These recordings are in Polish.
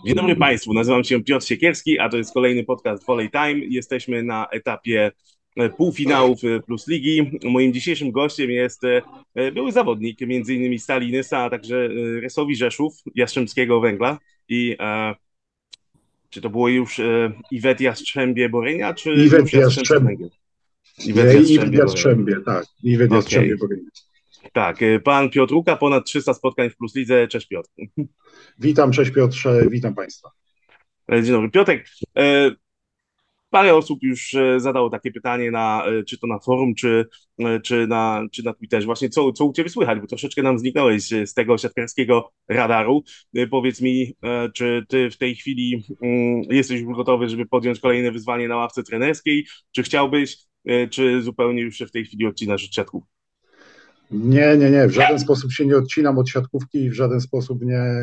Dzień dobry Państwu, nazywam się Piotr Siekierski, a to jest kolejny podcast Volley Time. Jesteśmy na etapie półfinałów Plus Ligi. Moim dzisiejszym gościem jest były zawodnik, między innymi Stali Nysa, a także Resowi Rzeszów, Jastrzębskiego Węgla. I czy to było już Iwet Jastrzębie Borynia, czy już Iwet Jastrzębski Jastrzęb, Węgiel? Iwet nie, Iwet Jastrzębie Borynia. Jastrzębie, tak. Iwet Jastrzębie Okej, powinien. tak. Pan Piotr Łuka, ponad 300 spotkań w Plus Lidze. Cześć Piotr. Witam, cześć Piotrze, witam Państwa. Dzień dobry. Piotrek, parę osób już zadało takie pytanie czy to na forum, czy na Twitterze. Właśnie co u Ciebie słychać, bo troszeczkę nam zniknąłeś z tego siatkarskiego radaru. Powiedz mi, czy Ty w tej chwili jesteś już gotowy, żeby podjąć kolejne wyzwanie na ławce trenerskiej? Czy chciałbyś, czy zupełnie już się w tej chwili odcinasz od siatków? Nie, w żaden sposób się nie odcinam od siatkówki i w żaden sposób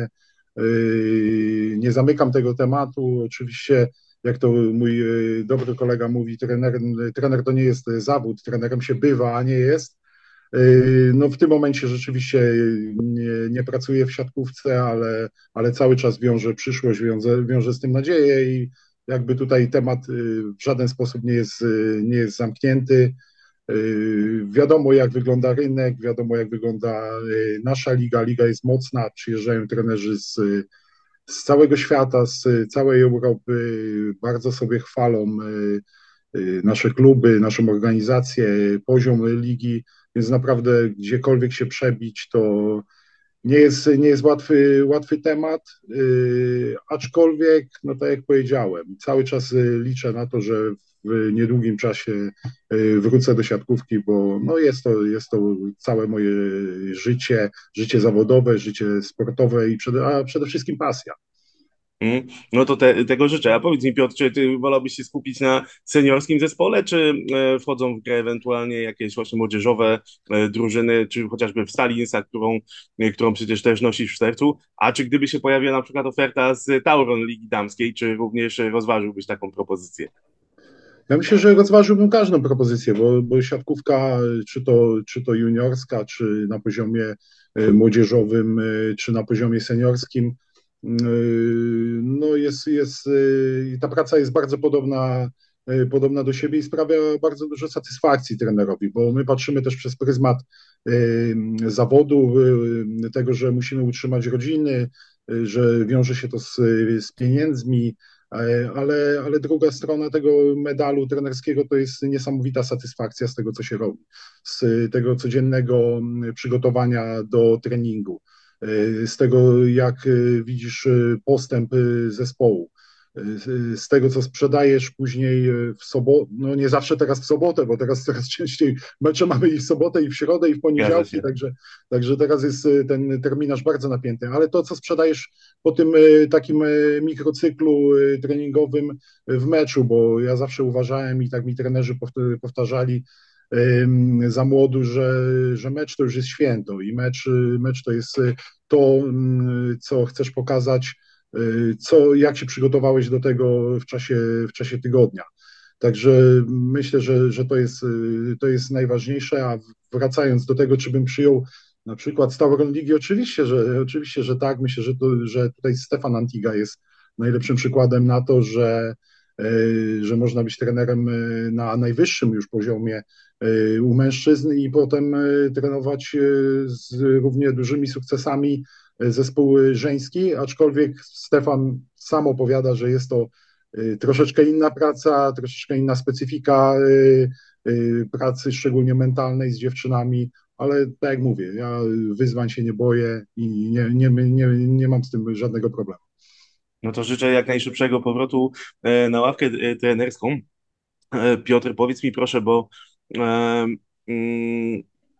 nie zamykam tego tematu. Oczywiście, jak to mój dobry kolega mówi, trener to nie jest zawód, trenerem się bywa, a nie jest. No w tym momencie rzeczywiście nie pracuję w siatkówce, ale cały czas wiążę przyszłość, wiążę z tym nadzieję i jakby tutaj temat w żaden sposób nie jest zamknięty. Wiadomo, jak wygląda rynek, wiadomo, jak wygląda nasza liga. Liga jest mocna, przyjeżdżają trenerzy z całego świata, z całej Europy, bardzo sobie chwalą nasze kluby, naszą organizację, poziom ligi, więc naprawdę gdziekolwiek się przebić, to nie jest łatwy temat, aczkolwiek, no tak jak powiedziałem, cały czas liczę na to, że w niedługim czasie wrócę do siatkówki, bo no jest to całe moje życie zawodowe, życie sportowe a przede wszystkim pasja. No to tego życzę. A powiedz mi, Piotr, czy ty wolałbyś się skupić na seniorskim zespole, czy wchodzą w grę ewentualnie jakieś właśnie młodzieżowe drużyny, czy chociażby w Stali Nysa, którą przecież też nosisz w sercu, a czy gdyby się pojawiła na przykład oferta z Tauron Ligi Damskiej, czy również rozważyłbyś taką propozycję? Ja myślę, że rozważyłbym każdą propozycję, bo siatkówka, czy to juniorska, czy na poziomie młodzieżowym, czy na poziomie seniorskim, no i ta praca jest bardzo podobna do siebie i sprawia bardzo dużo satysfakcji trenerowi, bo my patrzymy też przez pryzmat zawodu, tego, że musimy utrzymać rodziny, że wiąże się to z pieniędzmi, ale druga strona tego medalu trenerskiego to jest niesamowita satysfakcja z tego, co się robi, z tego codziennego przygotowania do treningu, z tego, jak widzisz postęp zespołu, z tego, co sprzedajesz później w sobotę, no nie zawsze teraz w sobotę, bo teraz coraz częściej mecze mamy i w sobotę, i w środę, i w Zgadza poniedziałki, się. także teraz jest ten terminarz bardzo napięty, ale to, co sprzedajesz po tym takim mikrocyklu treningowym w meczu, bo ja zawsze uważałem i tak mi trenerzy powtarzali za młodu, że mecz to już jest święto i mecz to jest to, co chcesz pokazać, jak się przygotowałeś do tego w czasie tygodnia. Także myślę, że to jest najważniejsze, a wracając do tego, czy bym przyjął na przykład z Tauron Ligi, oczywiście, że tak. Myślę, że tutaj Stefan Antiga jest najlepszym przykładem na to, że można być trenerem na najwyższym już poziomie u mężczyzn i potem trenować z równie dużymi sukcesami zespół żeński, aczkolwiek Stefan sam opowiada, że jest to troszeczkę inna praca, troszeczkę inna specyfika pracy, szczególnie mentalnej z dziewczynami, ale tak jak mówię, ja wyzwań się nie boję i nie mam z tym żadnego problemu. No to życzę jak najszybszego powrotu na ławkę trenerską. Piotr, powiedz mi proszę, bo e, mm,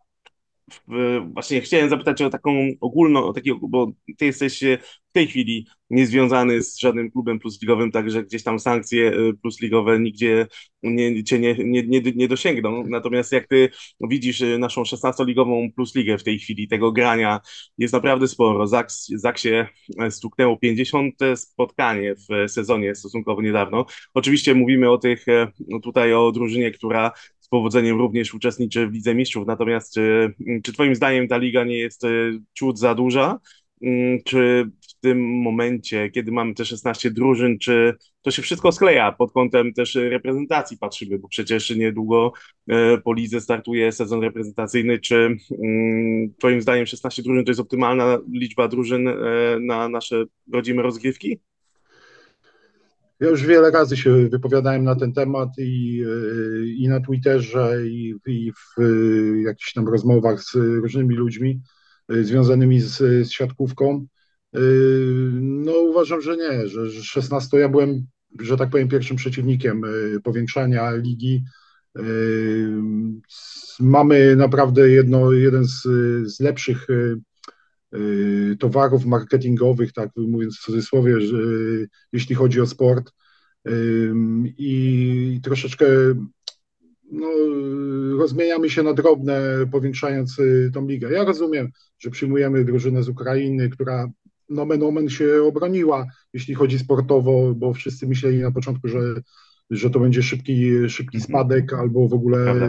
właśnie chciałem zapytać o taką ogólną, bo ty jesteś w tej chwili niezwiązany z żadnym klubem plusligowym, także gdzieś tam sankcje plusligowe nigdzie cię nie dosięgną. Natomiast jak ty widzisz naszą 16-ligową plusligę w tej chwili, tego grania jest naprawdę sporo. Zaksie stuknęło 50 spotkanie w sezonie stosunkowo niedawno. Oczywiście mówimy o tych, no tutaj o drużynie, która z powodzeniem również uczestniczy w Lidze Mistrzów. Natomiast czy Twoim zdaniem ta liga nie jest ciut za duża? czy w tym momencie, kiedy mamy te 16 drużyn, czy to się wszystko skleja pod kątem też reprezentacji patrzymy, bo przecież niedługo po lidze startuje sezon reprezentacyjny. Czy Twoim zdaniem 16 drużyn to jest optymalna liczba drużyn na nasze rodzime rozgrywki? Ja już wiele razy się wypowiadałem na ten temat i na Twitterze, i w jakichś tam rozmowach z różnymi ludźmi związanymi z siatkówką. No uważam, że nie, że 16, ja byłem, że tak powiem, pierwszym przeciwnikiem powiększania ligi. Mamy naprawdę jeden z lepszych towarów marketingowych, tak mówiąc w cudzysłowie, że, jeśli chodzi o sport. I troszeczkę no, rozmieniamy się na drobne, powiększając tą ligę. Ja rozumiem, że przyjmujemy drużynę z Ukrainy, która nomen omen się obroniła, jeśli chodzi sportowo, bo wszyscy myśleli na początku, że to będzie szybki Mhm. spadek albo w ogóle Prawda.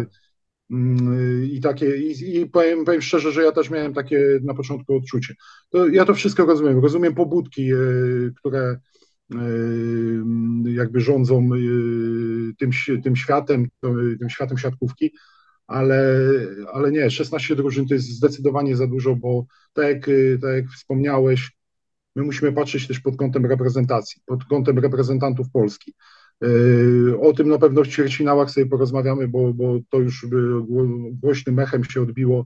i powiem szczerze, że ja też miałem takie na początku odczucie. Ja to wszystko rozumiem. Rozumiem pobudki, które jakby rządzą tym światem siatkówki, ale nie, 16 drużyn to jest zdecydowanie za dużo, bo tak jak wspomniałeś, my musimy patrzeć też pod kątem reprezentacji, pod kątem reprezentantów Polski. O tym na pewno w ćwierćfinałach sobie porozmawiamy, bo to już głośnym echem się odbiło,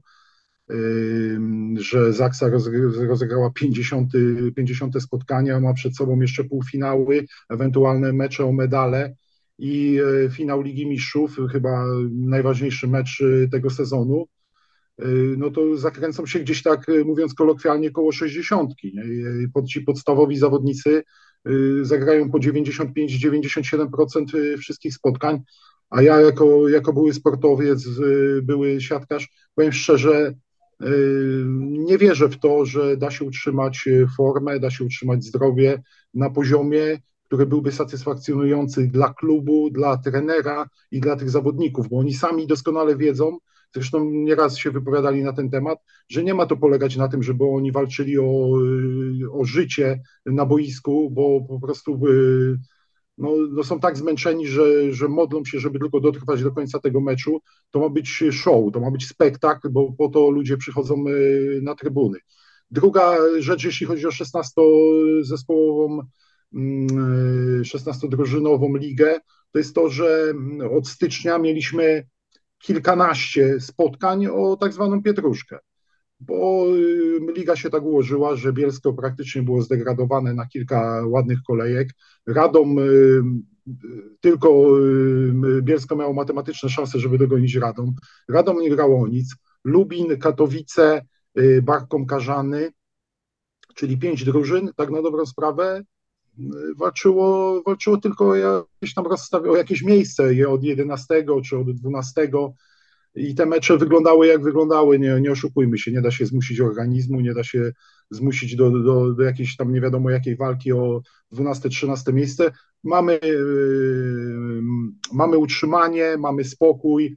że Zaksa rozegrała 50 spotkania, ma przed sobą jeszcze półfinały, ewentualne mecze o medale i finał Ligi Mistrzów, chyba najważniejszy mecz tego sezonu. No to zakręcą się gdzieś tak, mówiąc kolokwialnie, koło 60. Ci podstawowi zawodnicy zagrają po 95-97% wszystkich spotkań, a ja jako były sportowiec, były siatkarz, powiem szczerze, nie wierzę w to, że da się utrzymać formę, da się utrzymać zdrowie na poziomie, który byłby satysfakcjonujący dla klubu, dla trenera i dla tych zawodników, bo oni sami doskonale wiedzą, zresztą nieraz się wypowiadali na ten temat, że nie ma to polegać na tym, żeby oni walczyli o życie na boisku, bo po prostu no są tak zmęczeni, że modlą się, żeby tylko dotrwać do końca tego meczu. To ma być show, to ma być spektakl, bo po to ludzie przychodzą na trybuny. Druga rzecz, jeśli chodzi o 16-zespołową, 16-drużynową ligę, to jest to, że od stycznia mieliśmy kilkanaście spotkań o tak zwaną pietruszkę, bo liga się tak ułożyła, że Bielsko praktycznie było zdegradowane na kilka ładnych kolejek. Radom tylko Bielsko miało matematyczne szanse, żeby dogonić Radom. Radom nie grało o nic. Lubin, Katowice, Barkom Karzany, czyli 5 drużyn, tak na dobrą sprawę, walczyło tylko o jakieś miejsce od 11 czy od 12. I te mecze wyglądały jak wyglądały, nie oszukujmy się, nie da się zmusić organizmu, nie da się zmusić do jakiejś tam nie wiadomo jakiej walki o 12-13 miejsce. Mamy utrzymanie, mamy spokój,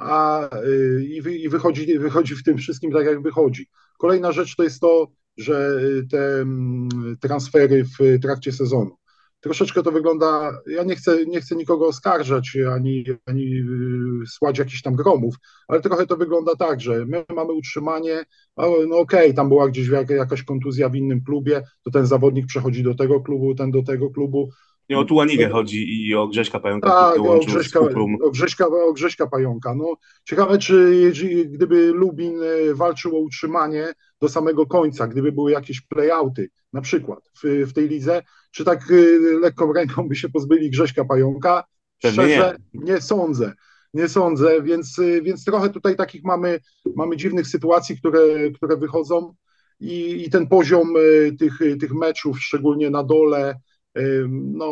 i wychodzi w tym wszystkim tak jak wychodzi. Kolejna rzecz to jest to, że te transfery w trakcie sezonu. Troszeczkę to wygląda, ja nie chcę nikogo oskarżać, ani słać jakichś tam gromów, ale trochę to wygląda tak, że my mamy utrzymanie, no okej, tam była gdzieś jakaś kontuzja w innym klubie, to ten zawodnik przechodzi do tego klubu, ten do tego klubu. Nie o Tułanigę chodzi i o Grześka Pająka, który Tak, dołączył z Kuprum. O Grześka Pająka. No, ciekawe, czy gdyby Lubin walczył o utrzymanie do samego końca, gdyby były jakieś playouty, na przykład w tej lidze, czy tak lekką ręką by się pozbyli Grześka Pająka? Pewnie nie. Szczerze, nie sądzę. Nie sądzę, więc trochę tutaj takich mamy dziwnych sytuacji, które wychodzą i ten poziom tych meczów, szczególnie na dole, no,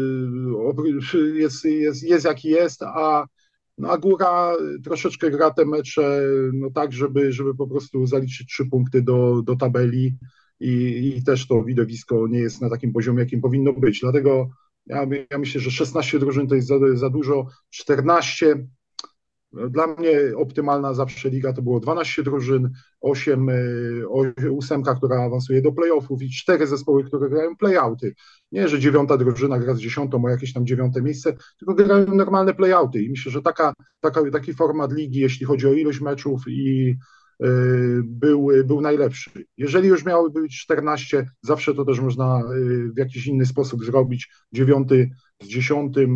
jest jaki jest, a góra troszeczkę gra te mecze no tak, żeby po prostu zaliczyć 3 punkty do tabeli i też to widowisko nie jest na takim poziomie, jakim powinno być. Dlatego ja myślę, że 16 drużyn to jest za dużo, 14. Dla mnie optymalna zawsze liga to było 12 drużyn, 8, ósemka, która awansuje do playoffów i 4 zespoły, które grają playouty. Nie, że dziewiąta drużyna gra z dziesiątą o jakieś tam dziewiąte miejsce, tylko grają normalne playouty. I myślę, że taki format ligi, jeśli chodzi o ilość meczów i był najlepszy. Jeżeli już miałoby być 14, zawsze to też można w jakiś inny sposób zrobić. Dziewiąty z dziesiątym,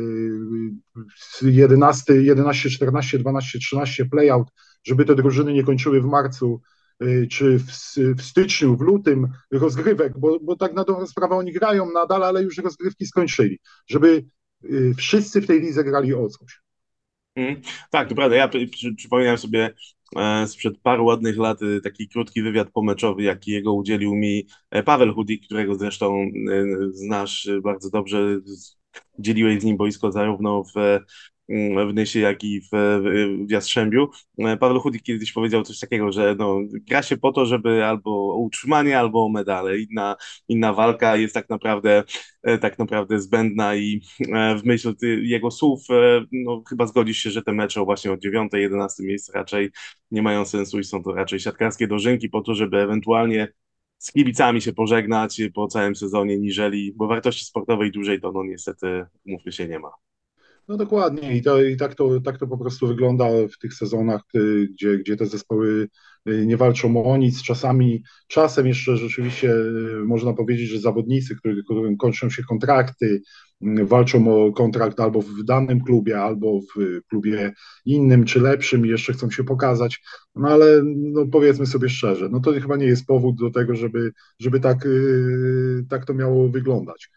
11, 14, 12, 13 playout, żeby te drużyny nie kończyły w marcu czy w styczniu, w lutym rozgrywek, bo tak na dobrą sprawę oni grają nadal, ale już rozgrywki skończyli, żeby wszyscy w tej lidze grali o coś. Tak, to prawda. Ja przypominam sobie sprzed paru ładnych lat taki krótki wywiad pomeczowy, jaki jego udzielił mi Paweł Chudik, którego zresztą znasz bardzo dobrze. Dzieliłeś z nim boisko zarówno w Nysie, jak i w Jastrzębiu. Paweł Chudik kiedyś powiedział coś takiego, że no, gra się po to, żeby albo o utrzymanie, albo o medale. Inna walka jest tak naprawdę zbędna i w myśl jego słów, no, chyba zgodzisz się, że te mecze właśnie o 9, 11 miejsce raczej nie mają sensu i są to raczej siatkarskie dożynki po to, żeby ewentualnie z kibicami się pożegnać po całym sezonie, niżeli, bo wartości sportowej dłużej to no niestety, umówmy się, nie ma. No dokładnie i tak to po prostu wygląda w tych sezonach, gdzie te zespoły nie walczą o nic. Czasem jeszcze rzeczywiście można powiedzieć, że zawodnicy, którym kończą się kontrakty, walczą o kontrakt albo w danym klubie, albo w klubie innym czy lepszym i jeszcze chcą się pokazać. No ale no powiedzmy sobie szczerze, no to chyba nie jest powód do tego, żeby tak to miało wyglądać.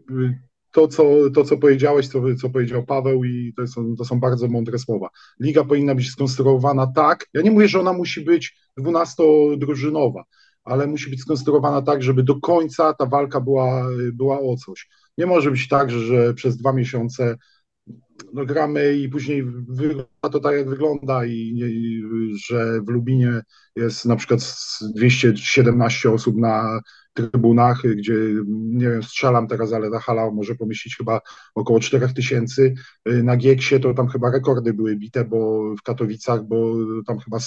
To, co powiedziałeś, co powiedział Paweł, i to są bardzo mądre słowa. Liga powinna być skonstruowana tak. Ja nie mówię, że ona musi być 12-drużynowa, ale musi być skonstruowana tak, żeby do końca ta walka była o coś. Nie może być tak, że przez 2 miesiące no, gramy i później wygląda to tak, jak wygląda i że w Lubinie jest na przykład 217 osób na trybunach, gdzie, nie wiem, strzelam teraz, ale ta hala może pomieścić chyba około 4000. Na Gieksie to tam chyba rekordy były bite, bo w Katowicach, bo tam chyba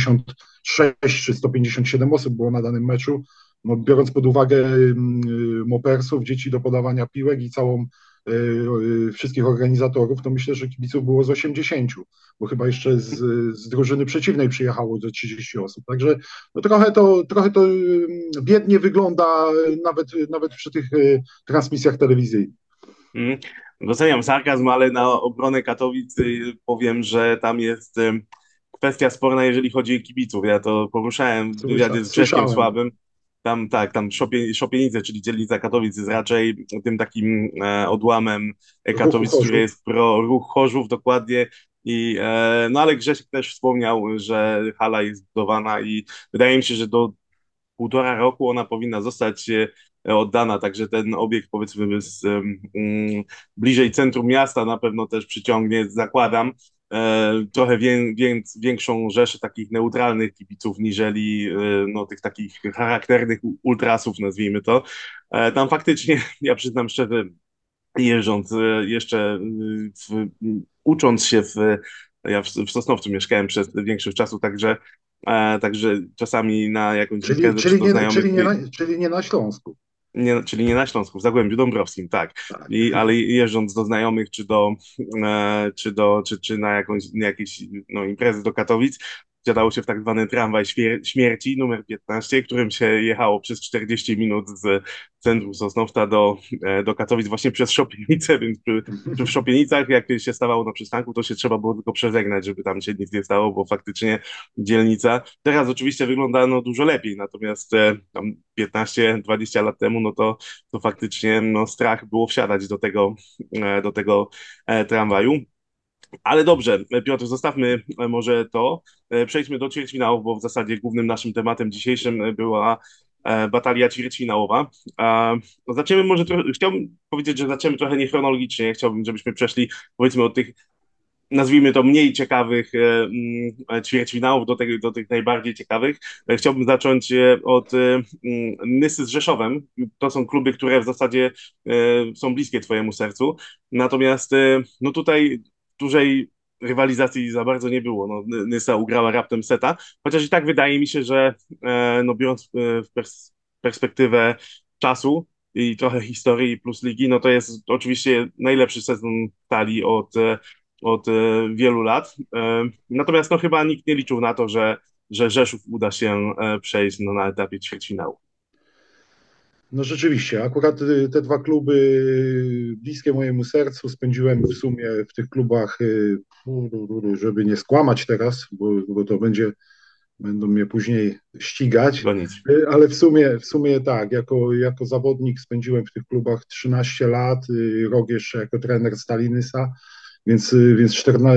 156 czy 157 osób było na danym meczu. No, biorąc pod uwagę mopersów, dzieci do podawania piłek i wszystkich organizatorów, to myślę, że kibiców było z 80, bo chyba jeszcze z drużyny przeciwnej przyjechało ze 30 osób. Także no trochę to biednie wygląda nawet przy tych transmisjach telewizyjnych. Mm. Doceniam sarkazm, ale na obronę Katowic powiem, że tam jest kwestia sporna, jeżeli chodzi o kibiców. Ja to poruszałem w wywiadzie z Grzeszkiem Słyszałem Słabym. Tam tak, tam Szopienice, czyli dzielnica Katowic jest raczej tym takim odłamem ruchu Katowic, który Chorzów. jest pro ruch Chorzów dokładnie. No ale Grzesiek też wspomniał, że hala jest budowana i wydaje mi się, że do 1,5 roku ona powinna zostać oddana, także ten obiekt powiedzmy bliżej centrum miasta na pewno też przyciągnie, zakładam, trochę większą rzeszę takich neutralnych kibiców niżeli no, tych takich charakternych ultrasów, nazwijmy to. Tam faktycznie, ja przyznam szczerze, jeżdżąc jeszcze, ucząc się ja w Sosnowcu mieszkałem przez większość czasu, także czasami na jakąś Czyli, imprezę czy czyli, do nie, znajomych, czyli, nie na, czyli nie na Śląsku. czyli nie na Śląsku, w Zagłębiu Dąbrowskim, tak. Tak. Ale jeżdżąc do znajomych czy na jakieś no, imprezy do Katowic, wsiadało się w tak zwany tramwaj śmierci numer 15, którym się jechało przez 40 minut z centrum Sosnowca do Katowic właśnie przez Szopienicę, więc w Szopienicach jak się stawało na przystanku, to się trzeba było tylko przeżegnać, żeby tam się nic nie stało, bo faktycznie dzielnica teraz oczywiście wygląda no, dużo lepiej, natomiast tam 15-20 lat temu, no to faktycznie no, strach było wsiadać do tego tramwaju. Ale dobrze, Piotr, zostawmy może to. Przejdźmy do ćwierćfinałów, bo w zasadzie głównym naszym tematem dzisiejszym była batalia ćwierćfinałowa. Zaczniemy może trochę, chciałbym powiedzieć, że zaczniemy trochę niechronologicznie. Chciałbym, żebyśmy przeszli powiedzmy od tych, nazwijmy to, mniej ciekawych ćwierćfinałów do tych najbardziej ciekawych. Chciałbym zacząć od Nysy z Rzeszowem. To są kluby, które w zasadzie są bliskie Twojemu sercu. Natomiast no tutaj dużej rywalizacji za bardzo nie było. No, Nysa ugrała raptem seta, chociaż i tak wydaje mi się, że no, biorąc perspektywę czasu i trochę historii plus ligi, no to jest oczywiście najlepszy sezon Stali od wielu lat. Natomiast no, chyba nikt nie liczył na to, że Rzeszów uda się przejść no, na etapie ćwierćfinału. No rzeczywiście, akurat te dwa kluby bliskie mojemu sercu spędziłem w sumie w tych klubach, żeby nie skłamać teraz, bo to będą mnie później ścigać, Gonić. ale w sumie tak, jako zawodnik spędziłem w tych klubach 13 lat, rok jeszcze jako trener Stalinysa, więc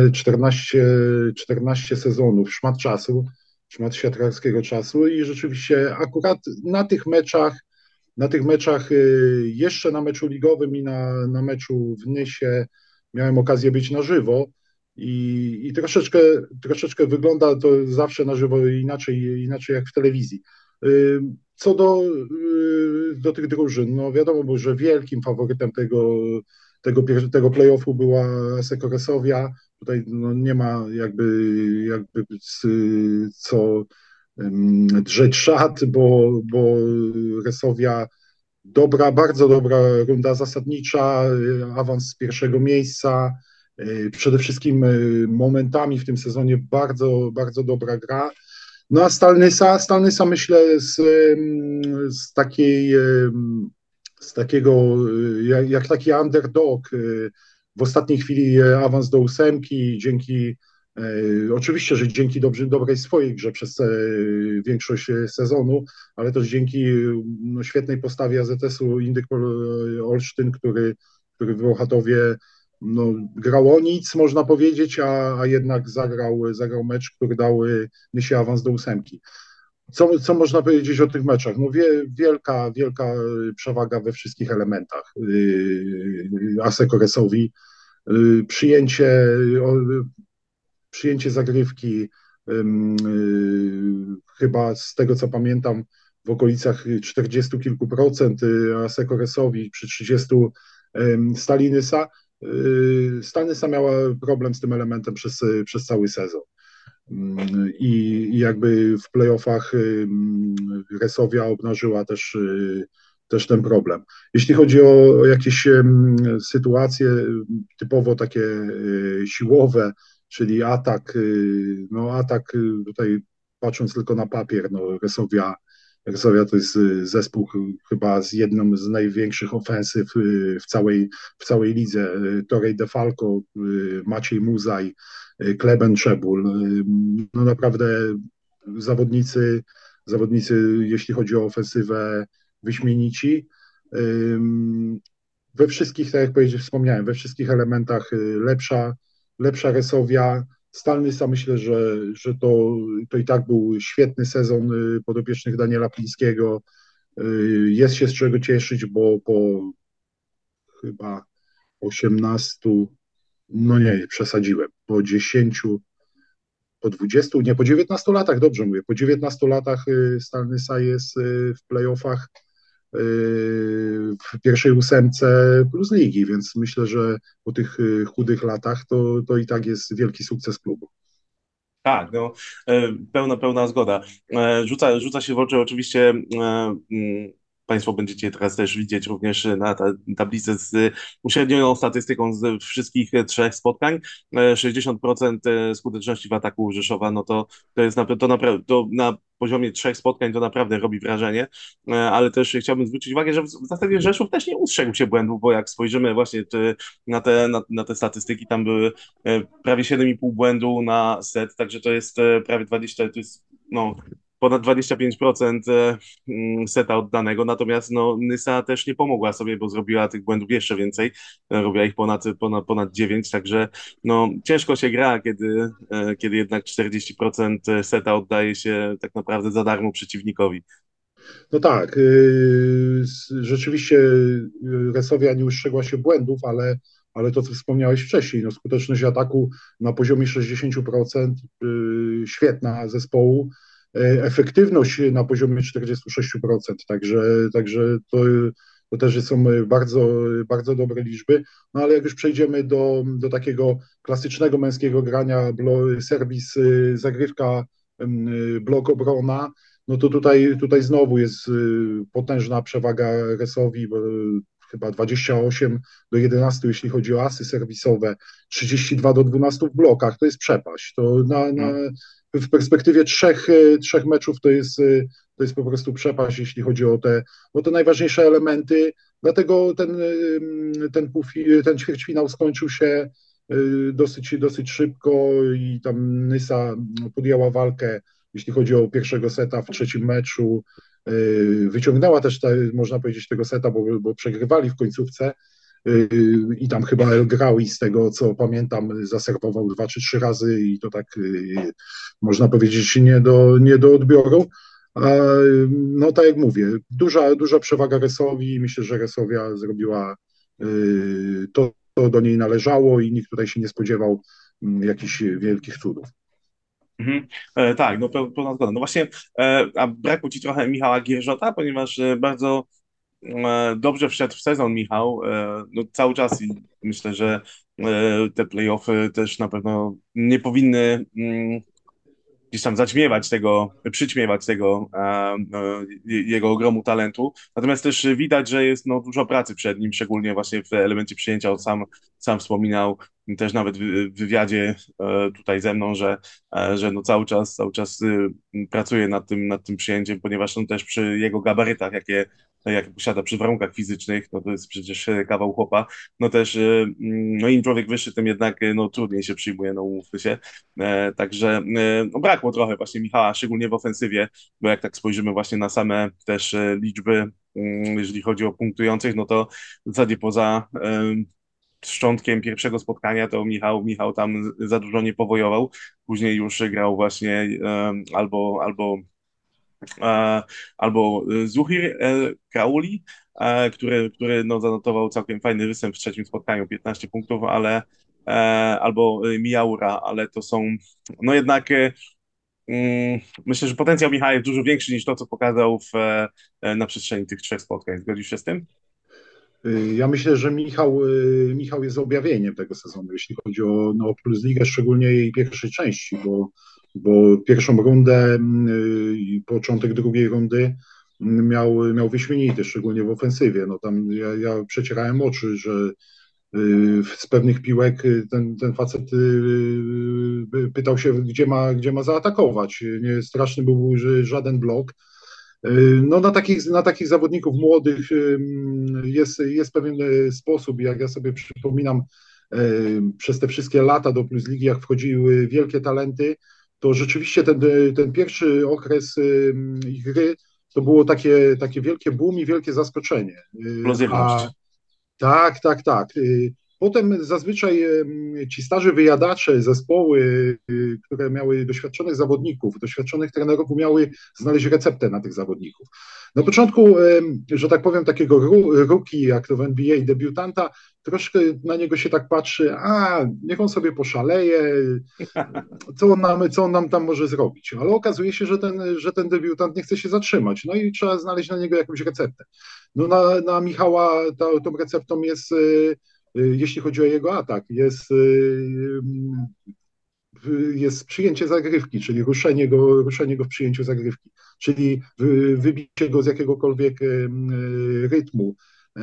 14 sezonów, szmat siatkarskiego czasu i rzeczywiście akurat na tych meczach, jeszcze na meczu ligowym i na meczu w Nysie miałem okazję być na żywo i troszeczkę wygląda to zawsze na żywo inaczej jak w telewizji. Co do tych drużyn, no wiadomo, że wielkim faworytem tego play-offu była Asseco Resovia. Tutaj no, nie ma jakby co drzeć szat, bo Resovia bardzo dobra runda zasadnicza, awans z pierwszego miejsca, przede wszystkim momentami w tym sezonie bardzo dobra gra. No a Stal Nysa myślę z takiego, jak taki underdog, w ostatniej chwili awans do ósemki, oczywiście, że dzięki dobrej swojej grze przez większość sezonu, ale też dzięki no, świetnej postawie AZS-u Indyk Olsztyn, który w Bełchatowie no, grał o nic, można powiedzieć, a jednak zagrał mecz, który dał Nysie awans do ósemki. Co można powiedzieć o tych meczach? No wielka przewaga we wszystkich elementach. Asseco Resowi, przyjęcie, przyjęcie zagrywki, chyba z tego co pamiętam w okolicach 40 kilku procent Asseco Resowi przy 30 Stali Nysa. Stal Nysa miała problem z tym elementem przez cały sezon. I jakby w playoffach Resovia obnażyła też ten problem. Jeśli chodzi o jakieś sytuacje typowo takie siłowe, czyli atak tutaj patrząc tylko na papier, no Resovia to jest zespół chyba z jedną z największych ofensyw w całej lidze. Torej DeFalco, Maciej Muzaj, Kleben Czebul. No naprawdę zawodnicy, jeśli chodzi o ofensywę, wyśmienici. We wszystkich, tak jak wspomniałem, we wszystkich elementach lepsza Resovia. Stal Nysa myślę, że to i tak był świetny sezon podopiecznych Daniela Plińskiego. Jest się z czego cieszyć, bo po chyba 18, no nie, przesadziłem, po 20, nie, po 19 latach, dobrze mówię, po 19 latach Stal Nysa jest w playoffach w pierwszej ósemce plus ligi, więc myślę, że po tych chudych latach to i tak jest wielki sukces klubu. Tak, no, pełna zgoda. Rzuca się w oczy oczywiście, Państwo będziecie teraz też widzieć również na tablicy z uśrednioną statystyką z wszystkich trzech spotkań. 60% skuteczności w ataku Rzeszowa, no to jest to na poziomie trzech spotkań to naprawdę robi wrażenie, ale też chciałbym zwrócić uwagę, że w zasadzie Rzeszów też nie ustrzegł się błędów, bo jak spojrzymy właśnie na te statystyki, tam były prawie 7,5 błędu na set, także to jest prawie 20, to jest no, ponad 25% seta oddanego, natomiast no, Nysa też nie pomogła sobie, bo zrobiła tych błędów jeszcze więcej, robiła ich ponad 9, także no, ciężko się gra, kiedy jednak 40% seta oddaje się tak naprawdę za darmo przeciwnikowi. No tak, rzeczywiście Resovia nie ustrzegła się błędów, ale to, co wspomniałeś wcześniej, no skuteczność ataku na poziomie 60%, świetna zespołu, efektywność na poziomie 46%, także to też są bardzo dobre liczby. No ale jak już przejdziemy do takiego klasycznego męskiego grania, serwis, zagrywka, blok obrona, no to tutaj znowu jest potężna przewaga Resowi, bo chyba 28-11, jeśli chodzi o asy serwisowe, 32-12 w blokach, to jest przepaść. To No. w perspektywie trzech meczów to jest po prostu przepaść, jeśli chodzi o te najważniejsze elementy. Dlatego ten ćwierćfinał skończył się dosyć szybko i tam Nysa podjęła walkę, jeśli chodzi o pierwszego seta w trzecim meczu. Wyciągnęła też, można powiedzieć, tego seta, bo przegrywali w końcówce. I tam chyba El Graoui, z tego co pamiętam, zaserwował 2 czy 3 razy i to tak można powiedzieć nie do odbioru. A, no tak jak mówię, duża przewaga Resowi. Myślę, że Resowia zrobiła to, co do niej należało i nikt tutaj się nie spodziewał jakichś wielkich cudów. Mhm. Tak, no pełna zgoda. No właśnie, a brakło ci trochę Michała Gierżota, ponieważ bardzo dobrze wszedł w sezon Michał. No cały czas i myślę, że te play-offy też na pewno nie powinny gdzieś tam przyćmiewać tego jego ogromu talentu. Natomiast też widać, że jest no, dużo pracy przed nim, szczególnie właśnie w elemencie przyjęcia. On sam wspominał też nawet w wywiadzie tutaj ze mną, że no cały czas pracuje nad tym przyjęciem, ponieważ on też przy jego gabarytach, jakie posiada przy warunkach fizycznych, no to jest przecież kawał chłopa, no też no im człowiek wyższy, tym jednak no, trudniej się przyjmuje, no umówmy się. Także no, brakło trochę właśnie Michała, szczególnie w ofensywie, bo jak tak spojrzymy właśnie na same też liczby, jeżeli chodzi o punktujących, no to w zasadzie poza szczątkiem pierwszego spotkania to Michał tam za dużo nie powojował. Później już grał właśnie e, albo Zuhir El Krauli, który no, zanotował całkiem fajny występ w trzecim spotkaniu, 15 punktów, albo Mijaura, ale to są no jednak myślę, że potencjał Michała jest dużo większy niż to, co pokazał na przestrzeni tych 3 spotkań. Zgodzisz się z tym? Ja myślę, że Michał jest objawieniem tego sezonu, jeśli chodzi o Plus Ligę, szczególnie jej pierwszej części, bo pierwszą rundę i początek drugiej rundy miał wyśmienity, szczególnie w ofensywie. No tam ja przecierałem oczy, że z pewnych piłek ten facet pytał się, gdzie ma zaatakować. Nie straszny był żaden blok. No na takich zawodników młodych jest pewien sposób, jak ja sobie przypominam przez te wszystkie lata do Plus Ligi, jak wchodziły wielkie talenty, to rzeczywiście ten pierwszy okres ich gry to było takie wielkie boom i wielkie zaskoczenie. A Eksplozywność. tak, tak, tak. Potem zazwyczaj ci starzy wyjadacze, zespoły, które miały doświadczonych zawodników, doświadczonych trenerów, umiały znaleźć receptę na tych zawodników. Na początku, że tak powiem, takiego rookie, jak to w NBA, debiutanta, troszkę na niego się tak patrzy, niech on sobie poszaleje, co on nam tam może zrobić. Ale okazuje się, że ten debiutant nie chce się zatrzymać, no i trzeba znaleźć na niego jakąś receptę. No na Michała tą receptą jest, jeśli chodzi o jego atak, jest przyjęcie zagrywki, czyli ruszenie go w przyjęciu zagrywki, czyli wybicie go z jakiegokolwiek rytmu.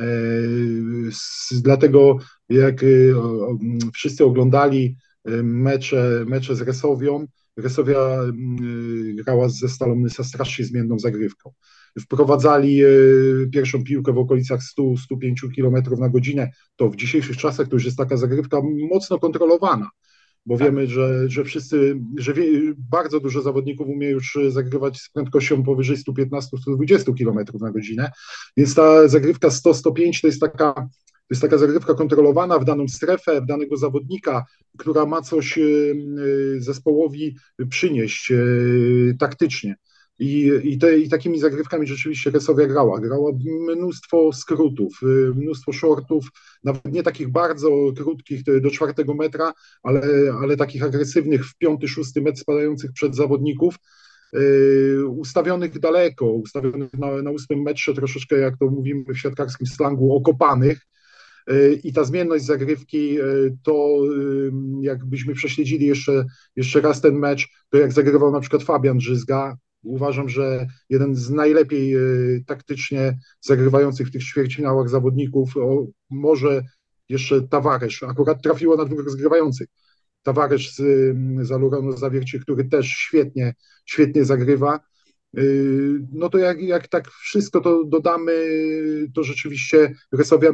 Dlatego jak wszyscy oglądali mecze z Resowią, Resowia grała ze Stalą Nysa strasznie zmienną zagrywką. Wprowadzali pierwszą piłkę w okolicach 100-105 km na godzinę. To w dzisiejszych czasach to już jest taka zagrywka mocno kontrolowana, bo Tak. wiemy, że bardzo dużo zawodników umie już zagrywać z prędkością powyżej 115-120 km na godzinę, więc ta zagrywka 100-105 to jest taka zagrywka kontrolowana w daną strefę, w danego zawodnika, która ma coś zespołowi przynieść taktycznie. I takimi zagrywkami rzeczywiście Resowia grała. Grała mnóstwo skrótów, mnóstwo shortów, nawet nie takich bardzo krótkich do 4 metra, ale takich agresywnych w 5-6 metr spadających przed zawodników. ustawionych daleko, ustawionych na 8 metrze, troszeczkę jak to mówimy w siatkarskim slangu, okopanych. I ta zmienność zagrywki, to jakbyśmy prześledzili jeszcze raz ten mecz, to jak zagrywał na przykład Fabian Drzyzga, uważam, że jeden z najlepiej taktycznie zagrywających w tych ćwierćfinałach zawodników, może jeszcze Tavares, akurat trafiło na dwóch rozgrywających. Tavares z Aluronu Zawiercie, który też świetnie zagrywa. No to jak tak wszystko to dodamy, to rzeczywiście Resowia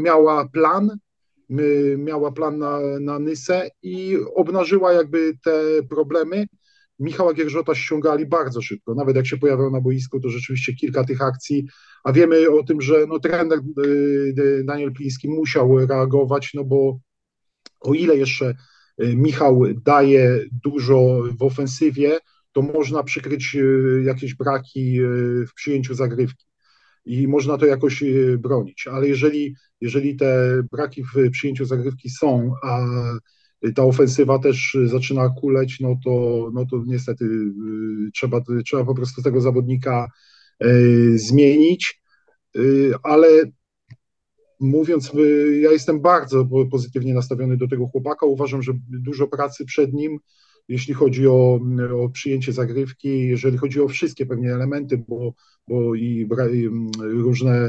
miała plan na Nysę i obnażyła jakby te problemy. Michała Gierżota ściągali bardzo szybko, nawet jak się pojawiał na boisku, to rzeczywiście kilka tych akcji, a wiemy o tym, że no, trener Daniel Pliński musiał reagować, no bo o ile jeszcze Michał daje dużo w ofensywie, to można przykryć jakieś braki w przyjęciu zagrywki i można to jakoś bronić, ale jeżeli te braki w przyjęciu zagrywki są, a ta ofensywa też zaczyna kuleć, no to niestety trzeba po prostu tego zawodnika zmienić, ale mówiąc, ja jestem bardzo pozytywnie nastawiony do tego chłopaka. Uważam, że dużo pracy przed nim, jeśli chodzi o przyjęcie zagrywki, jeżeli chodzi o wszystkie pewnie elementy, bo i różne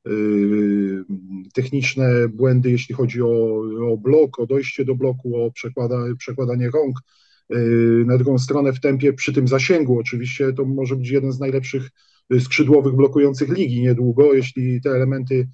techniczne błędy, jeśli chodzi o blok, o dojście do bloku, o przekładanie rąk na drugą stronę w tempie, przy tym zasięgu oczywiście, to może być jeden z najlepszych skrzydłowych blokujących ligi niedługo, jeśli te elementy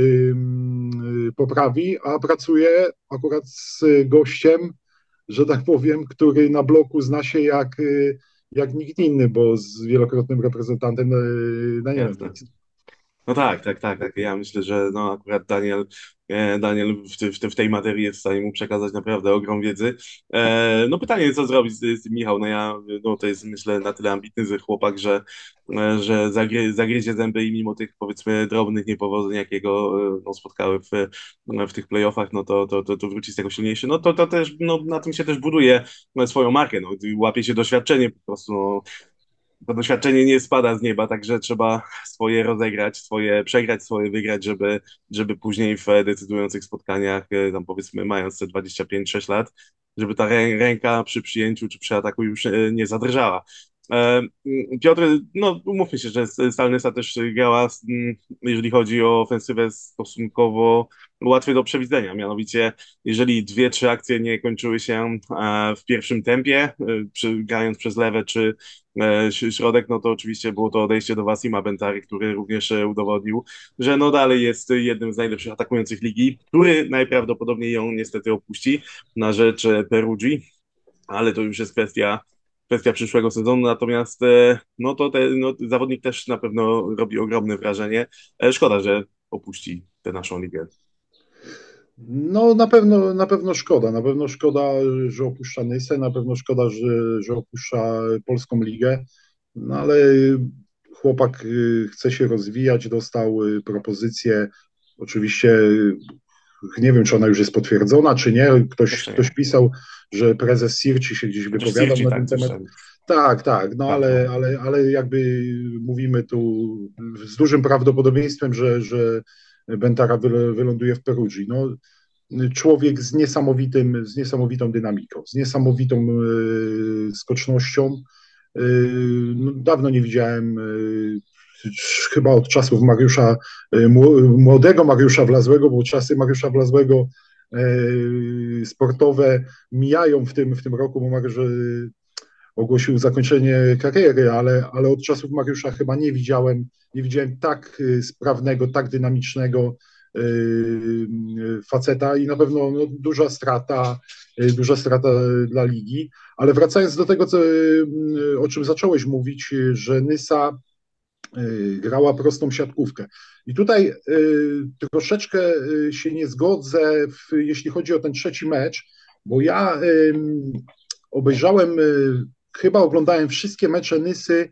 poprawi, a pracuje akurat z gościem, że tak powiem, który na bloku zna się jak nikt inny, bo z wielokrotnym reprezentantem Danielem Jasne. No tak. Ja myślę, że no akurat Daniel w tej materii jest w stanie mu przekazać naprawdę ogrom wiedzy. No pytanie, co zrobić z tym Michał? No to jest myślę na tyle ambitny chłopak, że zagryzie zęby i mimo tych powiedzmy drobnych niepowodzeń, jakiego no, spotkały w tych playoffach, no to wróci z tego silniejszy. No to też, no na tym się też buduje swoją markę, no łapie się doświadczenie po prostu, no to doświadczenie nie spada z nieba, także trzeba swoje rozegrać, swoje przegrać, swoje wygrać, żeby później w decydujących spotkaniach, tam powiedzmy mając te 25-6 lat, żeby ta ręka przy przyjęciu czy przy ataku już nie zadrżała. Piotr, no umówmy się, że Stalnysa też grała, jeżeli chodzi o ofensywę, stosunkowo łatwiej do przewidzenia. Mianowicie, jeżeli 2, 3 akcje nie kończyły się w pierwszym tempie, grając przez lewe czy środek, no to oczywiście było to odejście do Wasima Bentary, który również udowodnił, że no dalej jest jednym z najlepszych atakujących ligi, który najprawdopodobniej ją niestety opuści na rzecz Perugii, ale to już jest kwestia przyszłego sezonu, natomiast no, zawodnik też na pewno robi ogromne wrażenie. Szkoda, że opuści tę naszą ligę. No na pewno szkoda, że opuszcza Nysę, na pewno szkoda, że opuszcza Polską Ligę, no ale chłopak chce się rozwijać, dostał propozycję, oczywiście nie wiem, czy ona już jest potwierdzona, czy nie, Jeszcze ktoś nie. pisał, że prezes Sirci się gdzieś Chociaż wypowiadał Sirci na tak ten coś temat. tam Tak, no padło. ale jakby mówimy tu z dużym prawdopodobieństwem, że Bentara wyląduje w Perugii. No, człowiek z niesamowitą dynamiką, z niesamowitą skocznością. No, dawno nie widziałem, chyba od czasów młodego Mariusza Wlazłego, bo czasy Mariusza Wlazłego sportowe mijają w tym roku, bo Mariusz ogłosił zakończenie kariery, ale od czasów Mariusza chyba nie widziałem tak sprawnego, tak dynamicznego faceta i na pewno no, duża strata dla ligi. Ale wracając do tego, o czym zacząłeś mówić, że Nysa grała prostą siatkówkę. I tutaj troszeczkę się nie zgodzę, jeśli chodzi o ten trzeci mecz, bo ja obejrzałem, chyba oglądałem wszystkie mecze Nysy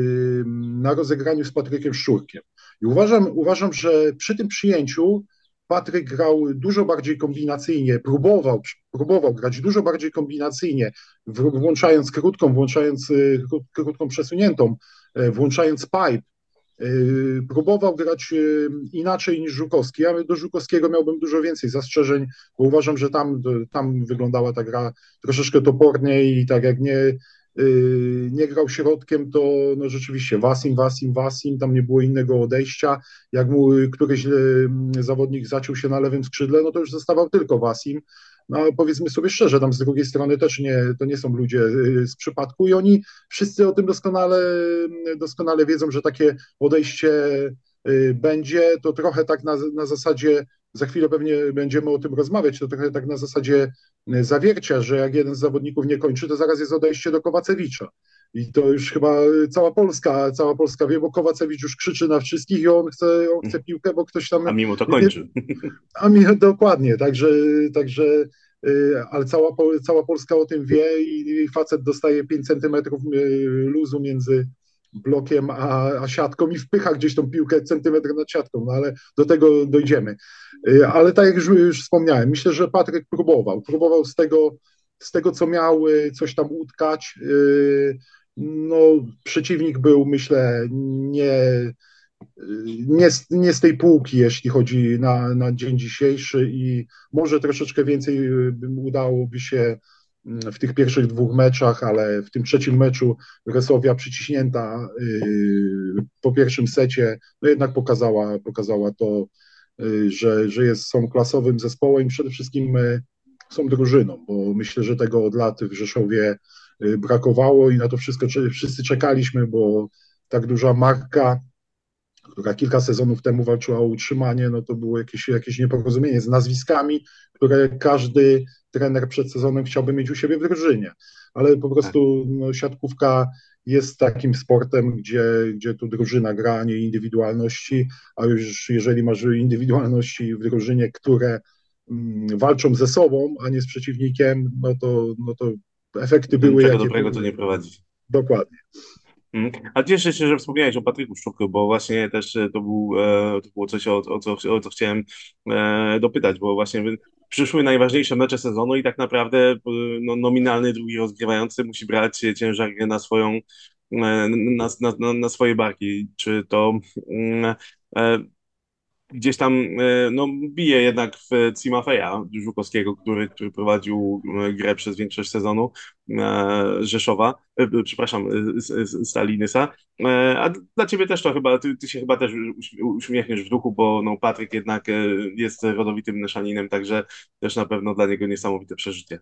na rozegraniu z Patrykiem Szczurkiem. I uważam, że przy tym przyjęciu Patryk grał dużo bardziej kombinacyjnie, próbował grać dużo bardziej kombinacyjnie, włączając krótką, włączając krótką przesuniętą, włączając pipe. Próbował grać inaczej niż Żukowski. Ja do Żukowskiego miałbym dużo więcej zastrzeżeń, bo uważam, że tam wyglądała ta gra troszeczkę toporniej i tak jak nie grał środkiem, to no rzeczywiście Wasim, tam nie było innego odejścia. Jak mu któryś zawodnik zaciął się na lewym skrzydle, no to już zostawał tylko Wasim. No ale powiedzmy sobie szczerze, tam z drugiej strony też to nie są ludzie z przypadku i oni wszyscy o tym doskonale wiedzą, że takie odejście będzie, to trochę tak na zasadzie, za chwilę pewnie będziemy o tym rozmawiać, to trochę tak na zasadzie zawiercia, że jak jeden z zawodników nie kończy, to zaraz jest odejście do Kowacewicza. I to już chyba cała Polska wie, bo Kowacewicz już krzyczy na wszystkich i on chce piłkę, bo ktoś tam... A mimo to kończy. Dokładnie, także ale cała Polska o tym wie i facet dostaje 5 centymetrów luzu między blokiem a siatką i wpycha gdzieś tą piłkę centymetr nad siatką, no ale do tego dojdziemy. Ale tak jak już wspomniałem, myślę, że Patryk próbował z tego co miał, coś tam utkać. No, przeciwnik był, myślę, nie z tej półki, jeśli chodzi na dzień dzisiejszy i może troszeczkę więcej udałoby się w tych pierwszych 2 meczach, ale w tym trzecim meczu Resowia przyciśnięta po pierwszym secie, no jednak pokazała to, są klasowym zespołem i przede wszystkim są drużyną, bo myślę, że tego od lat w Rzeszowie brakowało i na to wszystko wszyscy czekaliśmy, bo tak duża marka, która kilka sezonów temu walczyła o utrzymanie, no to było jakieś nieporozumienie z nazwiskami, które każdy trener przed sezonem chciałby mieć u siebie w drużynie. Ale po prostu no, siatkówka jest takim sportem, gdzie tu drużyna gra, a nie indywidualności, a już jeżeli masz indywidualności w drużynie, które walczą ze sobą, a nie z przeciwnikiem, no to efekty Do były niczego jakie dobrego to były. nie prowadzi. Dokładnie. A cieszę się, że wspomniałeś o Patryku Szczurku, bo właśnie też to było coś, o co chciałem dopytać, bo właśnie przyszły najważniejsze mecze sezonu i tak naprawdę no, nominalny drugi rozgrywający musi brać ciężar gry na swoje barki. Czy to gdzieś tam no, bije jednak w Timofeja Żukowskiego, który prowadził grę przez większość sezonu Rzeszowa, przepraszam, Stali Nysa. A dla ciebie też to chyba, ty się chyba też uśmiechniesz w duchu, bo no, Patryk jednak jest rodowitym Nyszaninem, także też na pewno dla niego niesamowite przeżycie.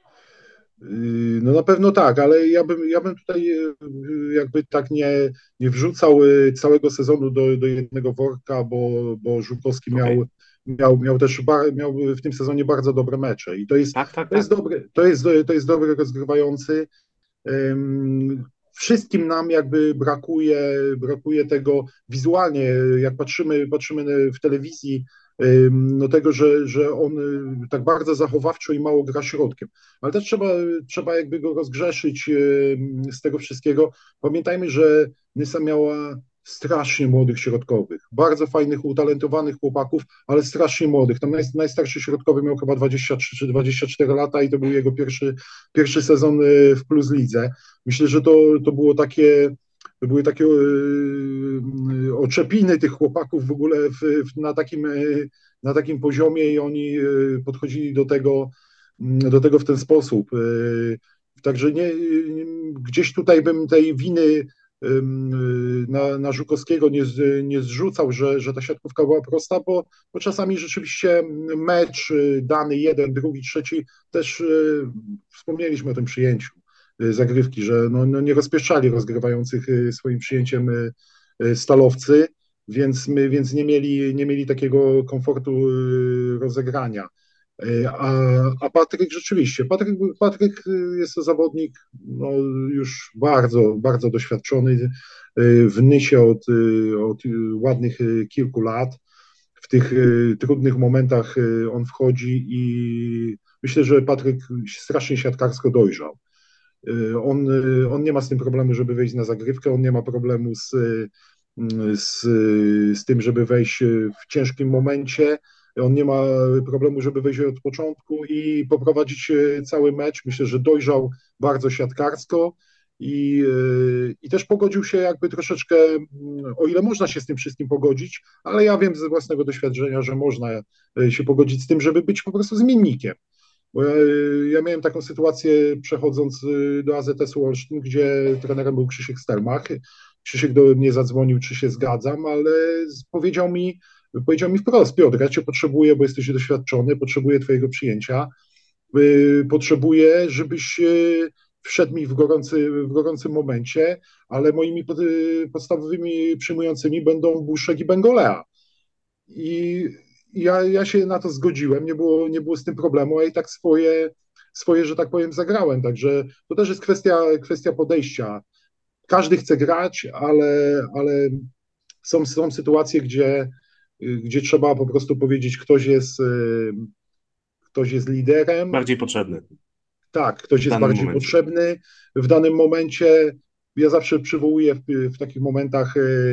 No na pewno tak, ale ja bym tutaj jakby tak nie wrzucał całego sezonu do jednego worka, bo Żukowski Okej. miał w tym sezonie bardzo dobre mecze i Tak, tak, to jest tak. dobry, to jest dobry rozgrywający. Wszystkim nam jakby brakuje tego wizualnie, jak patrzymy w telewizji, no tego, że on tak bardzo zachowawczo i mało gra środkiem. Ale też trzeba jakby go rozgrzeszyć z tego wszystkiego. Pamiętajmy, że Nysa miała strasznie młodych środkowych, bardzo fajnych, utalentowanych chłopaków, ale strasznie młodych. Tam najstarszy środkowy miał chyba 23 czy 24 lata i to był jego pierwszy sezon w Plus Lidze. Myślę, że to były takie oczepiny tych chłopaków w ogóle na takim poziomie i oni podchodzili do tego w ten sposób. Także gdzieś tutaj bym tej winy na Żukowskiego nie zrzucał, że ta siatkówka była prosta, bo czasami rzeczywiście mecz dany jeden, drugi, trzeci też wspomnieliśmy o tym przyjęciu zagrywki, że no nie rozpieszczali rozgrywających swoim przyjęciem stalowcy, więc nie mieli takiego komfortu rozegrania. A Patryk rzeczywiście, Patryk jest to zawodnik no, już bardzo, bardzo doświadczony w Nysie od ładnych kilku lat. W tych trudnych momentach on wchodzi i myślę, że Patryk strasznie siatkarsko dojrzał. On nie ma z tym problemu, żeby wejść na zagrywkę, on nie ma problemu z tym, żeby wejść w ciężkim momencie. on nie ma problemu, żeby wejść od początku i poprowadzić cały mecz. Myślę, że dojrzał bardzo siatkarsko i też pogodził się jakby troszeczkę, o ile można się z tym wszystkim pogodzić, ale ja wiem ze własnego doświadczenia, że można się pogodzić z tym, żeby być po prostu zmiennikiem. Bo ja miałem taką sytuację przechodząc do AZS-u Olsztyn, gdzie trenerem był Krzysiek Stelmach. Krzysiek do mnie zadzwonił, czy się zgadzam, ale powiedział mi wprost: Piotr, ja cię potrzebuję, bo jesteś doświadczony, potrzebuję twojego przyjęcia, potrzebuję, żebyś wszedł mi w gorącym momencie, ale moimi podstawowymi przyjmującymi będą Buszek i Bengolea. I ja się na to zgodziłem, nie było z tym problemu, a i tak swoje, że tak powiem, zagrałem. Także to też jest kwestia podejścia. Każdy chce grać, ale są sytuacje, gdzie trzeba po prostu powiedzieć, ktoś jest liderem, Bardziej potrzebny tak, ktoś w jest danym bardziej momencie. potrzebny w danym momencie. Ja zawsze przywołuję w takich momentach,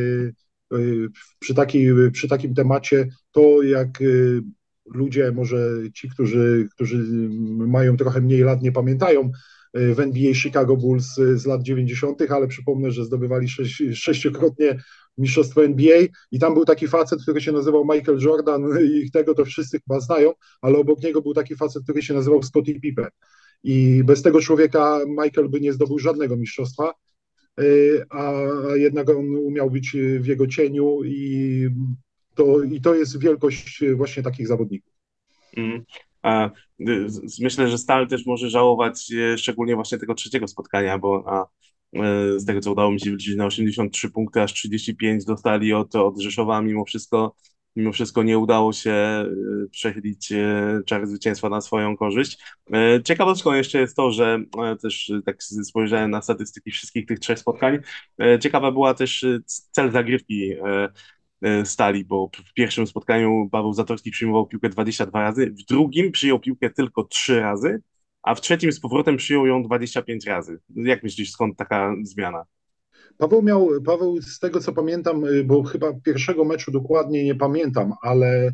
przy takim temacie, to jak ludzie, może ci, którzy mają trochę mniej lat, nie pamiętają w NBA Chicago Bulls z lat 90., ale przypomnę, że zdobywali sześciokrotnie mistrzostwo NBA i tam był taki facet, który się nazywał Michael Jordan i tego to wszyscy chyba znają, ale obok niego był taki facet, który się nazywał Scottie Pippen. I bez tego człowieka Michael by nie zdobył żadnego mistrzostwa, a jednak on umiał być w jego cieniu i to jest wielkość właśnie takich zawodników. Mm. A, myślę, że Stal też może żałować szczególnie właśnie tego trzeciego spotkania, z tego co udało mi się wyliczyć na 83 punkty, aż 35 dostali od Rzeszowa, mimo wszystko nie udało się przechylić czary zwycięstwa na swoją korzyść. Ciekawostką jeszcze jest to, że też tak spojrzałem na statystyki wszystkich tych trzech spotkań. Ciekawa była też cel zagrywki Stali, bo w pierwszym spotkaniu Paweł Zatorski przyjmował piłkę 22 razy, w drugim przyjął piłkę tylko 3 razy, a w trzecim z powrotem przyjął ją 25 razy. Jak myślisz, skąd taka zmiana? Paweł, z tego co pamiętam, bo chyba pierwszego meczu dokładnie nie pamiętam, ale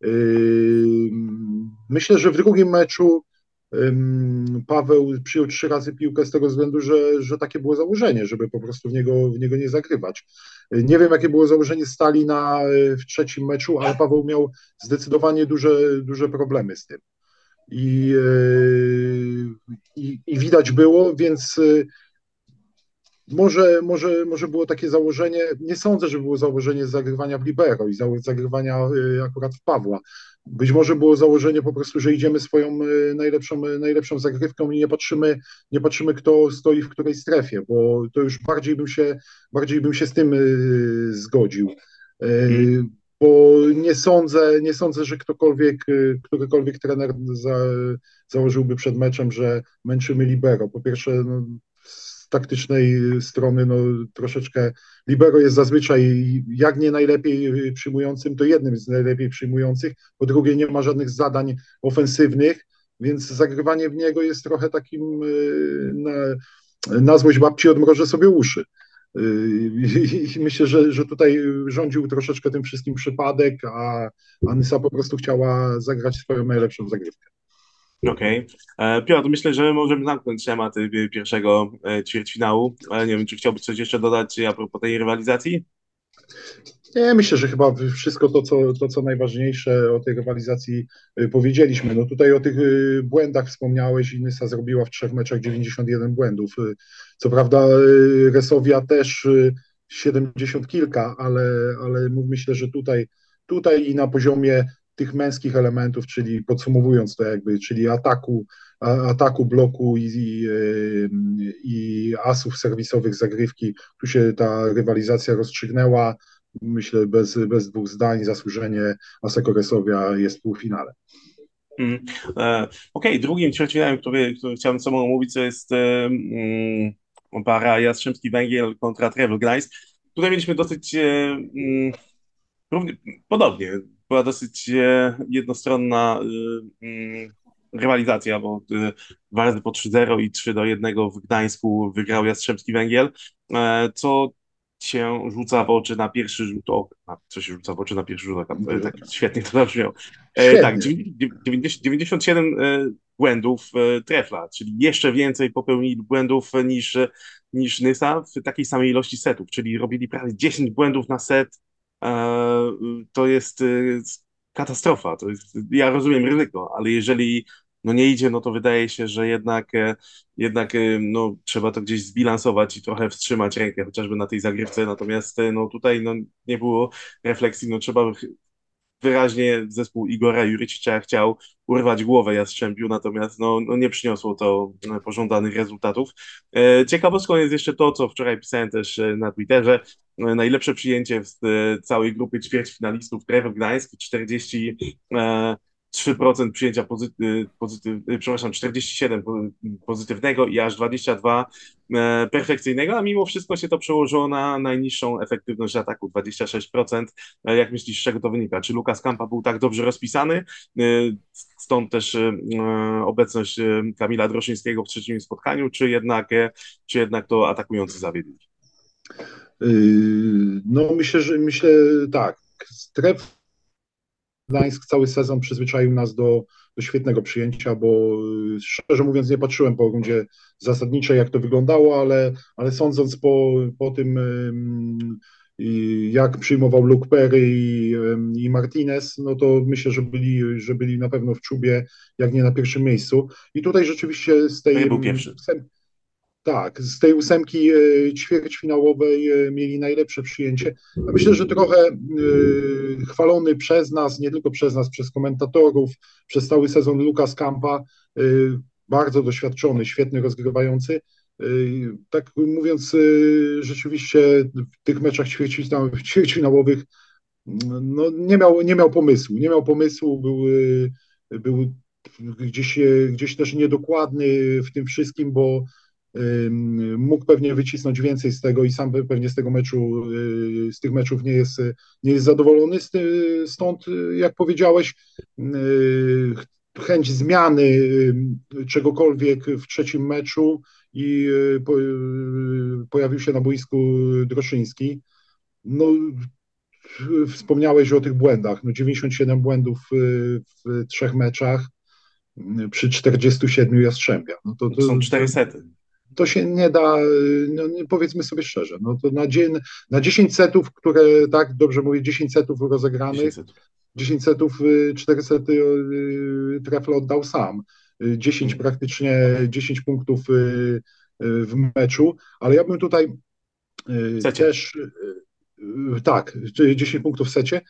myślę, że w drugim meczu Paweł przyjął 3 razy piłkę z tego względu, że takie było założenie, żeby po prostu w niego nie zagrywać. Nie wiem, jakie było założenie Stali w trzecim meczu, ale Paweł miał zdecydowanie duże problemy z tym. I widać było, więc może było takie założenie, nie sądzę, że było założenie zagrywania w libero i zagrywania akurat w Pawła. Być może było założenie po prostu, że idziemy swoją najlepszą zagrywką i nie patrzymy, kto stoi w której strefie, bo to już bardziej bym się z tym zgodził. Mm. Bo nie sądzę, że którykolwiek trener założyłby przed meczem, że męczymy libero. Po pierwsze, no, z taktycznej strony, no troszeczkę libero jest zazwyczaj jak nie najlepiej przyjmującym, to jednym z najlepiej przyjmujących. Po drugie, nie ma żadnych zadań ofensywnych, więc zagrywanie w niego jest trochę takim na złość babci odmrożę sobie uszy. I myślę, że tutaj rządził troszeczkę tym wszystkim przypadek, a Nysa po prostu chciała zagrać swoją najlepszą zagrywkę. Okej. Piotr, myślę, że możemy zamknąć temat pierwszego ćwierćfinału, ale nie wiem, czy chciałbyś coś jeszcze dodać a propos tej rywalizacji? Nie, myślę, że chyba wszystko to, co najważniejsze o tej rywalizacji powiedzieliśmy. No tutaj o tych błędach wspomniałeś i Nysa zrobiła w 3 meczach 91 błędów. Co prawda Resowia też 70 kilka, ale myślę, że tutaj i na poziomie tych męskich elementów, czyli podsumowując to jakby, czyli ataku, bloku i asów serwisowych zagrywki, tu się ta rywalizacja rozstrzygnęła. Myślę, bez dwóch zdań zasłużenie Asseco Resovia jest w półfinale. Mm. Okej, drugim ćwierćfinałem, który chciałbym z tobą omówić, to jest para Jastrzębski Węgiel kontra Travel Gdańsk. Tutaj mieliśmy dosyć równie, podobnie. Była dosyć jednostronna rywalizacja, bo 2 razy po 3-0 i 3-1 w Gdańsku wygrał Jastrzębski Węgiel, co się rzuca w oczy na pierwszy rzut oka. Co się rzuca w oczy na pierwszy rzut oka? Tak świetnie to zabrzmiało. Tak, Świetnie. 97 błędów Trefla, czyli jeszcze więcej popełnili błędów niż Nysa w takiej samej ilości setów, czyli robili prawie 10 błędów na set. To jest katastrofa. Ja rozumiem ryzyko, ale jeżeli no nie idzie, no to wydaje się, że jednak no, trzeba to gdzieś zbilansować i trochę wstrzymać rękę, chociażby na tej zagrywce. Natomiast no, tutaj no, nie było refleksji. No, trzeba wyraźnie zespół Igora Juricicza chciał urwać głowę Jastrzębiu, natomiast no, nie przyniosło to pożądanych rezultatów. Ciekawostką jest jeszcze to, co wczoraj pisałem też na Twitterze. Najlepsze przyjęcie z całej grupy ćwierćfinalistów Trefl Gdańsk, 3% przyjęcia przepraszam, 47 pozytywnego i aż 22 perfekcyjnego, a mimo wszystko się to przełożyło na najniższą efektywność ataku, 26%. Jak myślisz, z czego to wynika? Czy Lukas Kampa był tak dobrze rozpisany? Stąd też obecność Kamila Droszyńskiego w trzecim spotkaniu, czy jednak to atakujący zawiedli? No myślę tak. Stref Gdańsk cały sezon przyzwyczaił nas do świetnego przyjęcia, bo szczerze mówiąc nie patrzyłem po rundzie zasadniczej, jak to wyglądało, ale sądząc po tym, jak przyjmował Luke Perry i Martinez, no to myślę, że byli na pewno w czubie, jak nie na pierwszym miejscu. I tutaj rzeczywiście To nie był pierwszy. tak, z tej ósemki ćwierćfinałowej mieli najlepsze przyjęcie. Ja myślę, że trochę chwalony przez nas, nie tylko przez nas, przez komentatorów, przez cały sezon Lukas Kampa, bardzo doświadczony, świetny rozgrywający. Tak mówiąc, rzeczywiście w tych meczach ćwierćfinałowych no, nie miał pomysłu. Nie miał pomysłu, był gdzieś też niedokładny w tym wszystkim, bo mógł pewnie wycisnąć więcej z tego i sam pewnie z tych meczów nie jest zadowolony. Stąd, jak powiedziałeś, chęć zmiany czegokolwiek w trzecim meczu i pojawił się na boisku Droszyński. No, wspomniałeś o tych błędach. No, 97 błędów w trzech meczach przy 47 Jastrzębia. No To są 4 sety. to się nie da, no, powiedzmy sobie szczerze, no to na 10 setów, które, tak dobrze mówię, 10 setów 10 rozegranych, setów. 10 setów, 4 sety Trefl oddał sam. 10 praktycznie, 10 punktów w meczu, ale ja bym tutaj W secie. też, tak, 10 punktów w secie.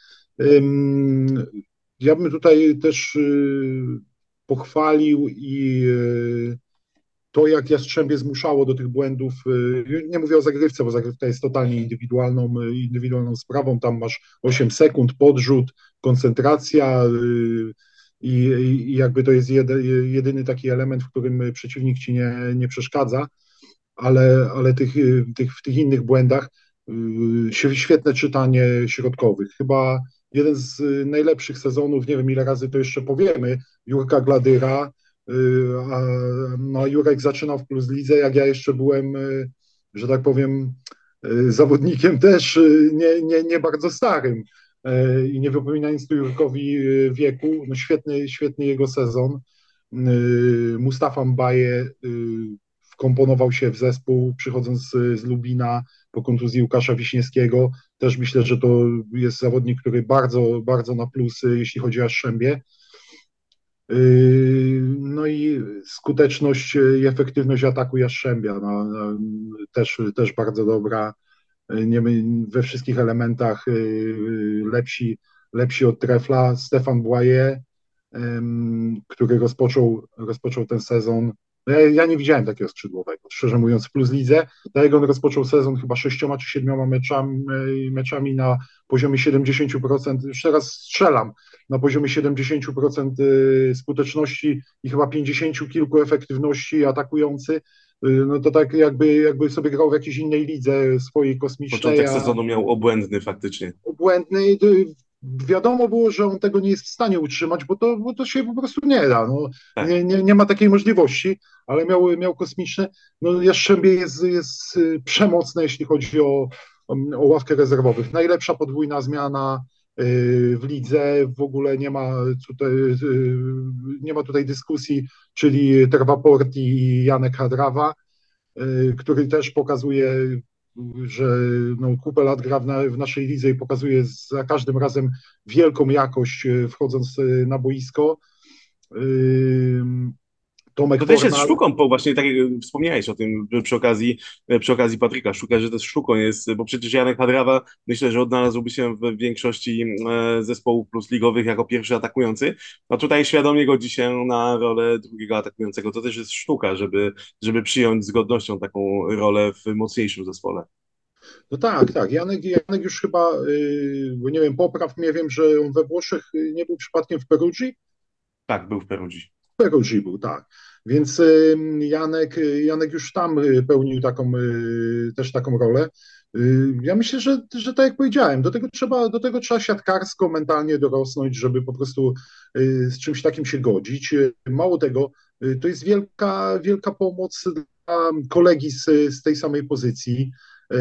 Ja bym tutaj też pochwalił i to, jak Jastrzębie zmuszało do tych błędów, nie mówię o zagrywce, bo zagrywka jest totalnie indywidualną sprawą, tam masz 8 sekund, podrzut, koncentracja i jakby to jest jedyny taki element, w którym przeciwnik ci nie przeszkadza, ale w tych innych błędach świetne czytanie środkowych. Chyba jeden z najlepszych sezonów, nie wiem ile razy to jeszcze powiemy, Jurka Gladyra. No, Jurek zaczynał w Plus Lidze, jak ja jeszcze byłem, że tak powiem, zawodnikiem też nie bardzo starym. I nie wypominając tu Jurkowi wieku, no świetny jego sezon. Mustafa Mbaje wkomponował się w zespół, przychodząc z Lubina po kontuzji Łukasza Wiśniewskiego. Też myślę, że to jest zawodnik, który bardzo, bardzo na plus, jeśli chodzi o Jastrzębie. No i skuteczność i efektywność ataku Jastrzębia też bardzo dobra. Nie, we wszystkich elementach lepsi od Trefla. Stefan Błaje, który rozpoczął ten sezon. No ja nie widziałem takiego skrzydłowego, szczerze mówiąc, w Plus Lidze. Tak jak on rozpoczął sezon chyba 6 czy 7 meczami na poziomie 70%, już teraz strzelam, na poziomie 70% skuteczności i chyba 50 kilku efektywności atakujący, no to tak jakby sobie grał w jakiejś innej lidze swojej kosmicznej. Początek sezonu miał obłędny faktycznie. Obłędny. Wiadomo było, że on tego nie jest w stanie utrzymać, bo to się po prostu nie da. No, Tak. nie ma takiej możliwości, ale miał kosmiczne. No, Jastrzębie jest przemocne, jeśli chodzi o ławkę rezerwowych. Najlepsza podwójna zmiana w lidze, w ogóle nie ma tutaj dyskusji, czyli Terwaport i Janek Hadrawa, który też pokazuje, że no, kupę lat gra w naszej lidze i pokazuje za każdym razem wielką jakość wchodząc na boisko. Tomek To też jest Fornal. sztuką, bo właśnie tak jak wspomniałeś o tym przy okazji Patryka Szuka, że to jest sztuką jest, bo przecież Janek Hadrawa myślę, że odnalazłby się w większości zespołów plus ligowych jako pierwszy atakujący, a tutaj świadomie godzi się na rolę drugiego atakującego. To też jest sztuka, żeby przyjąć z godnością taką rolę w mocniejszym zespole. No tak, tak. Janek już chyba, bo nie wiem, popraw mnie, wiem, że on we Włoszech nie był przypadkiem w Perugii. Tak, był w Perugii. Perugii był, tak. Więc Janek już tam pełnił też taką rolę. Ja myślę, że tak jak powiedziałem, do tego trzeba siatkarsko, mentalnie dorosnąć, żeby po prostu z czymś takim się godzić. Mało tego, to jest wielka, wielka pomoc dla kolegi z tej samej pozycji.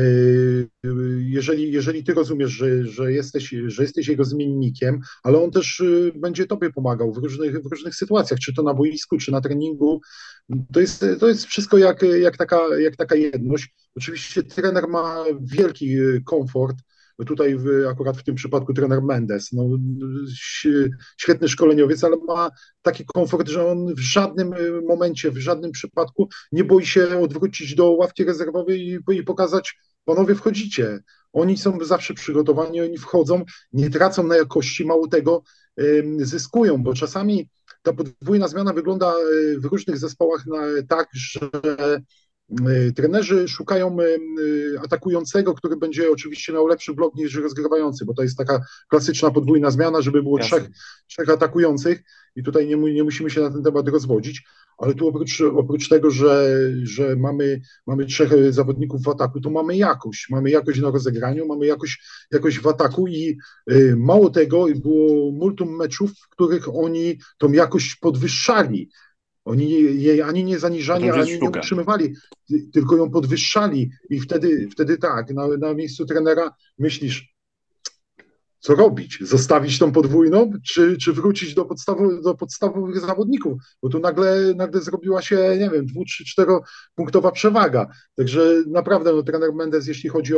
Jeżeli ty rozumiesz, że jesteś jego zmiennikiem, ale on też będzie tobie pomagał w różnych sytuacjach, czy to na boisku, czy na treningu, to jest wszystko jak taka jedność. Oczywiście trener ma wielki komfort. Tutaj akurat w tym przypadku trener Mendes, no, świetny szkoleniowiec, ale ma taki komfort, że on w żadnym momencie, w żadnym przypadku nie boi się odwrócić do ławki rezerwowej i pokazać: panowie, wchodzicie. Oni są zawsze przygotowani, oni wchodzą, nie tracą na jakości, mało tego, zyskują, bo czasami ta podwójna zmiana wygląda w różnych zespołach tak, że trenerzy szukają atakującego, który będzie oczywiście miał lepszy blok niż rozgrywający, bo to jest taka klasyczna podwójna zmiana, żeby było trzech, Jasne. trzech atakujących i tutaj nie musimy się na ten temat rozwodzić, ale tu oprócz tego, że mamy trzech zawodników w ataku, to mamy jakość na rozegraniu, mamy jakość w ataku i mało tego, było multum meczów, w których oni tą jakość podwyższali. Oni jej ani nie A to zaniżali, już jest ani nie sztuka. utrzymywali, tylko ją podwyższali. I wtedy tak, na miejscu trenera myślisz, co robić? Zostawić tą podwójną, czy wrócić do podstawowych zawodników? Bo tu nagle zrobiła się, nie wiem, 2, 3, 4 punktowa przewaga. Także naprawdę no, trener Mendes, jeśli chodzi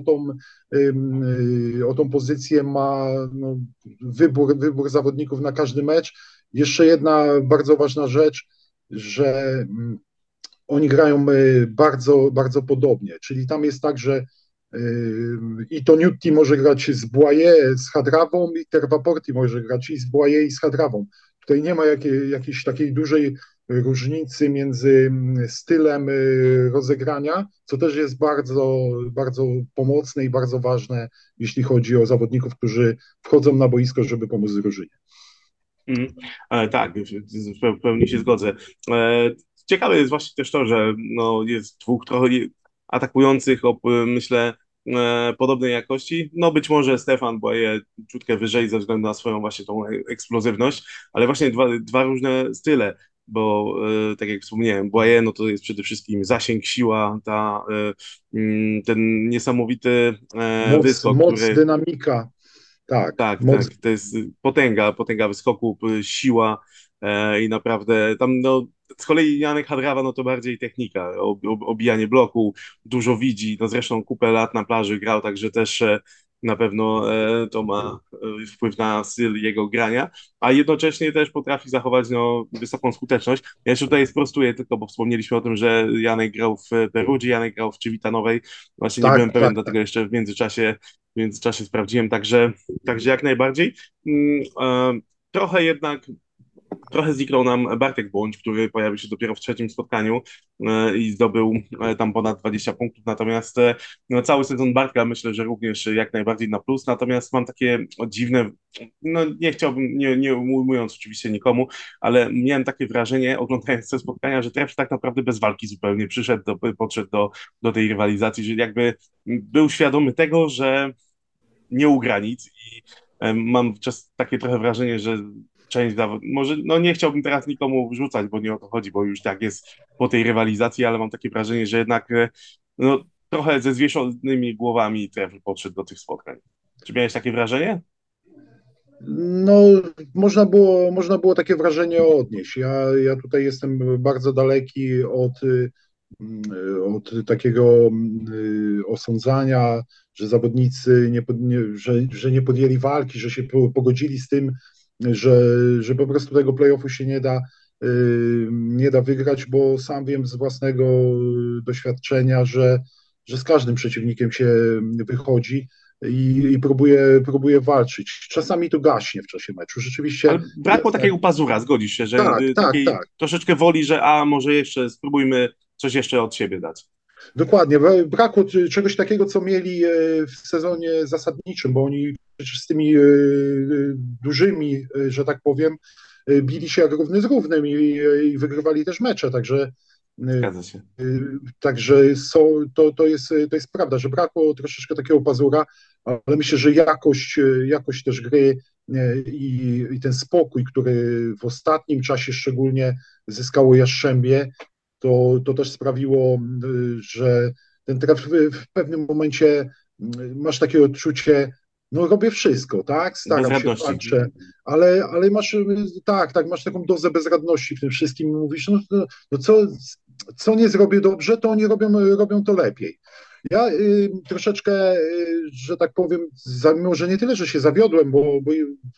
o tą pozycję, ma no, wybór zawodników na każdy mecz. Jeszcze jedna bardzo ważna rzecz, że oni grają bardzo, bardzo podobnie. Czyli tam jest tak, że i to Newty może grać z Boye, z Hadrawą, i Terwaporti może grać i z Boye, i z Hadrawą. Tutaj nie ma jakiejś takiej dużej różnicy między stylem rozegrania, co też jest bardzo, bardzo pomocne i bardzo ważne, jeśli chodzi o zawodników, którzy wchodzą na boisko, żeby pomóc drużynie. Mhm. Tak, w pełni się zgodzę. Ciekawe jest właśnie też to, że no, jest dwóch trochę atakujących, myślę, podobnej jakości. No być może Stefan Boye ciutkę wyżej ze względu na swoją właśnie tą eksplozywność, ale właśnie dwa różne style, bo tak jak wspomniałem, Boye no to jest przede wszystkim zasięg, siła, ten niesamowity wyskok, Moc, który dynamika, tak, tak, moc. tak, to jest potęga wyskoku, siła i naprawdę tam, no, z kolei Janek Hadrawa, no to bardziej technika, obijanie bloku, dużo widzi, no zresztą kupę lat na plaży grał, także też na pewno to ma wpływ na styl jego grania, a jednocześnie też potrafi zachować, no, wysoką skuteczność. Ja jeszcze tutaj sprostuję tylko, bo wspomnieliśmy o tym, że Janek grał w Perudzi, Janek grał w Civitanowej, właśnie nie byłem Tak, pewien, tak, tak. dlatego jeszcze w międzyczasie sprawdziłem, także jak najbardziej. Trochę jednak, trochę zniknął nam Bartek Bądź, który pojawił się dopiero w trzecim spotkaniu i zdobył tam ponad 20 punktów, natomiast no, cały sezon Bartka myślę, że również jak najbardziej na plus, natomiast mam takie dziwne, no nie chciałbym, nie ujmując oczywiście nikomu, ale miałem takie wrażenie, oglądając te spotkania, że Trepsz tak naprawdę bez walki zupełnie podszedł do tej rywalizacji, że jakby był świadomy tego, że nie ugra nic i mam takie trochę wrażenie, że część może, no nie chciałbym teraz nikomu wrzucać, bo nie o to chodzi, bo już tak jest po tej rywalizacji, ale mam takie wrażenie, że jednak no, trochę ze zwieszonymi głowami Trevor podszedł do tych spotkań. Czy miałeś takie wrażenie? No, można było takie wrażenie odnieść. Ja tutaj jestem bardzo daleki od takiego osądzania, że zawodnicy że nie podjęli walki, że się pogodzili z tym, że, że po prostu tego play-offu się nie da wygrać, bo sam wiem z własnego doświadczenia, że z każdym przeciwnikiem się wychodzi i próbuje walczyć. Czasami to gaśnie w czasie meczu. Rzeczywiście Ale brakło jest tak. takiego pazura, zgodzisz się, że Tak, tak, takiej tak. troszeczkę woli, że może jeszcze spróbujmy coś jeszcze od siebie dać. Dokładnie. Brakło czegoś takiego, co mieli w sezonie zasadniczym, bo oni przecież z tymi dużymi, że tak powiem, bili się jak równy z równym i wygrywali też mecze, Zgadza się. także to jest prawda, że brakło troszeczkę takiego pazura, ale myślę, że jakość też gry i ten spokój, który w ostatnim czasie szczególnie zyskało Jastrzębie, to też sprawiło, że ten traf w pewnym momencie masz takie odczucie, no robię wszystko, tak, staram się, Bezradności. walczę, ale masz, tak, masz taką dozę bezradności w tym wszystkim i mówisz, no co nie zrobię dobrze, to oni robią to lepiej. Ja troszeczkę, że tak powiem, może nie tyle, że się zawiodłem, bo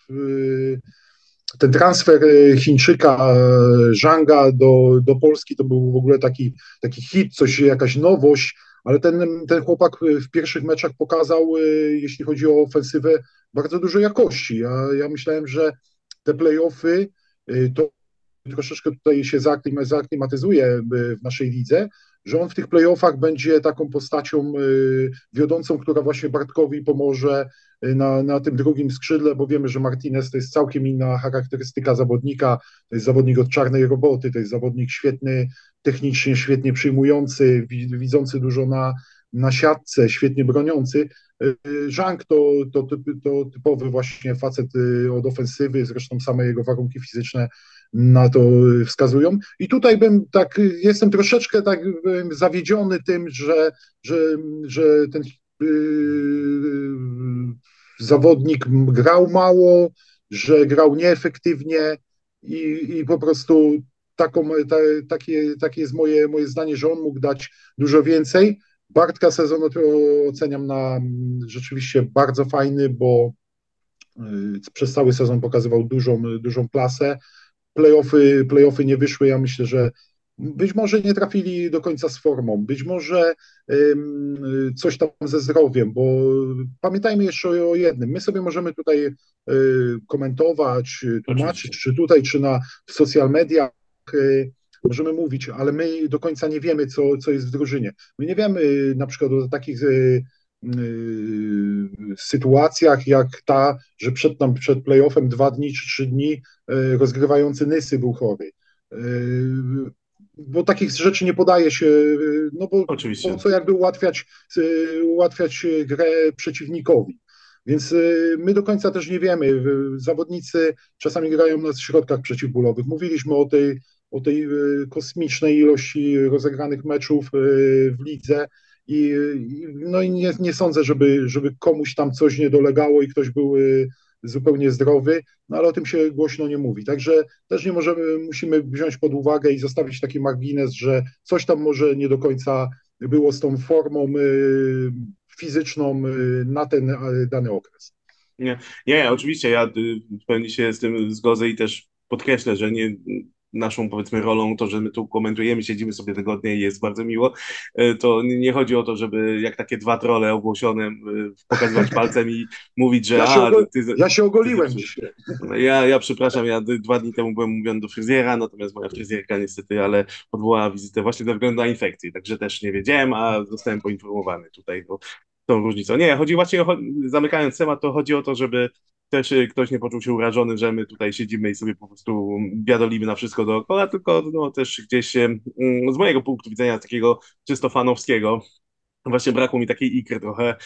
ten transfer Chińczyka Zhanga do Polski to był w ogóle taki hit, jakaś nowość, ale ten chłopak w pierwszych meczach pokazał, jeśli chodzi o ofensywę, bardzo dużo jakości. Ja myślałem, że te playoffy to troszeczkę tutaj się zaaklimatyzuje w naszej lidze, że on w tych playoffach będzie taką postacią wiodącą, która właśnie Bartkowi pomoże na tym drugim skrzydle, bo wiemy, że Martinez to jest całkiem inna charakterystyka zawodnika, to jest zawodnik od czarnej roboty, to jest zawodnik świetny, technicznie świetnie przyjmujący, widzący dużo na siatce, świetnie broniący. Zhang to typowy właśnie facet od ofensywy, zresztą same jego warunki fizyczne na to wskazują. I tutaj jestem troszeczkę bym zawiedziony tym, że, że ten zawodnik grał mało, że grał nieefektywnie i po prostu takie jest moje zdanie, że on mógł dać dużo więcej. Bartka sezon oceniam na rzeczywiście bardzo fajny, bo przez cały sezon pokazywał dużą klasę. Playoffy nie wyszły. Ja myślę, że być może nie trafili do końca z formą, być może coś tam ze zdrowiem, bo pamiętajmy jeszcze o jednym. My sobie możemy tutaj komentować, Oczywiście. tłumaczyć, czy tutaj, czy w social mediach możemy mówić, ale my do końca nie wiemy, co jest w drużynie. My nie wiemy na przykład o takich sytuacjach jak ta, że przed playoffem 2 dni czy 3 dni rozgrywający Nysy był chory. Bo takich rzeczy nie podaje się, no bo po Oczywiście. co jakby ułatwiać grę przeciwnikowi. Więc my do końca też nie wiemy. Zawodnicy czasami grają na środkach przeciwbólowych. Mówiliśmy o tej kosmicznej ilości rozegranych meczów w lidze. No i nie sądzę, żeby komuś tam coś nie dolegało i ktoś był zupełnie zdrowy, no ale o tym się głośno nie mówi. Także też musimy wziąć pod uwagę i zostawić taki margines, że coś tam może nie do końca było z tą formą fizyczną na ten dany okres. Nie, oczywiście ja w pełni się z tym zgodzę i też podkreślę, że nie naszą powiedzmy rolą to, że my tu komentujemy, siedzimy sobie tygodnie i jest bardzo miło, to nie chodzi o to, żeby jak takie dwa trolle ogłoszone pokazywać palcem i mówić, że Ja się ty ogoliłem zepsułeś. dzisiaj. Ja przepraszam, ja 2 dni temu byłem umówiony do fryzjera, natomiast moja fryzjerka niestety, ale odwołała wizytę właśnie ze względu na infekcję, także też nie wiedziałem, a zostałem poinformowany tutaj, bo tą różnicą. Nie, chodzi właśnie zamykając temat, to chodzi o to, żeby też ktoś nie poczuł się urażony, że my tutaj siedzimy i sobie po prostu biadolimy na wszystko dookoła, tylko no, też gdzieś z mojego punktu widzenia takiego czysto fanowskiego właśnie brakło mi takiej ikry trochę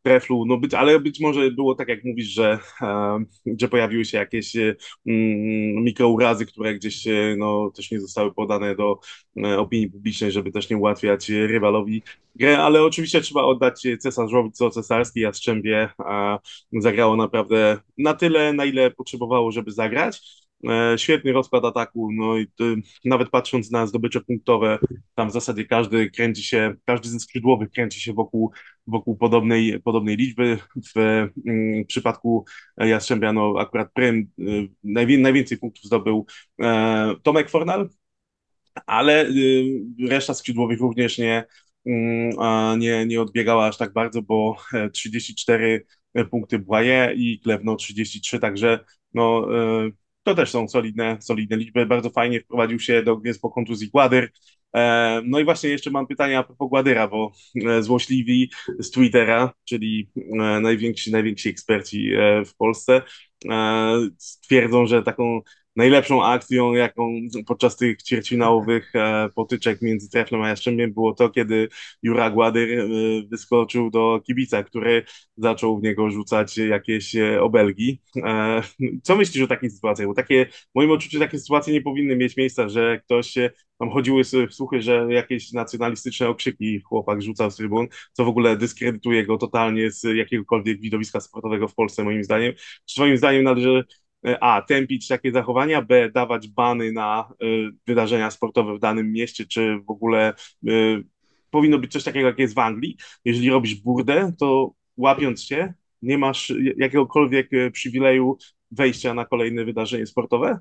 treflu, no ale być może było tak, jak mówisz, że pojawiły się jakieś mikrourazy, które gdzieś no, też nie zostały podane do opinii publicznej, żeby też nie ułatwiać rywalowi grę, ale oczywiście trzeba oddać cesarzowi co cesarski. Jastrzębie zagrało naprawdę na tyle, na ile potrzebowało, żeby zagrać. Świetny rozkład ataku, no i nawet patrząc na zdobycze punktowe, tam w zasadzie każdy ze skrzydłowych kręci się wokół podobnej liczby. W przypadku Jastrzębia, no akurat prym najwięcej punktów zdobył Tomek Fornal, ale reszta skrzydłowych również nie odbiegała aż tak bardzo, bo 34 punkty Błaje i Klewno 33, także no, to też są solidne liczby. Bardzo fajnie wprowadził się do gry po kontuzji Gładyr. No i właśnie jeszcze mam pytanie a propos Gładyra, bo złośliwi z Twittera, czyli najwięksi eksperci w Polsce, twierdzą, że taką najlepszą akcją, jaką podczas tych ćwierćfinałowych potyczek między Treflem a Jastrzębiem było to, kiedy Jura Gładyr wyskoczył do kibica, który zaczął w niego rzucać jakieś obelgi. Co myślisz o takich sytuacjach? Bo w moim odczuciu takie sytuacje nie powinny mieć miejsca, że tam chodziły słuchy, że jakieś nacjonalistyczne okrzyki chłopak rzucał z trybun, co w ogóle dyskredytuje go totalnie z jakiegokolwiek widowiska sportowego w Polsce, moim zdaniem. Czy twoim zdaniem należy tępić takie zachowania, B, dawać bany na wydarzenia sportowe w danym mieście, czy w ogóle powinno być coś takiego, jak jest w Anglii. Jeżeli robisz burdę, to łapiąc się, nie masz jakiegokolwiek przywileju wejścia na kolejne wydarzenie sportowe?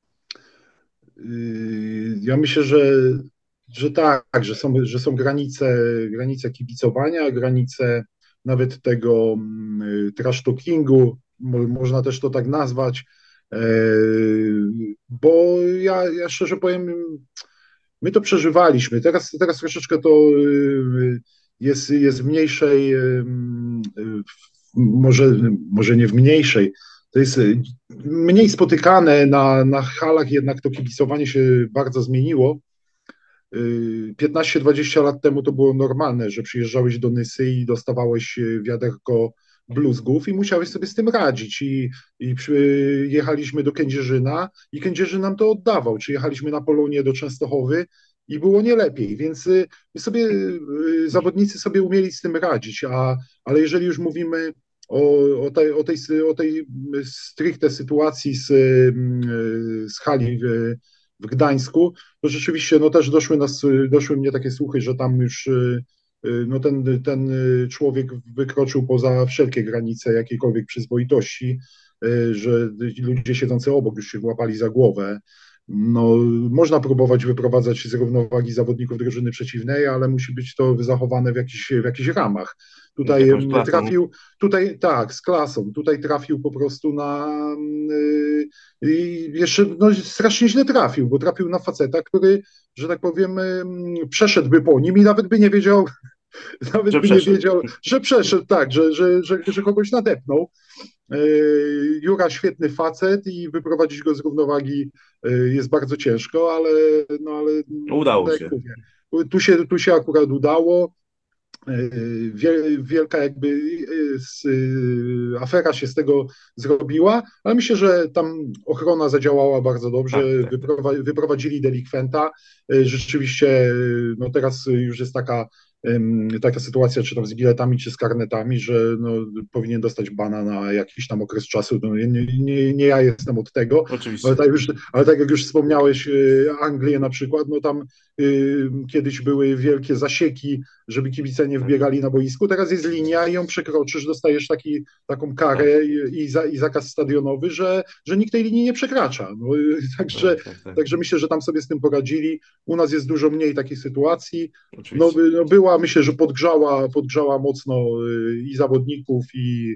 Ja myślę, że tak, że są granice kibicowania, granice nawet tego trash talkingu, można też to tak nazwać, e, bo ja szczerze powiem, my to przeżywaliśmy. Teraz troszeczkę to jest w mniejszej, może nie w mniejszej, to jest mniej spotykane na halach, jednak to kibicowanie się bardzo zmieniło. 15-20 lat temu to było normalne, że przyjeżdżałeś do Nysy i dostawałeś wiaderko bluzgów i musiałeś sobie z tym radzić. Jechaliśmy do Kędzierzyna i Kędzierzyn nam to oddawał. Czy jechaliśmy na Polonię do Częstochowy i było nie lepiej. Więc zawodnicy sobie umieli z tym radzić. Ale jeżeli już mówimy o tej stricte sytuacji z hali w Gdańsku, to rzeczywiście no też doszły mnie takie słuchy, że tam już no ten człowiek wykroczył poza wszelkie granice jakiejkolwiek przyzwoitości, że ludzie siedzący obok już się łapali za głowę. No, można próbować wyprowadzać z równowagi zawodników drużyny przeciwnej, ale musi być to zachowane w jakichś ramach. Z Tutaj jakąś klasą. tutaj tak, z klasą. Tutaj trafił po prostu i jeszcze no, strasznie źle trafił, bo trafił na faceta, który, że tak powiem, przeszedłby po nim i nawet by nie wiedział, nawet Że by nie przeszedł. wiedział, że przeszedł, tak, że kogoś nadepnął. Jura świetny facet i wyprowadzić go z równowagi jest bardzo ciężko, ale Udało tak jak się. mówię, tu się akurat udało. Wielka jakby afera się z tego zrobiła, ale myślę, że tam ochrona zadziałała bardzo dobrze, Tak, tak, tak. wyprowadzili delikwenta. Rzeczywiście, no teraz już jest taka sytuacja, czy tam z biletami, czy z karnetami, że no, powinien dostać bana na jakiś tam okres czasu. No, nie ja jestem od tego, ale Oczywiście. tak jak już wspomniałeś, Anglię na przykład, no tam kiedyś były wielkie zasieki, żeby kibice nie Tak, wbiegali na boisku. Teraz jest linia i ją przekroczysz, dostajesz taką tak, karę i zakaz stadionowy, że nikt tej linii nie przekracza. No, także, tak, tak, tak. także myślę, że tam sobie z tym poradzili. U nas jest dużo mniej takich sytuacji. No, Oczywiście. no była, myślę, że podgrzała mocno i zawodników,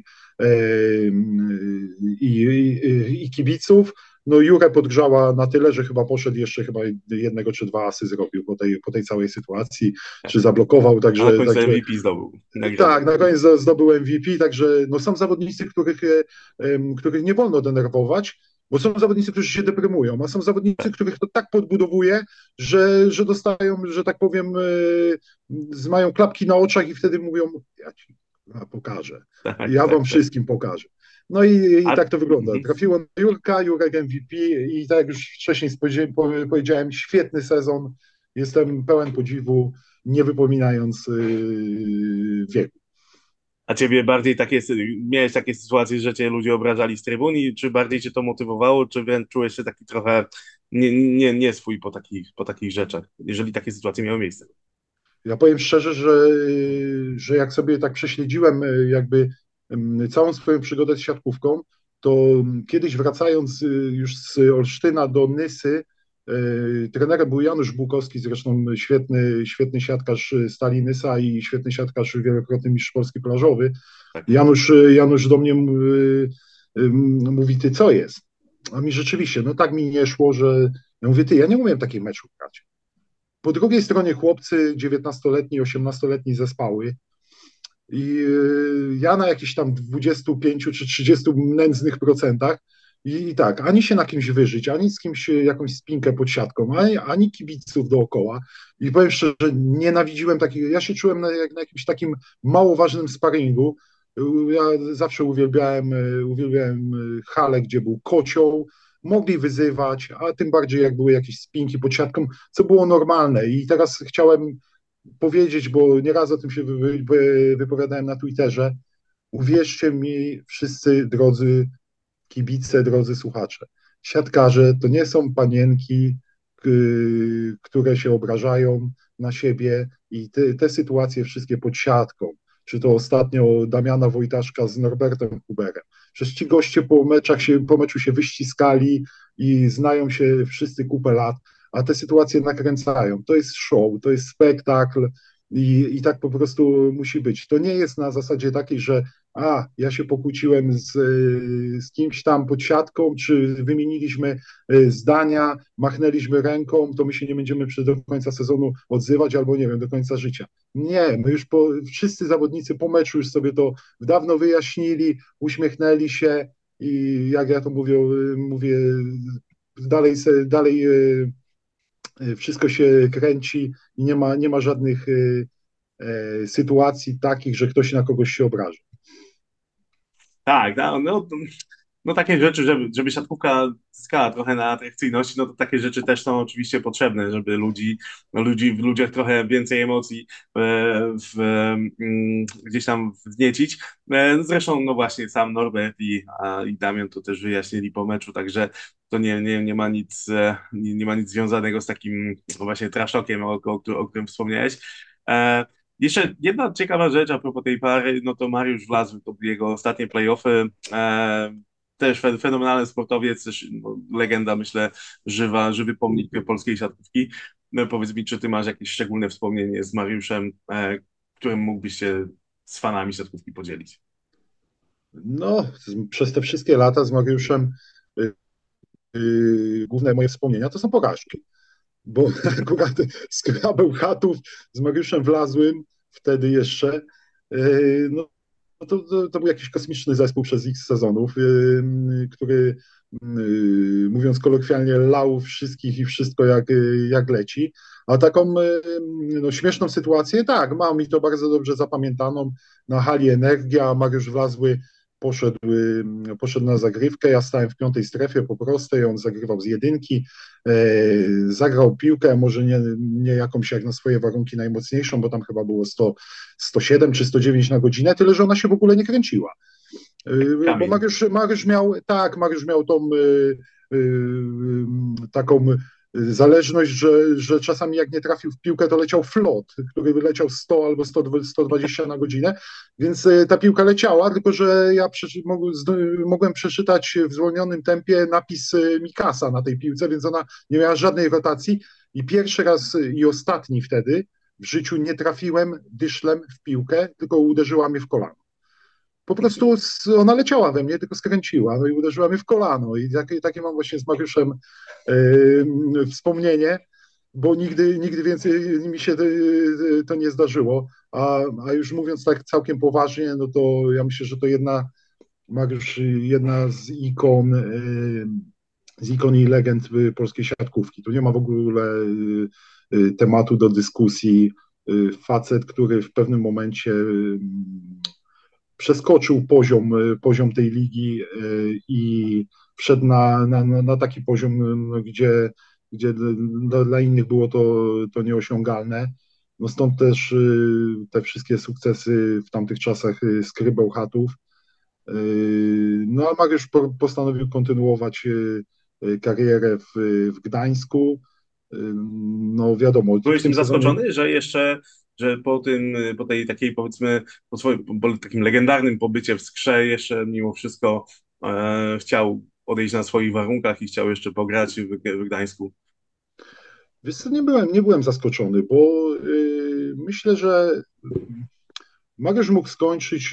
i kibiców. No Jurę podgrzała na tyle, że chyba poszedł jeszcze chyba jednego czy dwa asy zrobił po tej całej sytuacji, Tak. czy zablokował, A na także, końcu także MVP zdobył nagrodę. tak, na koniec zdobył MVP, także no, są zawodnicy, których nie wolno denerwować, bo są zawodnicy, którzy się deprymują, a są zawodnicy, których to tak podbudowuje, że dostają, że tak powiem, mają klapki na oczach i wtedy mówią, ja ci A pokażę. Tak, Ja tak, wam tak. wszystkim pokażę. No i A, tak to wygląda. mhm. Trafiło na Jurka, Jurek MVP i tak jak już wcześniej powiedziałem, świetny sezon. Jestem pełen podziwu, nie wypominając wieku. A ciebie bardziej takie, miałeś takie sytuacje, że cię ludzie obrażali z trybuni, czy bardziej cię to motywowało, czy wręcz czułeś się taki trochę nie swój po takich rzeczach, jeżeli takie sytuacje miały miejsce? Ja powiem szczerze, że jak sobie tak prześledziłem jakby całą swoją przygodę z siatkówką, to kiedyś wracając już z Olsztyna do Nysy, trenerem był Janusz Bułkowski, zresztą świetny siatkarz Stali Nysa i świetny siatkarz, wielokrotny mistrz Polski plażowy. Tak. Janusz do mnie mówi, ty co jest? A mi rzeczywiście, no tak mi nie szło, że ja mówię, ty, ja nie umiem takich meczów grać. Po drugiej stronie chłopcy 19-letni, 18-letni zespały i ja na jakichś tam 25 czy 30 nędznych procentach i tak, ani się na kimś wyżyć, ani z kimś jakąś spinkę pod siatką, ani kibiców dookoła. I powiem szczerze, nienawidziłem takiego, ja się czułem jak na jakimś takim mało ważnym sparingu. Ja zawsze uwielbiałem halę, gdzie był kocioł, mogli wyzywać, a tym bardziej jak były jakieś spinki pod siatką, co było normalne. I teraz chciałem powiedzieć, bo nieraz o tym się wypowiadałem na Twitterze. Uwierzcie mi, wszyscy drodzy kibice, drodzy słuchacze, siatkarze to nie są panienki, które się obrażają na siebie i te sytuacje wszystkie pod siatką, czy to ostatnio Damiana Wojtaszka z Norbertem Huberem. Przecież ci goście po meczu się wyściskali i znają się wszyscy kupę lat, a te sytuacje nakręcają. To jest show, to jest spektakl i tak po prostu musi być. To nie jest na zasadzie takiej, że ja się pokłóciłem z kimś tam pod siatką, czy wymieniliśmy zdania, machnęliśmy ręką, to my się nie będziemy do końca sezonu odzywać, albo nie wiem, do końca życia. Nie, my już wszyscy zawodnicy po meczu już sobie to dawno wyjaśnili, uśmiechnęli się i jak ja to mówię dalej wszystko się kręci i nie ma żadnych sytuacji takich, że ktoś na kogoś się obraża. Tak, no takie rzeczy, żeby siatkówka zyskała trochę na atrakcyjności, no to takie rzeczy też są oczywiście potrzebne, żeby w ludziach trochę więcej emocji gdzieś tam wzniecić. Zresztą, no właśnie, sam Norbert i Damian to też wyjaśnili po meczu, także to nie ma nic, nie ma nic związanego z takim no właśnie traszokiem, o którym wspomniałeś. E, Jeszcze jedna ciekawa rzecz a propos tej pary, no to Mariusz Wlazły, to były jego ostatnie playoffy. Też fenomenalny sportowiec, też no, legenda, myślę, żywy pomnik polskiej siatkówki. No, powiedz mi, czy ty masz jakieś szczególne wspomnienie z Mariuszem, którym mógłbyś się z fanami siatkówki podzielić? No, przez te wszystkie lata z Mariuszem główne moje wspomnienia to są porażki, bo akurat z Bełchatów z Mariuszem Wlazłym, wtedy jeszcze, no to był jakiś kosmiczny zespół przez x sezonów, który mówiąc kolokwialnie lał wszystkich i wszystko jak leci. A taką no, śmieszną sytuację, tak, mam i to bardzo dobrze zapamiętaną na hali Energia. Mariusz Wlazły poszedł na zagrywkę, ja stałem w piątej strefie po prostej, on zagrywał z jedynki, zagrał piłkę, może nie jakąś jak na swoje warunki najmocniejszą, bo tam chyba było 107 czy 109 na godzinę, tyle że ona się w ogóle nie kręciła. Bo Kamień. Mariusz miał tą taką zależność, że czasami jak nie trafił w piłkę, to leciał flot, który wyleciał 100 albo 120 na godzinę, więc ta piłka leciała, tylko że ja mogłem przeczytać w zwolnionym tempie napis Mikasa na tej piłce, więc ona nie miała żadnej rotacji i pierwszy raz i ostatni wtedy w życiu nie trafiłem dyszlem w piłkę, tylko uderzyła mnie w kolano. Po prostu ona leciała we mnie, tylko skręciła, no i uderzyła mnie w kolano. I takie mam właśnie z Mariuszem wspomnienie, bo nigdy więcej mi się to nie zdarzyło. A już mówiąc tak całkiem poważnie, no to ja myślę, że to Mariusz, jedna z ikon i legend polskiej siatkówki. Tu nie ma w ogóle tematu do dyskusji. Facet, który w pewnym momencie przeskoczył poziom tej ligi i wszedł na taki poziom, no, gdzie dla innych było to nieosiągalne. No stąd też te wszystkie sukcesy w tamtych czasach Skrybeł Chatów. No a Mariusz postanowił kontynuować karierę w Gdańsku. No wiadomo, Byłeś w tym tym sezonie. zaskoczony, że jeszcze, że po tym, po tej takiej powiedzmy, po takim legendarnym pobycie w Skrze jeszcze mimo wszystko chciał odejść na swoich warunkach i chciał jeszcze pograć w Gdańsku. Wiesz co, nie byłem zaskoczony, bo myślę, że Mariusz mógł skończyć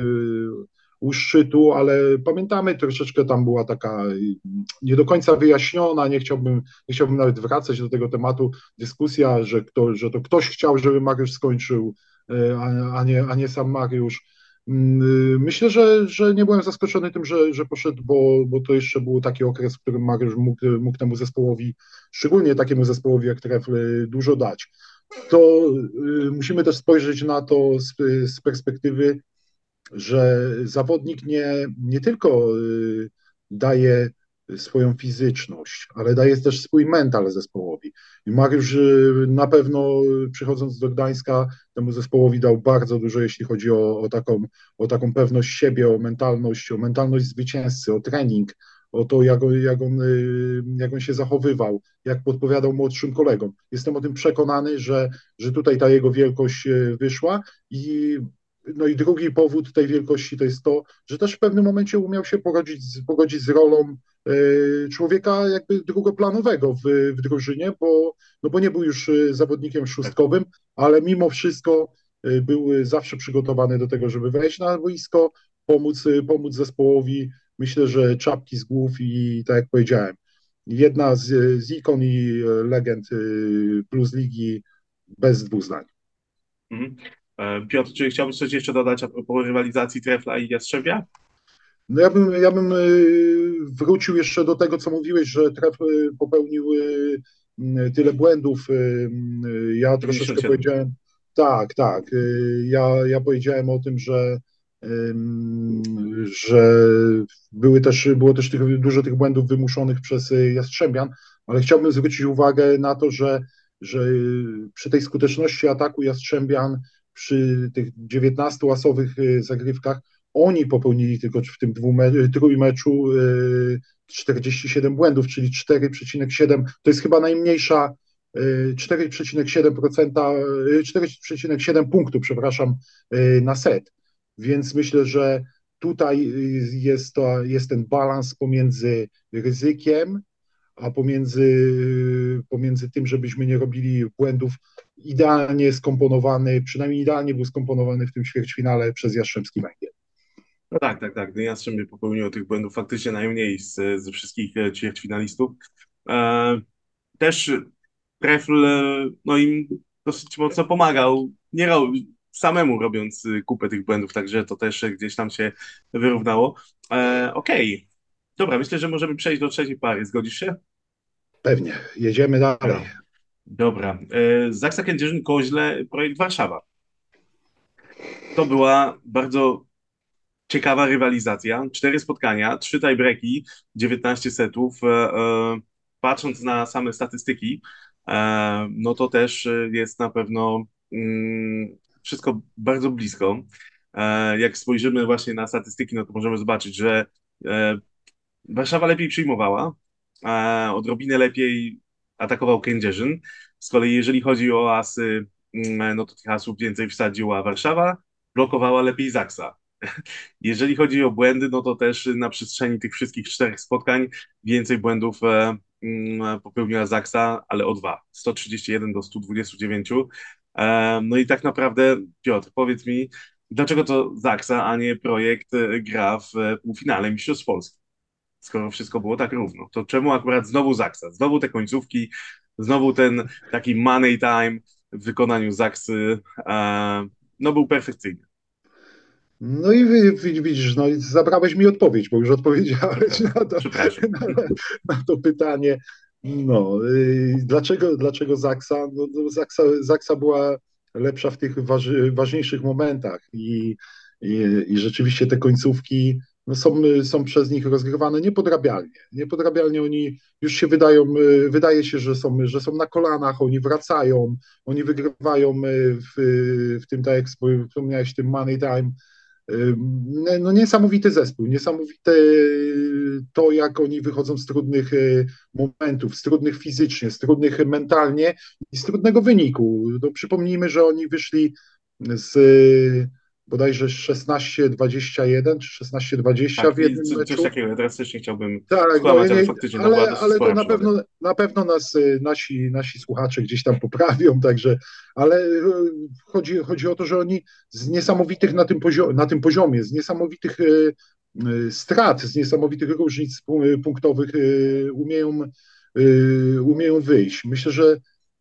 u szczytu, ale pamiętamy, troszeczkę tam była taka nie do końca wyjaśniona, nie chciałbym nawet wracać do tego tematu, dyskusja, że to ktoś chciał, żeby Mariusz skończył, a nie sam Mariusz. Myślę, że nie byłem zaskoczony tym, że poszedł, bo to jeszcze był taki okres, w którym Mariusz mógł temu zespołowi, szczególnie takiemu zespołowi jak Trefl, dużo dać. To musimy też spojrzeć na to z perspektywy, że zawodnik nie tylko daje swoją fizyczność, ale daje też swój mental zespołowi. I Mariusz na pewno przychodząc do Gdańska temu zespołowi dał bardzo dużo, jeśli chodzi o taką pewność siebie, o mentalność zwycięzcy, o trening, o to, jak on się zachowywał, jak podpowiadał młodszym kolegom. Jestem o tym przekonany, że tutaj ta jego wielkość wyszła i no i drugi powód tej wielkości to jest to, że też w pewnym momencie umiał się pogodzić z rolą człowieka jakby drugoplanowego w drużynie, no bo nie był już zawodnikiem szóstkowym, ale mimo wszystko był zawsze przygotowany do tego, żeby wejść na boisko, pomóc zespołowi. Myślę, że czapki z głów i tak jak powiedziałem, jedna z ikon i legend Plus Ligi bez dwóch zdań. Mhm. Piotr, czy chciałbyś coś jeszcze dodać a propos rywalizacji Trefla i Jastrzębia? No ja bym wrócił jeszcze do tego, co mówiłeś, że Tref popełnił tyle błędów. Ja troszeczkę 97. powiedziałem, tak, tak. Ja powiedziałem o tym, że było też dużo tych błędów wymuszonych przez Jastrzębian, ale chciałbym zwrócić uwagę na to, że przy tej skuteczności ataku Jastrzębian, przy tych 19 asowych zagrywkach, oni popełnili tylko w tym trójmeczu 47 błędów, czyli 4,7. To jest chyba najmniejsza 4,7%, 4,7 punktów, przepraszam, na set. Więc myślę, że tutaj jest ten balans pomiędzy ryzykiem, a pomiędzy tym, żebyśmy nie robili błędów, idealnie skomponowany, przynajmniej idealnie był skomponowany w tym ćwierćfinale przez Jastrzębski Węgiel. No tak, tak, tak. Jastrzębie popełniło tych błędów faktycznie najmniej ze wszystkich ćwierćfinalistów. Też Trefl no im dosyć mocno pomagał, nie samemu robiąc kupę tych błędów, także to też gdzieś tam się wyrównało. Okej. Dobra, myślę, że możemy przejść do trzeciej pary. Zgodzisz się? Pewnie, jedziemy dalej. Dobra. Dobra. Zaksa Kędzierzyn-Koźle, projekt Warszawa. To była bardzo ciekawa rywalizacja. 4 spotkania, 3 tiebreaki, 19 setów. Patrząc na same statystyki, no to też jest na pewno wszystko bardzo blisko. Jak spojrzymy właśnie na statystyki, no to możemy zobaczyć, że e, Warszawa lepiej przyjmowała, odrobinę lepiej atakował Kędzierzyn. Z kolei jeżeli chodzi o asy, no to tych asów więcej wsadziła Warszawa, blokowała lepiej Zaksa. Jeżeli chodzi o błędy, no to też na przestrzeni tych wszystkich 4 spotkań więcej błędów popełniła Zaksa, ale o 2, 131 do 129. No i tak naprawdę, Piotr, powiedz mi, dlaczego to Zaksa, a nie projekt gra w półfinale Mistrzostw Polski? Skoro wszystko było tak równo, to czemu akurat znowu Zaksa? Znowu te końcówki, znowu ten taki money time w wykonaniu Zaksy, no był perfekcyjny. No i widzisz, no i zabrałeś mi odpowiedź, bo już odpowiedziałeś na to, Przepraszam. na to pytanie. No, dlaczego Zaksa? No, Zaksa była lepsza w tych ważniejszych momentach i rzeczywiście te końcówki no są przez nich rozgrywane niepodrabialnie. Niepodrabialnie oni już się wydaje się, że są na kolanach, oni wracają, oni wygrywają w tym, tak jak wspomniałeś, w tym Money Time. No niesamowity zespół, niesamowite to, jak oni wychodzą z trudnych momentów, z trudnych fizycznie, z trudnych mentalnie i z trudnego wyniku. No, przypomnijmy, że oni wyszli z bodajże 16-21 czy 16-20 w Tak, i jednym coś meczu. takiego. Ja teraz też nie chciałbym Tak, no ja skłamać, ale nie, faktycznie to była dosyć ale to spora przewaga. na pewno nas nasi słuchacze gdzieś tam poprawią, także, ale chodzi o to, że oni z niesamowitych na tym poziomie, z niesamowitych strat, z niesamowitych różnic punktowych umieją wyjść. Myślę, że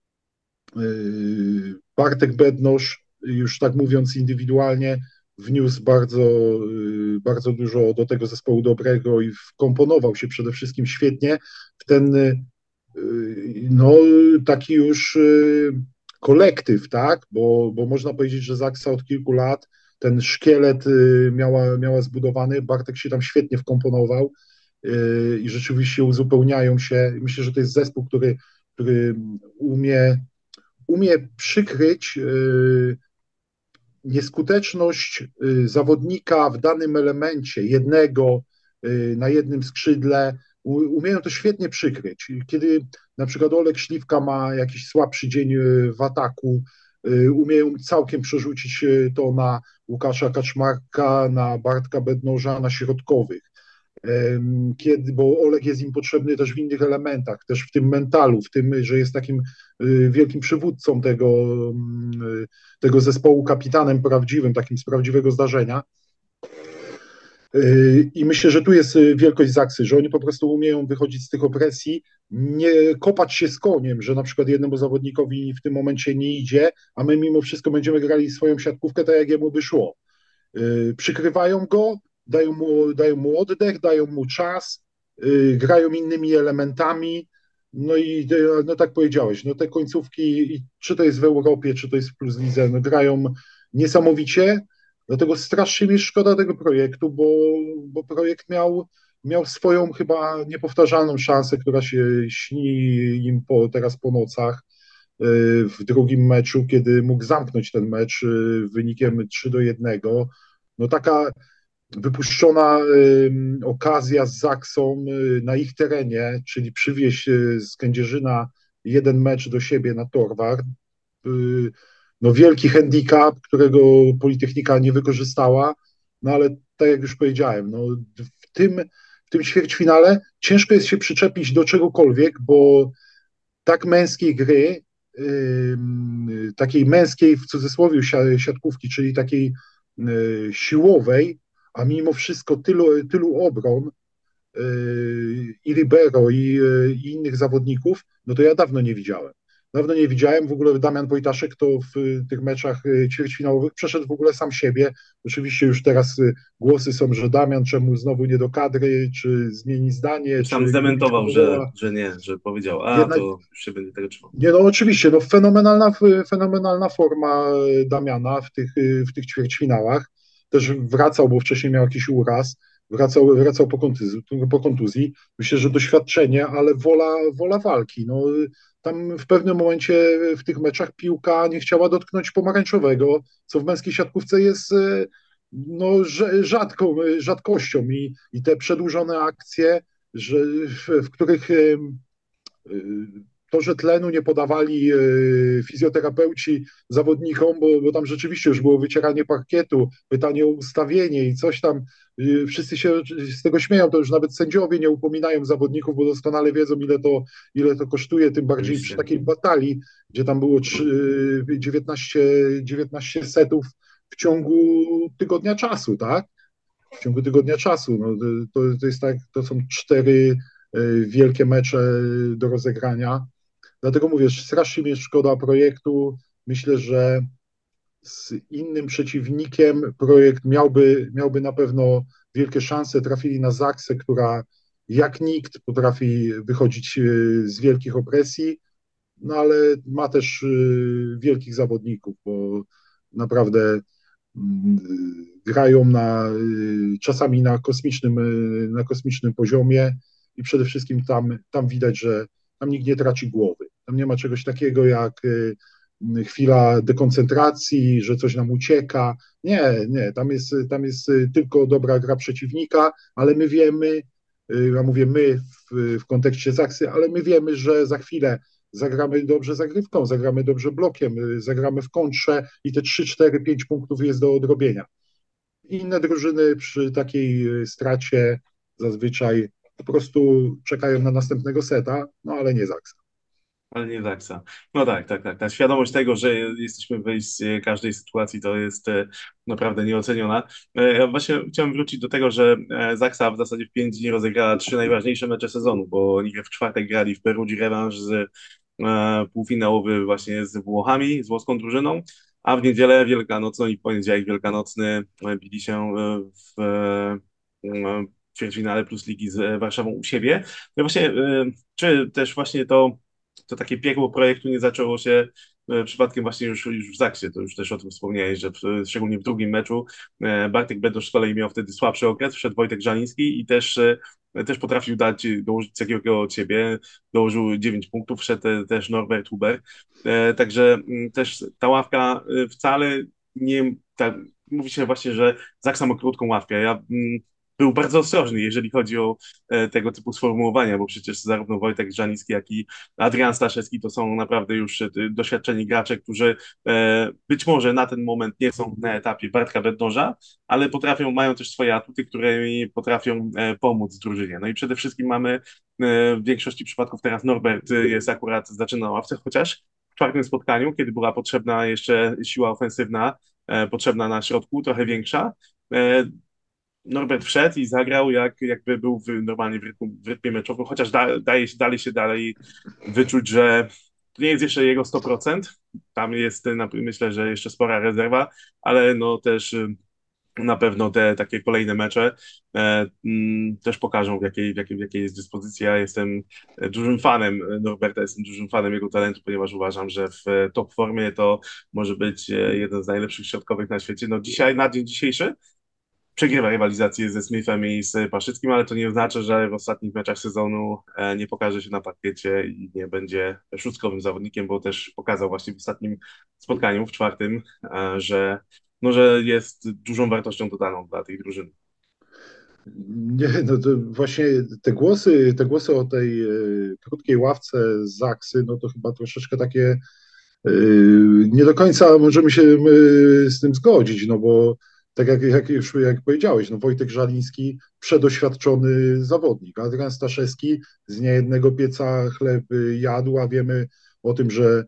Bartek Bednosz, już tak mówiąc indywidualnie, wniósł bardzo dużo do tego zespołu dobrego i wkomponował się przede wszystkim świetnie w ten no, taki już kolektyw, tak? Bo można powiedzieć, że Zaksa od kilku lat ten szkielet miała zbudowany, Bartek się tam świetnie wkomponował i rzeczywiście uzupełniają się. Myślę, że to jest zespół, który umie przykryć nieskuteczność zawodnika w danym elemencie, jednego na jednym skrzydle, umieją to świetnie przykryć. Kiedy na przykład Oleg Śliwka ma jakiś słabszy dzień w ataku, umieją całkiem przerzucić to na Łukasza Kaczmarka, na Bartka Bednoża, na środkowych. Bo Oleg jest im potrzebny też w innych elementach, też w tym mentalu, w tym, że jest takim wielkim przywódcą tego zespołu, kapitanem prawdziwym, takim z prawdziwego zdarzenia. I myślę, że tu jest wielkość Zaksy, że oni po prostu umieją wychodzić z tych opresji, nie kopać się z koniem, że na przykład jednemu zawodnikowi w tym momencie nie idzie, a my mimo wszystko będziemy grali swoją siatkówkę tak, jak jemu by szło. Przykrywają go, dają mu oddech, dają mu czas, grają innymi elementami. No i no tak powiedziałeś, no te końcówki, czy to jest w Europie, czy to jest w Plus Lidze, no grają niesamowicie. Dlatego strasznie mi szkoda tego projektu, bo projekt miał swoją chyba niepowtarzalną szansę, która się śni im teraz po nocach w drugim meczu, kiedy mógł zamknąć ten mecz wynikiem 3-1. No taka wypuszczona okazja z Zaksą na ich terenie, czyli przywieźć z Kędzierzyna jeden mecz do siebie na Torwar. Y, No wielki handicap, którego Politechnika nie wykorzystała, no ale tak jak już powiedziałem, no w tym ćwierćfinale ciężko jest się przyczepić do czegokolwiek, bo tak męskiej gry, takiej męskiej w cudzysłowie siatkówki, czyli takiej siłowej, a mimo wszystko tylu obron i libero i innych zawodników, no to ja dawno nie widziałem. Dawno nie widziałem. W ogóle Damian Wojtaszek to w tych meczach ćwierćfinałowych przeszedł w ogóle sam siebie. Oczywiście już teraz głosy są, że Damian czemu znowu nie do kadry, czy zmieni zdanie, Już tam czy Grudziądz zdementował, powoła. że nie, że powiedział, a Jednak to już się będzie tego trzymał. nie, no oczywiście, no fenomenalna forma Damiana w tych ćwierćfinałach. Też wracał, bo wcześniej miał jakiś uraz, wracał po kontuzji. Myślę, że doświadczenie, ale wola walki. No, tam w pewnym momencie w tych meczach piłka nie chciała dotknąć pomarańczowego, co w męskiej siatkówce jest no, rzadkością i te przedłużone akcje, w których to, że tlenu nie podawali fizjoterapeuci zawodnikom, bo tam rzeczywiście już było wycieranie parkietu, pytanie o ustawienie i coś tam. Wszyscy się z tego śmieją, to już nawet sędziowie nie upominają zawodników, bo doskonale wiedzą, ile to kosztuje, tym bardziej przy Oczywiście. takiej batalii, gdzie tam było 19 setów w ciągu tygodnia czasu, tak? W ciągu tygodnia czasu. No, to jest tak, to są 4 wielkie mecze do rozegrania. Dlatego mówię, strasznie mi jest szkoda projektu. Myślę, że z innym przeciwnikiem projekt miałby na pewno wielkie szanse. Trafili na Zaksę, która jak nikt potrafi wychodzić z wielkich opresji, no ale ma też wielkich zawodników, bo naprawdę grają czasami na kosmicznym poziomie i przede wszystkim tam widać, że tam nikt nie traci głowy. Tam nie ma czegoś takiego jak chwila dekoncentracji, że coś nam ucieka. Nie, tam jest tylko dobra gra przeciwnika, ale my wiemy, ja mówię my w kontekście Zaksy, ale my wiemy, że za chwilę zagramy dobrze zagrywką, zagramy dobrze blokiem, zagramy w kontrze i te 3, 4, 5 punktów jest do odrobienia. Inne drużyny przy takiej stracie zazwyczaj po prostu czekają na następnego seta, no ale nie Zaksa. Ale nie Zaksa. No tak, tak, tak. Ta świadomość tego, że jesteśmy w wejściu każdej sytuacji, to jest naprawdę nieoceniona. Ja właśnie chciałem wrócić do tego, że Zaksa w zasadzie w 5 dni rozegrała 3 najważniejsze mecze sezonu, bo oni w czwartek grali w Perudzi rewanż z półfinałowy właśnie z Włochami, z włoską drużyną, a w niedzielę wielkanocną i w poniedziałek wielkanocny bili się w ćwierćfinale Plus Ligi z Warszawą u siebie. No i właśnie, czy też właśnie to takie piekło projektu nie zaczęło się przypadkiem właśnie już w Zaksie, to już też o tym wspomniałeś, że szczególnie w drugim meczu Bartek Bedosz z kolei miał wtedy słabszy okres, wszedł Wojtek Żaliński i też potrafił dołożyć cegiełkę od siebie, dołożył 9 punktów, wszedł też Norbert Huber, także też ta ławka wcale nie, mówi się właśnie, że Zaksa ma krótką ławkę, ja był bardzo ostrożny, jeżeli chodzi o tego typu sformułowania, bo przecież zarówno Wojtek Żanicki, jak i Adrian Staszewski to są naprawdę już doświadczeni gracze, którzy być może na ten moment nie są na etapie Bartka Bednoża, ale mają też swoje atuty, którymi potrafią pomóc drużynie. No i przede wszystkim mamy w większości przypadków teraz Norbert jest akurat, zaczyna na ławce, chociaż w czwartym spotkaniu, kiedy była potrzebna jeszcze siła ofensywna, potrzebna na środku, trochę większa, Norbert wszedł i zagrał jakby był normalnie w rytmie meczowym, chociaż dalej się wyczuć, że to nie jest jeszcze jego 100%. Tam jest, myślę, że jeszcze spora rezerwa, ale no też na pewno te takie kolejne mecze też pokażą, w jakiej jest dyspozycja. Ja jestem dużym fanem Norberta, jestem dużym fanem jego talentu, ponieważ uważam, że w top formie to może być jeden z najlepszych środkowych na świecie. No dzisiaj, na dzień dzisiejszy, przegrywa rywalizację ze Smithem i z Paszyckim, ale to nie oznacza, że w ostatnich meczach sezonu nie pokaże się na parkiecie i nie będzie szóstkowym zawodnikiem, bo też pokazał właśnie w ostatnim spotkaniu, w czwartym, że, no, że jest dużą wartością dodaną dla tej drużyny. Nie, no to właśnie te głosy o tej krótkiej ławce z Zaksy, no to chyba troszeczkę takie nie do końca możemy się z tym zgodzić, no bo tak jak powiedziałeś, no Wojtek Żaliński, przedoświadczony zawodnik, Adrian Staszewski z niejednego pieca chleb jadł, a wiemy o tym, że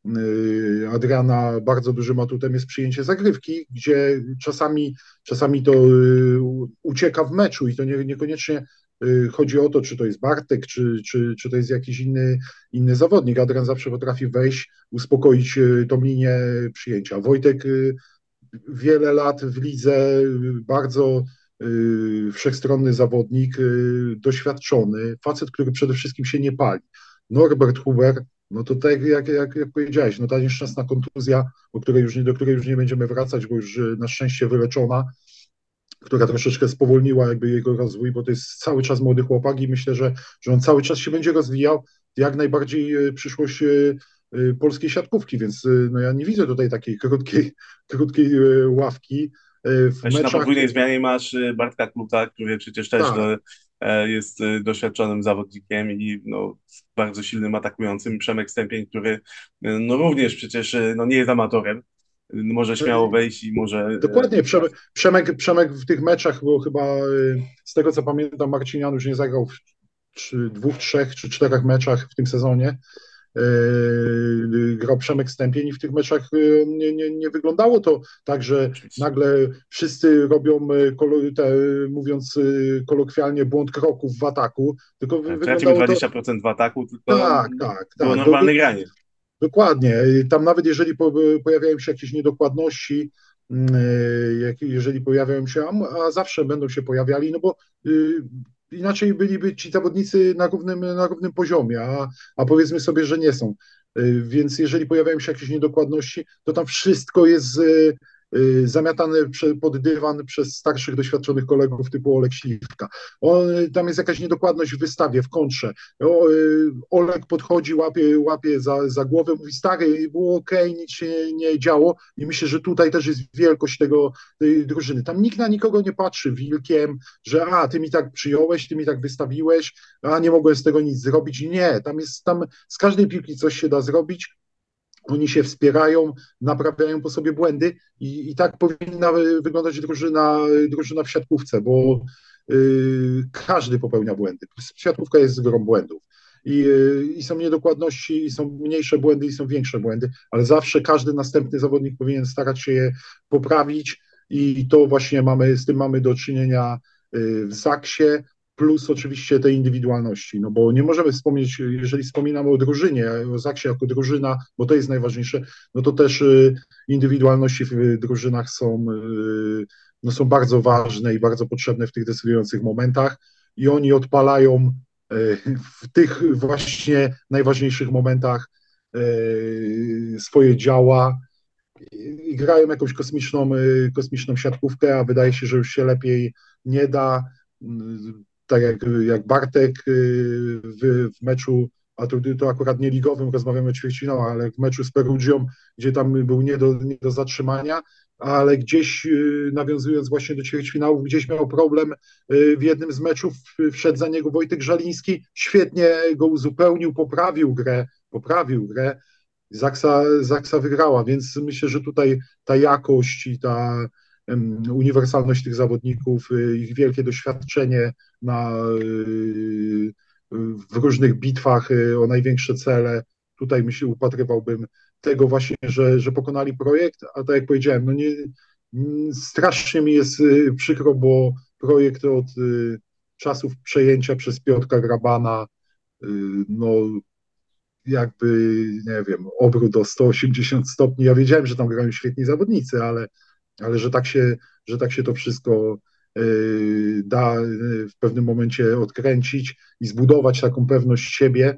Adriana bardzo dużym atutem jest przyjęcie zagrywki, gdzie czasami to ucieka w meczu i to niekoniecznie chodzi o to, czy to jest Bartek, czy to jest jakiś inny zawodnik. Adrian zawsze potrafi wejść, uspokoić tą linię przyjęcia. Wojtek wiele lat w lidze, bardzo wszechstronny zawodnik, doświadczony, facet, który przede wszystkim się nie pali. Norbert Huber, no to tak jak powiedziałeś, no ta nieszczęsna kontuzja, do której już nie będziemy wracać, bo już na szczęście wyleczona, która troszeczkę spowolniła jakby jego rozwój, bo to jest cały czas młody chłopak i myślę, że on cały czas się będzie rozwijał, jak najbardziej przyszłość polskiej siatkówki, więc no ja nie widzę tutaj takiej krótkiej ławki w Jeszcze na meczach. podwójnej zmianie masz Bartka Kluta, który przecież też Tak, jest doświadczonym zawodnikiem i no, bardzo silnym atakującym. Przemek Stępień, który no, również przecież no, nie jest amatorem. Może śmiało wejść i może dokładnie. Przemek w tych meczach, bo chyba z tego co pamiętam, Marcin Janusz nie zagrał w 2, 3 czy 4 meczach w tym sezonie. Grał Przemek Stępień i w tych meczach nie wyglądało to tak, że oczywiście. nagle wszyscy robią, mówiąc kolokwialnie, błąd kroków w ataku, tylko Tak, tracimy wyglądało to 20% w ataku, tylko tak, tak, było tak. normalne granie. Dokładnie. Tam nawet jeżeli pojawiają się jakieś niedokładności, jeżeli pojawiają się, a zawsze będą się pojawiali, no bo inaczej byliby ci zawodnicy na równym poziomie, a powiedzmy sobie, że nie są. Więc jeżeli pojawiają się jakieś niedokładności, to tam wszystko jest zamiatany pod dywan przez starszych, doświadczonych kolegów typu Olek Śliwka. Tam jest jakaś niedokładność w wystawie, w kontrze. Olek podchodzi, łapie za głowę, mówi stary, było okej, nic się nie działo i myślę, że tutaj też jest wielkość tej drużyny. Tam nikt na nikogo nie patrzy wilkiem, że ty mi tak przyjąłeś, ty mi tak wystawiłeś, nie mogłem z tego nic zrobić. Nie, tam z każdej piłki coś się da zrobić. Oni się wspierają, naprawiają po sobie błędy i tak powinna wyglądać drużyna w siatkówce, bo każdy popełnia błędy. Siatkówka jest grą błędów. I są niedokładności, i są mniejsze błędy, i są większe błędy, ale zawsze każdy następny zawodnik powinien starać się je poprawić i to właśnie z tym mamy do czynienia w Zaksie, plus oczywiście te indywidualności, no bo nie możemy wspomnieć, jeżeli wspominamy o drużynie, o Zaksie jako drużyna, bo to jest najważniejsze, no to też indywidualności w drużynach no są bardzo ważne i bardzo potrzebne w tych decydujących momentach i oni odpalają w tych właśnie najważniejszych momentach swoje działa i grają jakąś kosmiczną siatkówkę, a wydaje się, że już się lepiej nie da. Tak jak Bartek w meczu, a to akurat nie ligowym, rozmawiamy o ćwierćfinałach, ale w meczu z Perugią, gdzie tam był nie do zatrzymania, ale gdzieś nawiązując właśnie do ćwierćfinałów, gdzieś miał problem w jednym z meczów, wszedł za niego Wojtek Żaliński, świetnie go uzupełnił, poprawił grę. Zaksa wygrała, więc myślę, że tutaj ta jakość i ta uniwersalność tych zawodników, ich wielkie doświadczenie w różnych bitwach o największe cele. Tutaj upatrywałbym tego właśnie, że pokonali projekt, a tak jak powiedziałem, no strasznie mi jest przykro, bo projekt od czasów przejęcia przez Piotrka Grabana, no jakby, nie wiem, obrót o 180 stopni. Ja wiedziałem, że tam grają świetni zawodnicy, ale że tak się to wszystko da w pewnym momencie odkręcić i zbudować taką pewność siebie,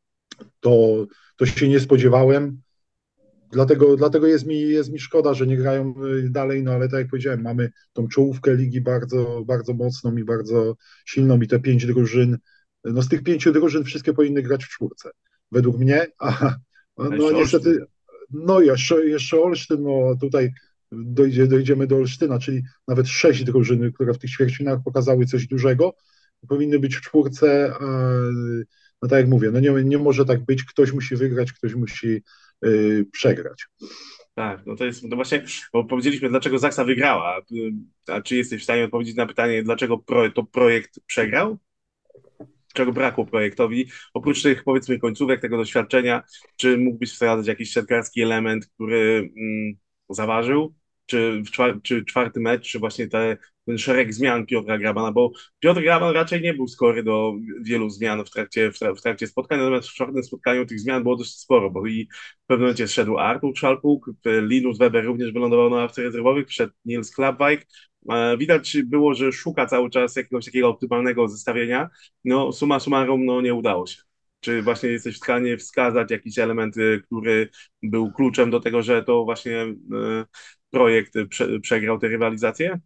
to się nie spodziewałem. Dlatego jest mi szkoda, że nie grają dalej, no ale tak jak powiedziałem, mamy tą czołówkę ligi bardzo, bardzo mocną i bardzo silną i te 5 drużyn, no z tych 5 drużyn wszystkie powinny grać w czwórce, według mnie, A no jeszcze niestety, Olsztyn. no jeszcze Olsztyn, no tutaj dojdziemy do Olsztyna, czyli nawet 6 drużyn, które w tych ćwierćfinałach pokazały coś dużego, powinny być w czwórce, no tak jak mówię, no nie może tak być, ktoś musi wygrać, ktoś musi przegrać. Tak, no to jest, no właśnie, bo powiedzieliśmy, dlaczego Zaksa wygrała. A czy jesteś w stanie odpowiedzieć na pytanie, dlaczego to projekt przegrał? Czego brakło projektowi? Oprócz tych, powiedzmy, końcówek, tego doświadczenia, czy mógłbyś wskazać jakiś siatkarski element, który zaważył? Czy czwarty mecz, czy właśnie ten szereg zmian Piotra Grabana? Bo Piotr Graban raczej nie był skory do wielu zmian w trakcie spotkań, natomiast w czwartym spotkaniu tych zmian było dość sporo, bo i w pewnym momencie zszedł Artur Szalpuk, Linus Weber również wylądował na ławce rezerwowych, wszedł Niels Klapwijk. Widać było, że szuka cały czas jakiegoś takiego optymalnego zestawienia. No, summa summarum, no nie udało się. Czy właśnie jesteś w stanie wskazać jakiś element, który był kluczem do tego, że to właśnie projekt przegrał tę rywalizację?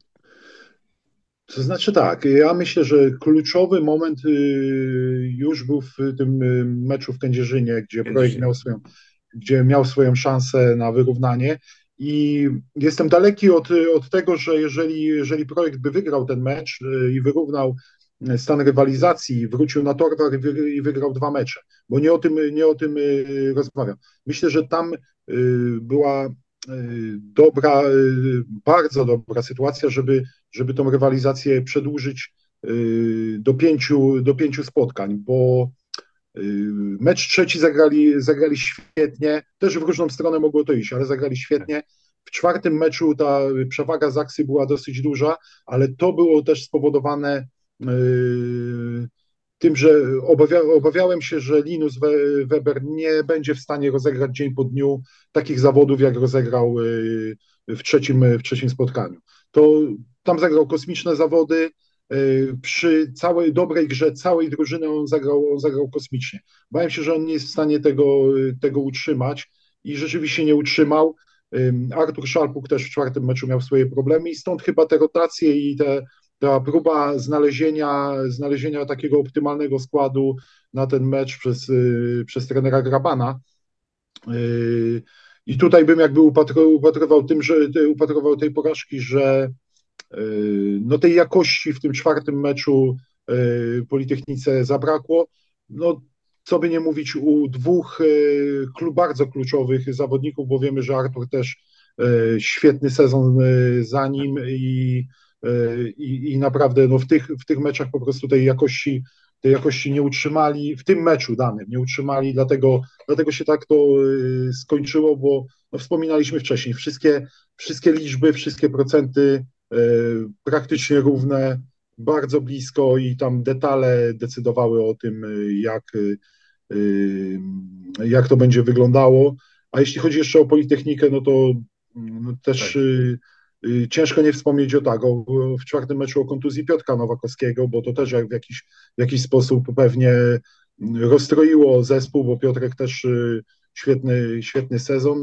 To znaczy tak, ja myślę, że kluczowy moment już był w tym meczu w Kędzierzynie, Kędzierzynie. gdzie miał swoją szansę na wyrównanie i jestem daleki od tego, że jeżeli projekt by wygrał ten mecz i wyrównał stan rywalizacji, wrócił na torwar i wygrał 2 mecze, bo nie o tym rozmawiam. Myślę, że tam była dobra, bardzo dobra sytuacja, żeby tą rywalizację przedłużyć do 5 spotkań, bo mecz trzeci zagrali świetnie, też w różną stronę mogło to iść, ale zagrali świetnie. W czwartym meczu ta przewaga Zaksy była dosyć duża, ale to było też spowodowane tym, że obawiałem się, że Linus Weber nie będzie w stanie rozegrać dzień po dniu takich zawodów, jak rozegrał w trzecim spotkaniu. To tam zagrał kosmiczne zawody, przy całej dobrej grze całej drużyny on zagrał kosmicznie. Bałem się, że on nie jest w stanie tego utrzymać i rzeczywiście nie utrzymał. Artur Szalpuk też w czwartym meczu miał swoje problemy i stąd chyba te rotacje i ta próba znalezienia takiego optymalnego składu na ten mecz przez trenera Grabana. I tutaj bym jakby upatrywał tej porażki, że no tej jakości w tym czwartym meczu Politechnice zabrakło. No, co by nie mówić, u dwóch bardzo kluczowych zawodników, bo wiemy, że Artur też świetny sezon za nim i naprawdę no, w tych meczach po prostu tej jakości nie utrzymali, w tym meczu danym nie utrzymali, dlatego się tak to skończyło, bo no, wspominaliśmy wcześniej, wszystkie liczby, wszystkie procenty praktycznie równe, bardzo blisko i tam detale decydowały o tym, y, jak to będzie wyglądało. A jeśli chodzi jeszcze o Politechnikę, no to też Tak. ciężko nie wspomnieć w czwartym meczu o kontuzji Piotra Nowakowskiego, bo to też w jakiś sposób pewnie rozstroiło zespół, bo Piotrek też świetny sezon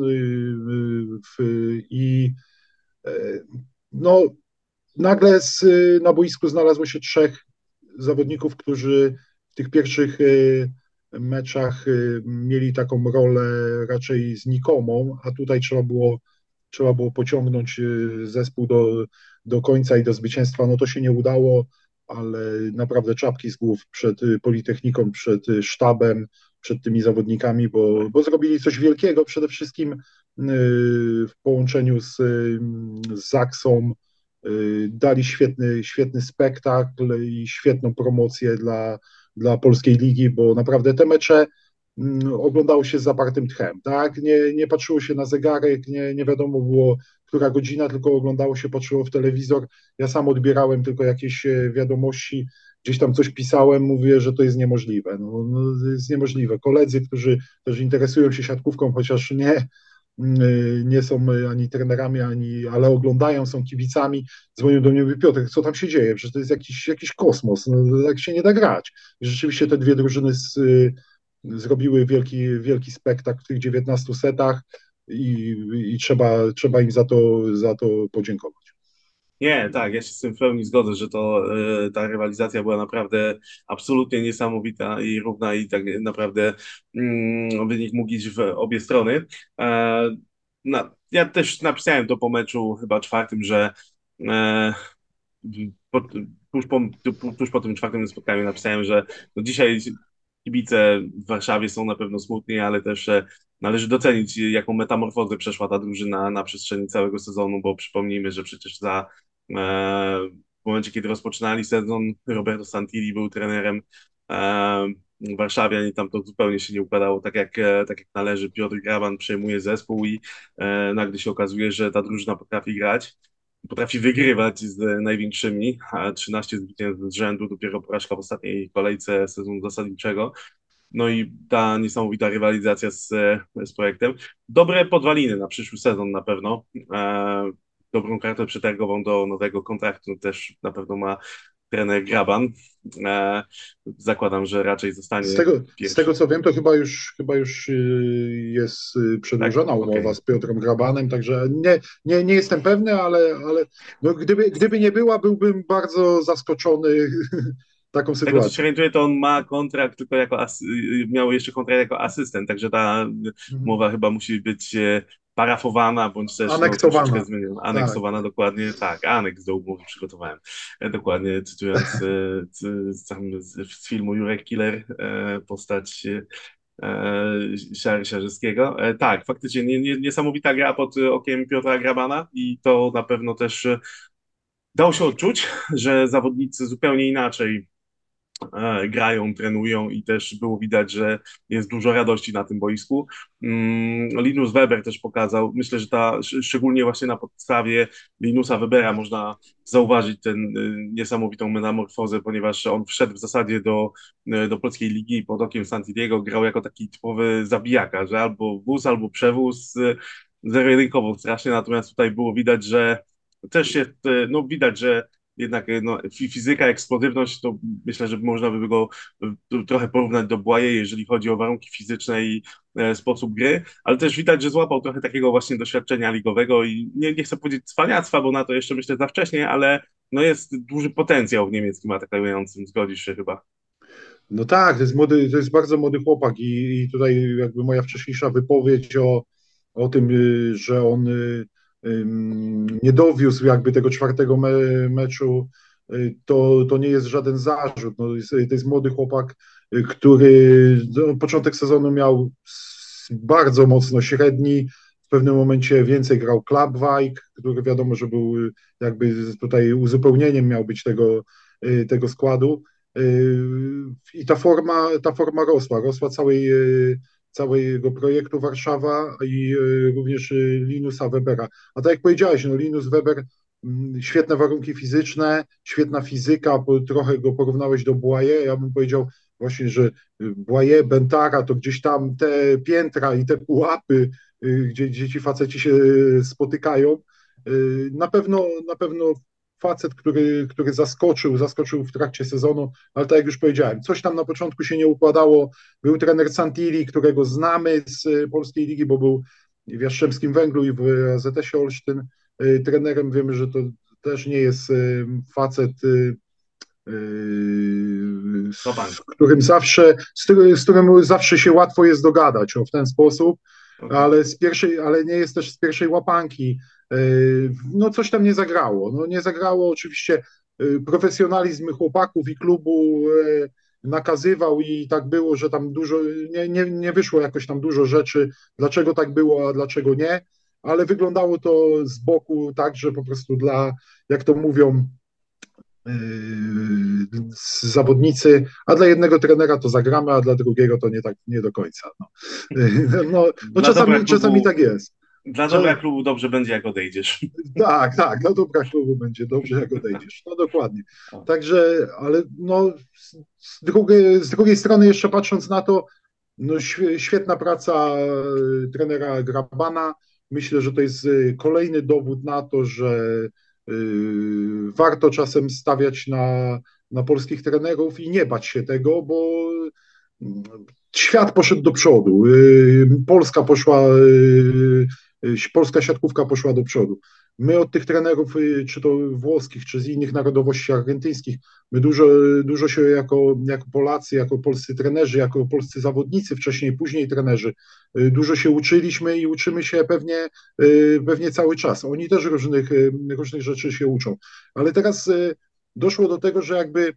i no, nagle na boisku znalazło się trzech zawodników, którzy w tych pierwszych meczach mieli taką rolę raczej znikomą, a tutaj trzeba było pociągnąć zespół do końca i do zwycięstwa. No to się nie udało, ale naprawdę czapki z głów przed Politechniką, przed sztabem, przed tymi zawodnikami, bo zrobili coś wielkiego przede wszystkim w połączeniu z Zaksą. Dali świetny spektakl i świetną promocję dla polskiej ligi, bo naprawdę te mecze oglądało się z zapartym tchem, tak? Nie patrzyło się na zegarek, nie wiadomo było, która godzina, tylko oglądało się, patrzyło w telewizor. Ja sam odbierałem tylko jakieś wiadomości, gdzieś tam coś pisałem, mówię, że to jest niemożliwe. No, to jest niemożliwe. Koledzy, którzy też interesują się siatkówką, chociaż nie są ani trenerami, ale oglądają, są kibicami, dzwonią do mnie i mówią, Piotr, co tam się dzieje? Przecież to jest jakiś kosmos, no, tak się nie da grać. I rzeczywiście te dwie drużyny zrobiły wielki spektakl w tych 19 setach i trzeba im za to podziękować. Nie, tak, ja się z tym w pełni zgodzę, że ta rywalizacja była naprawdę absolutnie niesamowita i równa i tak naprawdę wynik mógł iść w obie strony. E, ja też napisałem to po meczu chyba czwartym, że e, po, tuż po tym czwartym spotkaniu napisałem, że no dzisiaj kibice w Warszawie są na pewno smutni, ale też należy docenić, jaką metamorfozę przeszła ta drużyna na przestrzeni całego sezonu, bo przypomnijmy, że przecież w momencie, kiedy rozpoczynali sezon, Roberto Santilli był trenerem Warszawian i tam to zupełnie się nie układało tak jak należy. Piotr Graban przejmuje zespół i nagle się okazuje, że ta drużyna potrafi wygrywać z największymi, a 13 zwycięstw z rzędu, dopiero porażka w ostatniej kolejce sezonu zasadniczego. No i ta niesamowita rywalizacja z projektem. Dobre podwaliny na przyszły sezon na pewno. Dobrą kartę przetargową do nowego kontraktu też na pewno ma trener Graban. Zakładam, że raczej Z zostanie tego, z pierwszy. tego co wiem, to chyba już jest Tak? przedłużona umowa Okej. z Piotrem Grabanem, także nie jestem pewny, ale no gdyby nie była, byłbym bardzo zaskoczony taką Tego, co się sytuacją. orientuję, to on ma kontrakt tylko miał jeszcze kontrakt jako asystent, także ta Mhm. umowa chyba musi być parafowana, bądź też no, troszeczkę Aneksowana. zmieniona, Tak, aneksowana tak. dokładnie, tak, aneks do umowy przygotowałem, dokładnie cytując z filmu Jurek Killer postać Siarzyskiego. Tak, faktycznie niesamowita gra pod okiem Piotra Grabana i to na pewno też dało się odczuć, że zawodnicy zupełnie inaczej grają, trenują i też było widać, że jest dużo radości na tym boisku. Linus Weber też pokazał, myślę, że szczególnie właśnie na podstawie Linusa Webera można zauważyć tę niesamowitą metamorfozę, ponieważ on wszedł w zasadzie do polskiej ligi pod okiem Santiago, grał jako taki typowy zabijaka, że albo wóz, albo przewóz, zero-jedynkowo strasznie, natomiast tutaj było widać, że też jest, no widać, że jednak no, fizyka, eksplozywność, to myślę, że można by go trochę porównać do Błaje, jeżeli chodzi o warunki fizyczne i sposób gry, ale też widać, że złapał trochę takiego właśnie doświadczenia ligowego i nie chcę powiedzieć cwaniactwa, bo na to jeszcze myślę za wcześnie, ale no jest duży potencjał w niemieckim atakującym, zgodzisz się chyba. No tak, to jest młody, to jest bardzo młody chłopak i tutaj jakby moja wcześniejsza wypowiedź o tym, że on nie dowiózł jakby tego czwartego meczu, to nie jest żaden zarzut. No, to jest młody chłopak, który no, początek sezonu miał bardzo mocno średni, w pewnym momencie więcej grał Klapwijk, który wiadomo, że był jakby tutaj uzupełnieniem miał być tego składu. I ta forma rosła całego projektu Warszawa i również Linusa Webera. A tak jak powiedziałeś, no Linus Weber, świetne warunki fizyczne, świetna fizyka, trochę go porównałeś do Błaje. Ja bym powiedział właśnie, że Błaje, Bentara to gdzieś tam te piętra i te pułapy, gdzie ci faceci się spotykają. Na pewno facet, który zaskoczył w trakcie sezonu, ale tak jak już powiedziałem, coś tam na początku się nie układało. Był trener Santilli, którego znamy z polskiej ligi, bo był w Jastrzębskim Węglu i w AZS-ie Olsztyn trenerem. Wiemy, że to też nie jest facet, No pan. z którym zawsze się łatwo jest dogadać, w ten sposób, Okay. ale nie jest też z pierwszej łapanki. No coś tam nie zagrało. No nie zagrało oczywiście, profesjonalizm chłopaków i klubu nakazywał i tak było, że tam dużo, nie wyszło jakoś tam dużo rzeczy, dlaczego tak było, a dlaczego nie, ale wyglądało to z boku tak, że po prostu jak to mówią, zawodnicy, a dla jednego trenera to zagramy, a dla drugiego to nie tak, nie do końca. No, no Dla dobra czasami klubu, tak jest. dla dobra klubu dobrze będzie, jak odejdziesz. Tak, tak, dla dobra klubu będzie dobrze, jak odejdziesz. No dokładnie. Także, ale no, z drugiej strony jeszcze patrząc na to, no świetna praca trenera Grabana. Myślę, że to jest kolejny dowód na to, że warto czasem stawiać na polskich trenerów i nie bać się tego, bo świat poszedł do przodu. Polska siatkówka poszła do przodu. My od tych trenerów, czy to włoskich, czy z innych narodowości argentyńskich, my dużo się jako Polacy, jako polscy trenerzy, jako polscy zawodnicy, wcześniej, później trenerzy, dużo się uczyliśmy i uczymy się pewnie cały czas. Oni też różnych rzeczy się uczą. Ale teraz doszło do tego, że jakby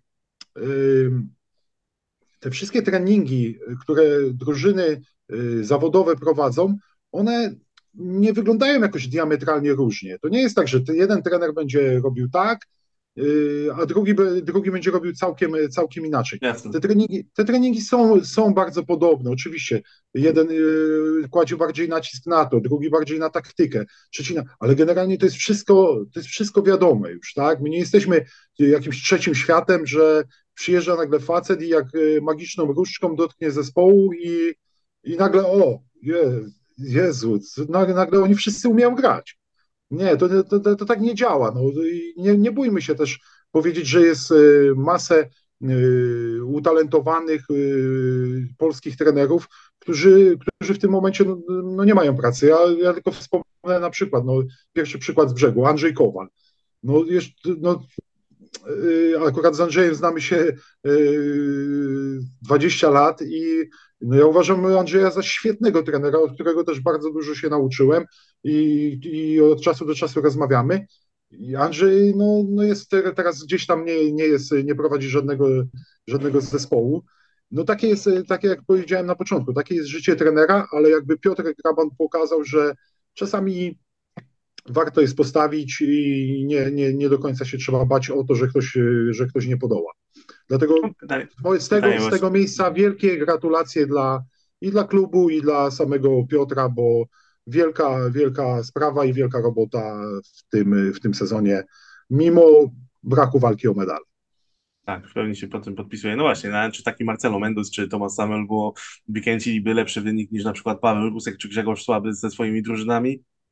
te wszystkie treningi, które drużyny zawodowe prowadzą, one nie wyglądają jakoś diametralnie różnie. To nie jest tak, że jeden trener będzie robił tak, a drugi będzie robił całkiem inaczej. Jasne. Te treningi są bardzo podobne, oczywiście. Jeden kładzie bardziej nacisk na to, drugi bardziej na taktykę, trzeci ale generalnie to jest wszystko wiadome już, tak? My nie jesteśmy jakimś trzecim światem, że przyjeżdża nagle facet i jak magiczną różdżką dotknie zespołu i nagle, Jezu, nagle oni wszyscy umieją grać. Nie, to tak nie działa. No, nie bójmy się też powiedzieć, że jest masę utalentowanych polskich trenerów, którzy w tym momencie no nie mają pracy. Ja tylko wspomnę na przykład, no, pierwszy przykład z brzegu, Andrzej Kowal. No, no, akurat z Andrzejem znamy się 20 lat i no ja uważam Andrzeja za świetnego trenera, od którego też bardzo dużo się nauczyłem i od czasu do czasu rozmawiamy. I Andrzej no jest teraz gdzieś tam nie prowadzi żadnego zespołu. No takie jak powiedziałem na początku, takie jest życie trenera, ale jakby Piotr Graban pokazał, że czasami warto jest postawić i nie do końca się trzeba bać o to, że ktoś nie podoła. Dlatego No, pytanie, z tego, pytanie z właśnie. tego miejsca wielkie gratulacje i dla klubu, i dla samego Piotra, bo wielka, wielka sprawa i wielka robota w tym sezonie, mimo braku walki o medal. Tak, w pełni się po tym podpisuję. No właśnie, nawet czy taki Marcelo Mendes, czy Thomas Samuel było wykręciliby lepszy wynik niż na przykład Paweł Rusek czy Grzegorz Słaby ze swoimi drużynami?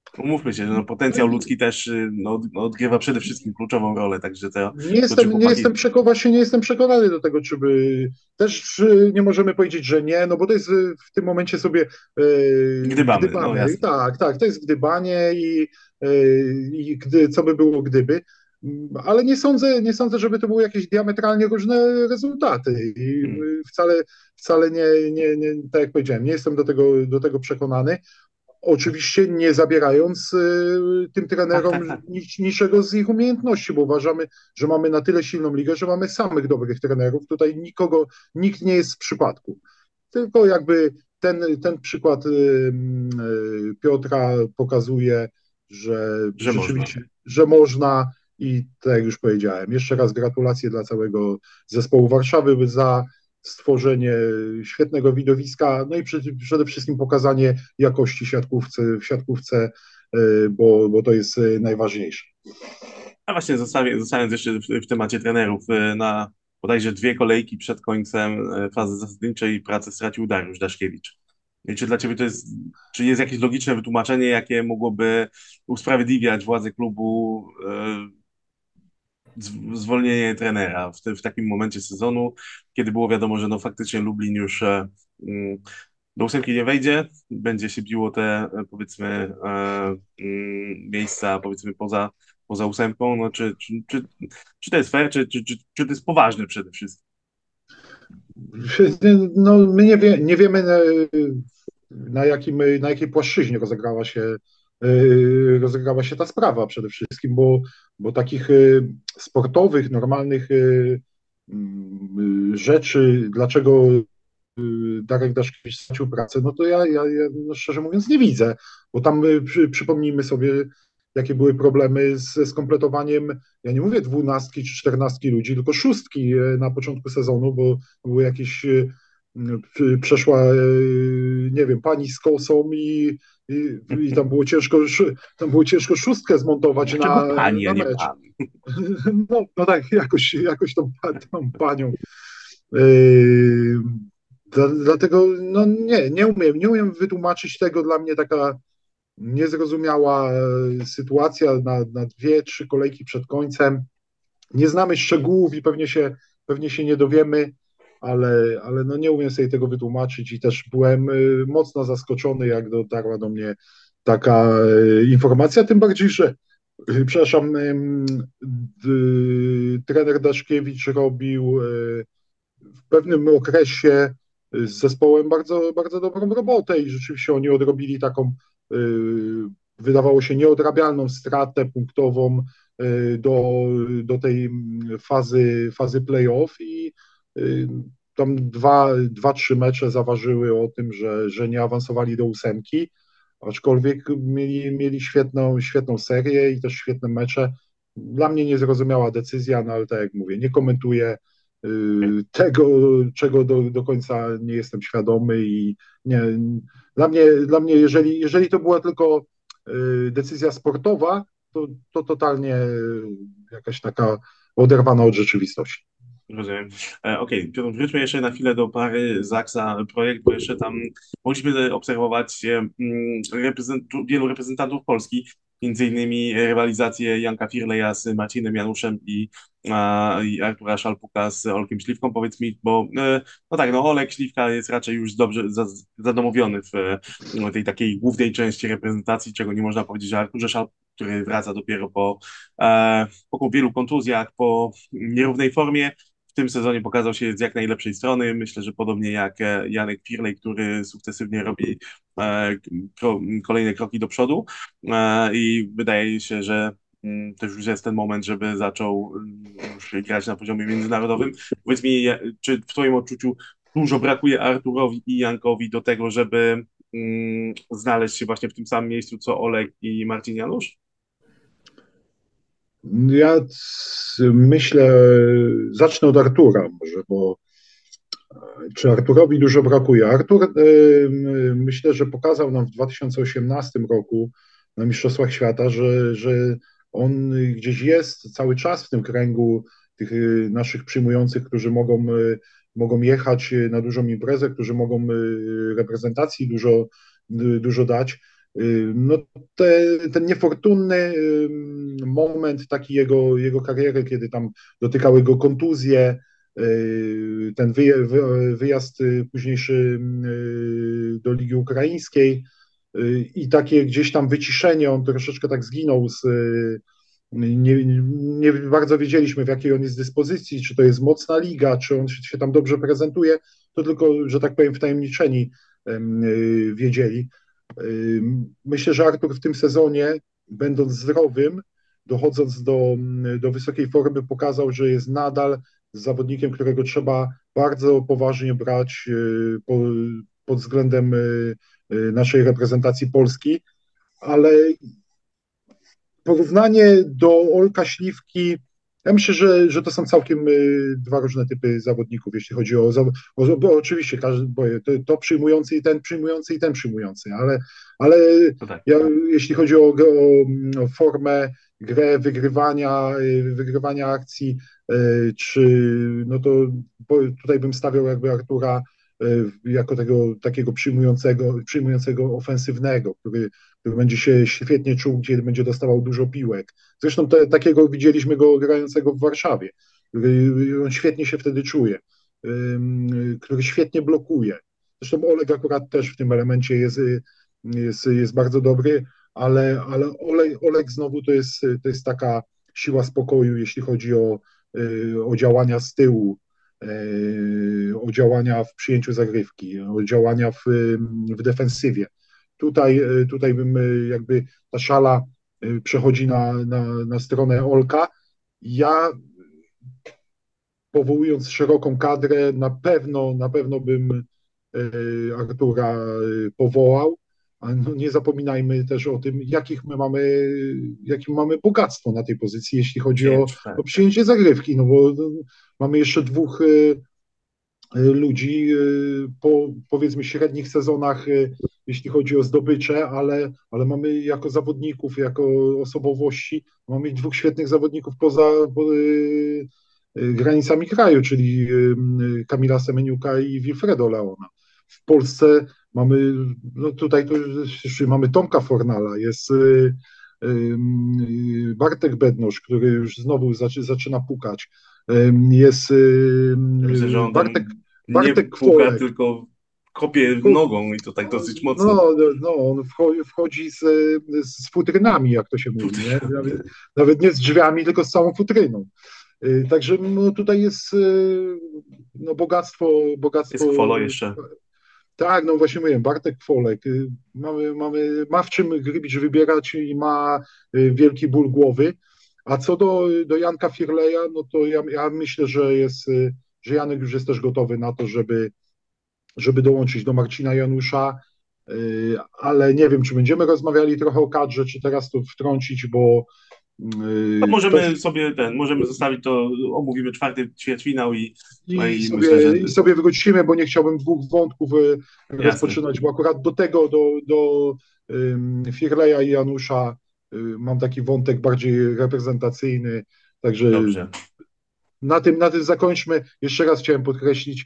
Umówmy się, no, potencjał ludzki też no, odgrywa przede wszystkim kluczową rolę, także to czy Nie chłopaki. jestem właśnie nie jestem przekonany do tego, czy by też nie możemy powiedzieć, że nie, no bo to jest w tym momencie sobie Gdybamy, no gdybamy. jasne. Tak, tak, to jest gdybanie co by było gdyby. Ale nie sądzę, żeby to były jakieś diametralnie różne rezultaty. I Hmm. wcale tak jak powiedziałem, nie jestem do tego przekonany. Oczywiście nie zabierając tym Tak, trenerom tak, tak. niczego z ich umiejętności, bo uważamy, że mamy na tyle silną ligę, że mamy samych dobrych trenerów. Tutaj nikt nie jest z przypadku. Tylko jakby ten przykład Piotra pokazuje, że Że można. rzeczywiście, że można i tak jak już powiedziałem, jeszcze raz gratulacje dla całego zespołu Warszawy za stworzenie świetnego widowiska, no i przede wszystkim pokazanie jakości w siatkówce, bo to jest najważniejsze. A właśnie zostając jeszcze w temacie trenerów, na bodajże 2 kolejki przed końcem fazy zasadniczej pracę stracił Dariusz Daszkiewicz. I czy dla ciebie to jest, czy jest jakieś logiczne wytłumaczenie, jakie mogłoby usprawiedliwiać władze klubu zwolnienie trenera w takim momencie sezonu, kiedy było wiadomo, że no faktycznie Lublin już mm, do 8 nie wejdzie, będzie się biło te powiedzmy miejsca powiedzmy poza 8, no czy to jest fair, czy to jest poważne przede wszystkim? No, my nie wiemy, na jakiej płaszczyźnie rozegrała się ta sprawa przede wszystkim, bo takich sportowych, normalnych rzeczy, dlaczego Darek Daszkiewicz stracił pracę, no to ja no szczerze mówiąc nie widzę, bo tam przypomnijmy sobie, jakie były problemy ze skompletowaniem, ja nie mówię 12 czy 14 ludzi, tylko szóstki na początku sezonu, bo były jakieś, przeszła, nie wiem, pani z kosą i tam było ciężko szóstkę zmontować Dlaczego pani, a na nie mecz. pan? No tak, jakoś tą panią. Yy, Dlatego no nie umiem wytłumaczyć tego. Dla mnie taka niezrozumiała sytuacja na 2, 3 kolejki przed końcem. Nie znamy szczegółów i pewnie się nie dowiemy, ale no nie umiem sobie tego wytłumaczyć i też byłem mocno zaskoczony, jak dotarła do mnie taka informacja, tym bardziej, że przepraszam, trener Daszkiewicz robił w pewnym okresie z zespołem bardzo dobrą robotę i rzeczywiście oni odrobili taką, wydawało się, nieodrabialną stratę punktową do tej fazy playoff i tam 2, 3 mecze zaważyły o tym, że nie awansowali do 8, aczkolwiek mieli świetną serię i też świetne mecze. Dla mnie niezrozumiała decyzja, no ale tak jak mówię, nie komentuję tego, czego do końca nie jestem świadomy i nie, dla mnie jeżeli to była tylko decyzja sportowa, to totalnie jakaś taka oderwana od rzeczywistości. Rozumiem. Okej, Piotr, wróćmy jeszcze na chwilę do pary Zaksa Projekt, bo jeszcze tam mogliśmy obserwować wielu reprezentantów Polski, między innymi rywalizację Janka Firleja z Marcinem Januszem i Artura Szalpuka z Olkiem Śliwką. Powiedz mi, bo no tak, no Olek Śliwka jest raczej już dobrze zadomowiony w tej takiej głównej części reprezentacji, czego nie można powiedzieć o Arturze Szalpuku, który wraca dopiero po wielu kontuzjach, po nierównej formie. W tym sezonie pokazał się z jak najlepszej strony. Myślę, że podobnie jak Janek Firlej, który sukcesywnie robi kolejne kroki do przodu i wydaje się, że to już jest ten moment, żeby zaczął już grać na poziomie międzynarodowym. Powiedz mi, czy w Twoim odczuciu dużo brakuje Arturowi i Jankowi do tego, żeby znaleźć się właśnie w tym samym miejscu co Olek i Marcin Janusz? Myślę, zacznę od Artura może, bo czy Arturowi dużo brakuje? Artur myślę, że pokazał nam w 2018 roku na Mistrzostwach Świata, że on gdzieś jest cały czas w tym kręgu tych naszych przyjmujących, którzy mogą jechać na dużą imprezę, którzy mogą reprezentacji dużo dać. No, ten niefortunny moment taki jego kariery, kiedy tam dotykały go kontuzje, ten wyjazd późniejszy do Ligi Ukraińskiej i takie gdzieś tam wyciszenie, on troszeczkę tak zginął nie bardzo wiedzieliśmy, w jakiej on jest dyspozycji, czy to jest mocna liga, czy on się tam dobrze prezentuje, to tylko, że tak powiem, wtajemniczeni wiedzieli. Myślę, że Artur w tym sezonie, będąc zdrowym, dochodząc do wysokiej formy, pokazał, że jest nadal zawodnikiem, którego trzeba bardzo poważnie brać pod względem naszej reprezentacji Polski, ale porównanie do Olka Śliwki, ja myślę, że to są całkiem dwa różne typy zawodników, jeśli chodzi bo oczywiście to przyjmujący i ten przyjmujący, ale To tak. jeśli chodzi o formę, grę, wygrywania akcji, czy no to tutaj bym stawiał jakby Artura jako tego takiego przyjmującego ofensywnego, który będzie się świetnie czuł, gdzie będzie dostawał dużo piłek. Zresztą takiego widzieliśmy go grającego w Warszawie. On świetnie się wtedy czuje, który świetnie blokuje. Zresztą Oleg akurat też w tym elemencie jest bardzo dobry, ale Oleg znowu to jest taka siła spokoju, jeśli chodzi o działania z tyłu, o działania w przyjęciu zagrywki, o działania w defensywie. Tutaj bym jakby ta szala przechodzi na stronę Olka. Ja powołując szeroką kadrę, na pewno bym Artura powołał. A no nie zapominajmy też o tym, jakim mamy bogactwo na tej pozycji, jeśli chodzi o, Pięć, tak. o przyjęcie zagrywki, no bo mamy jeszcze dwóch ludzi po powiedzmy średnich sezonach, jeśli chodzi o zdobycze, ale mamy jako zawodników, jako osobowości, mamy dwóch świetnych zawodników poza granicami kraju, czyli Kamila Semeniuka i Wilfredo Leona. W Polsce mamy, no tutaj to jeszcze mamy Tomka Fornala, jest Bartek Bednosz, który już znowu zaczyna pukać. Jest Myślę, że on tam Bartek, nie Bartek puka, Kwolek. tylko kopie nogą i to tak dosyć mocno. No, on wchodzi z futrynami, jak to się mówi, nie? Nawet nie z drzwiami, tylko z całą futryną. Także no, tutaj jest no, Jest bogactwo. Kwolo jeszcze. Tak, no właśnie mówiłem, Bartek Kwolek. Ma w czym Grybicz wybierać i ma wielki ból głowy. A co do Janka Firleja, no to ja myślę, że Janek już jest też gotowy na to, żeby dołączyć do Marcina Janusza, ale nie wiem, czy będziemy rozmawiali trochę o kadrze, czy teraz to wtrącić, bo To to możemy zostawić to, omówimy czwarty ćwierćfinał no i i myślę, że sobie wrócimy, bo nie chciałbym dwóch wątków jasne. rozpoczynać, bo akurat do Firleja i Janusza mam taki wątek bardziej reprezentacyjny, także Dobrze. na tym zakończmy. Jeszcze raz chciałem podkreślić,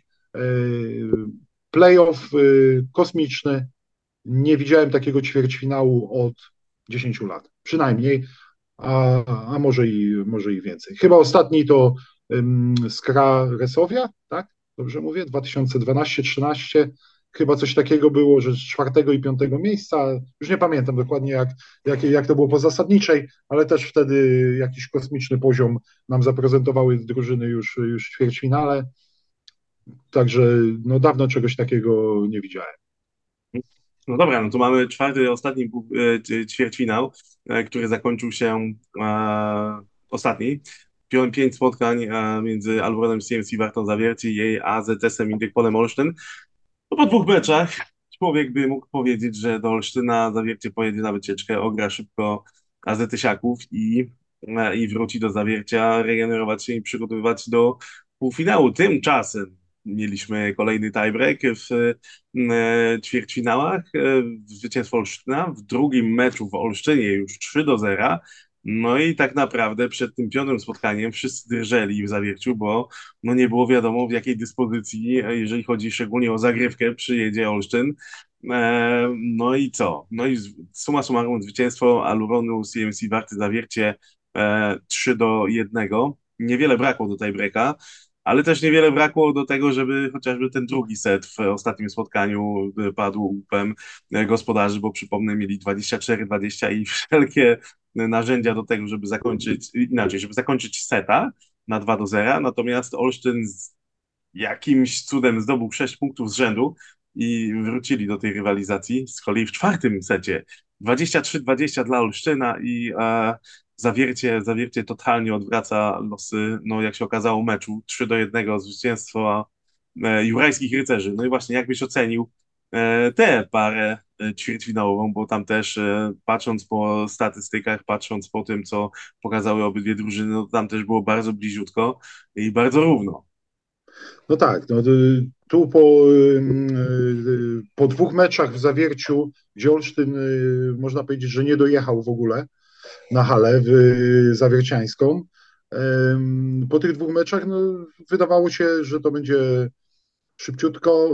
playoff kosmiczny. Nie widziałem takiego ćwierćfinału od 10 lat, przynajmniej, a może i więcej. Chyba ostatni to Skra Resowia, tak? Dobrze mówię? 2012-13. Chyba coś takiego było, że z czwartego i piątego miejsca. Już nie pamiętam dokładnie, jak to było po zasadniczej, ale też wtedy jakiś kosmiczny poziom nam zaprezentowały drużyny już w ćwierćfinale. Także no, dawno czegoś takiego nie widziałem. No dobra, no to mamy czwarty, ostatni ćwierćfinał, który zakończył się ostatni. Pięć spotkań między Alborem CMC Wartą Zawiercie i AZS-em Indykpolem Olsztyn. No po dwóch meczach człowiek by mógł powiedzieć, że do Olsztyna Zawiercie pojedzie na wycieczkę, ogra szybko AZS-iaków i wróci do Zawiercia, regenerować się i przygotowywać do półfinału. Tymczasem mieliśmy kolejny tiebreak w ćwierćfinałach. Zwycięstwo Olsztyna w drugim meczu w Olsztynie już 3-0. No i tak naprawdę przed tym piątym spotkaniem wszyscy drżeli w Zawierciu, bo no nie było wiadomo w jakiej dyspozycji, jeżeli chodzi szczególnie o zagrywkę, przyjedzie Olsztyn. No i co? No i summa summarum zwycięstwo Aluronu CMC Warty Zawiercie 3-1. Niewiele brakło do tiebreaka, ale też niewiele brakło do tego, żeby chociażby ten drugi set w ostatnim spotkaniu padł łupem gospodarzy, bo przypomnę, mieli 24-20 i wszelkie narzędzia do tego, żeby zakończyć inaczej, żeby zakończyć seta na 2-0, natomiast Olsztyn jakimś cudem zdobył 6 punktów z rzędu i wrócili do tej rywalizacji. Z kolei w czwartym secie 23-20 dla Olsztyna i Zawiercie totalnie odwraca losy, no jak się okazało, meczu 3-1 zwycięstwo Jurajskich Rycerzy. No i właśnie, jak byś ocenił tę parę ćwierćfinałową, bo tam też patrząc po statystykach, patrząc po tym, co pokazały obydwie drużyny, no tam też było bardzo bliziutko i bardzo równo. No tak, no, tu po dwóch meczach w Zawierciu, gdzie Olsztyn można powiedzieć, że nie dojechał w ogóle na halę zawierciańską, po tych dwóch meczach no, wydawało się, że to będzie szybciutko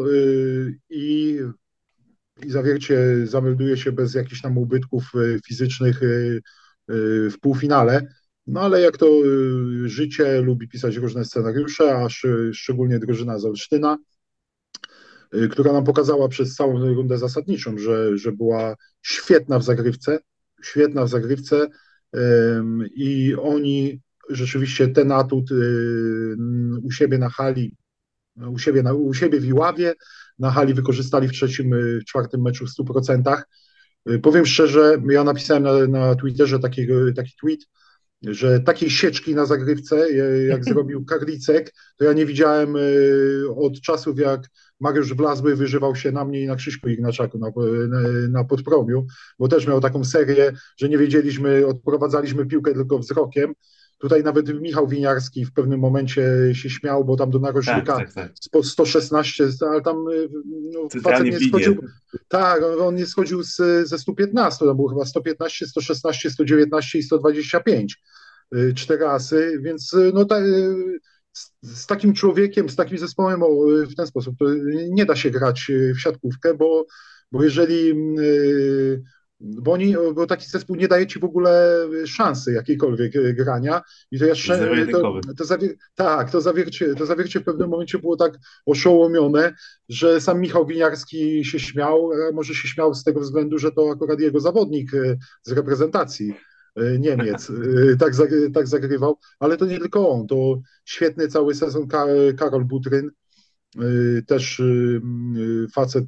i Zawiercie zamelduje się bez jakichś tam ubytków fizycznych w półfinale. No ale jak to życie lubi pisać różne scenariusze, a szczególnie drużyna z Olsztyna, która nam pokazała przez całą rundę zasadniczą, że była świetna w zagrywce i oni rzeczywiście ten atut u siebie na hali, u siebie w Iławie, na hali wykorzystali w trzecim, w czwartym meczu w 100%. Powiem szczerze, ja napisałem na Twitterze taki tweet, że takiej sieczki na zagrywce, jak zrobił Karlicek, to ja nie widziałem od czasów, jak Mariusz Wlazły wyżywał się na mnie i na Krzyśku Ignaczaku na Podpromiu, bo też miał taką serię, że nie wiedzieliśmy, odprowadzaliśmy piłkę tylko wzrokiem. Tutaj nawet Michał Winiarski w pewnym momencie się śmiał, bo tam do Tak, narożnika tak, tak. 116, ale tam no, facet Centralnie nie w linię. schodził. Tak, on nie schodził ze 115, to było chyba 115, 116, 119 i 125 cztery asy, więc no z takim człowiekiem, z takim zespołem w ten sposób to nie da się grać w siatkówkę, bo jeżeli bo taki zespół nie daje ci w ogóle szansy jakiejkolwiek grania i to jeszcze Zero-jedynkowy. tak, to zawiercie w pewnym momencie było tak oszołomione, że sam Michał Winiarski się śmiał, a może się śmiał z tego względu, że to akurat jego zawodnik z reprezentacji Niemiec tak zagrywał, ale to nie tylko on, to świetny cały sezon Karol Butryn, też facet,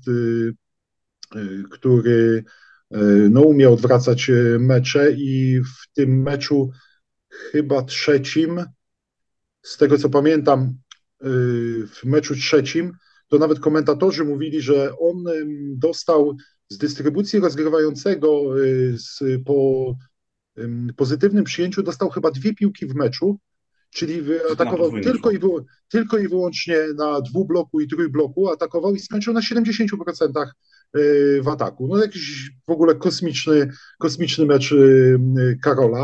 który no, umie odwracać mecze i w tym meczu chyba trzecim, z tego co pamiętam, w meczu trzecim, to nawet komentatorzy mówili, że on dostał z dystrybucji rozgrywającego po pozytywnym przyjęciu dostał chyba dwie piłki w meczu, czyli Na atakował podwójny szło. tylko i wyłącznie na dwubloku i trójbloku, atakował i skończył na 70% w ataku. No jakiś w ogóle kosmiczny mecz Karola.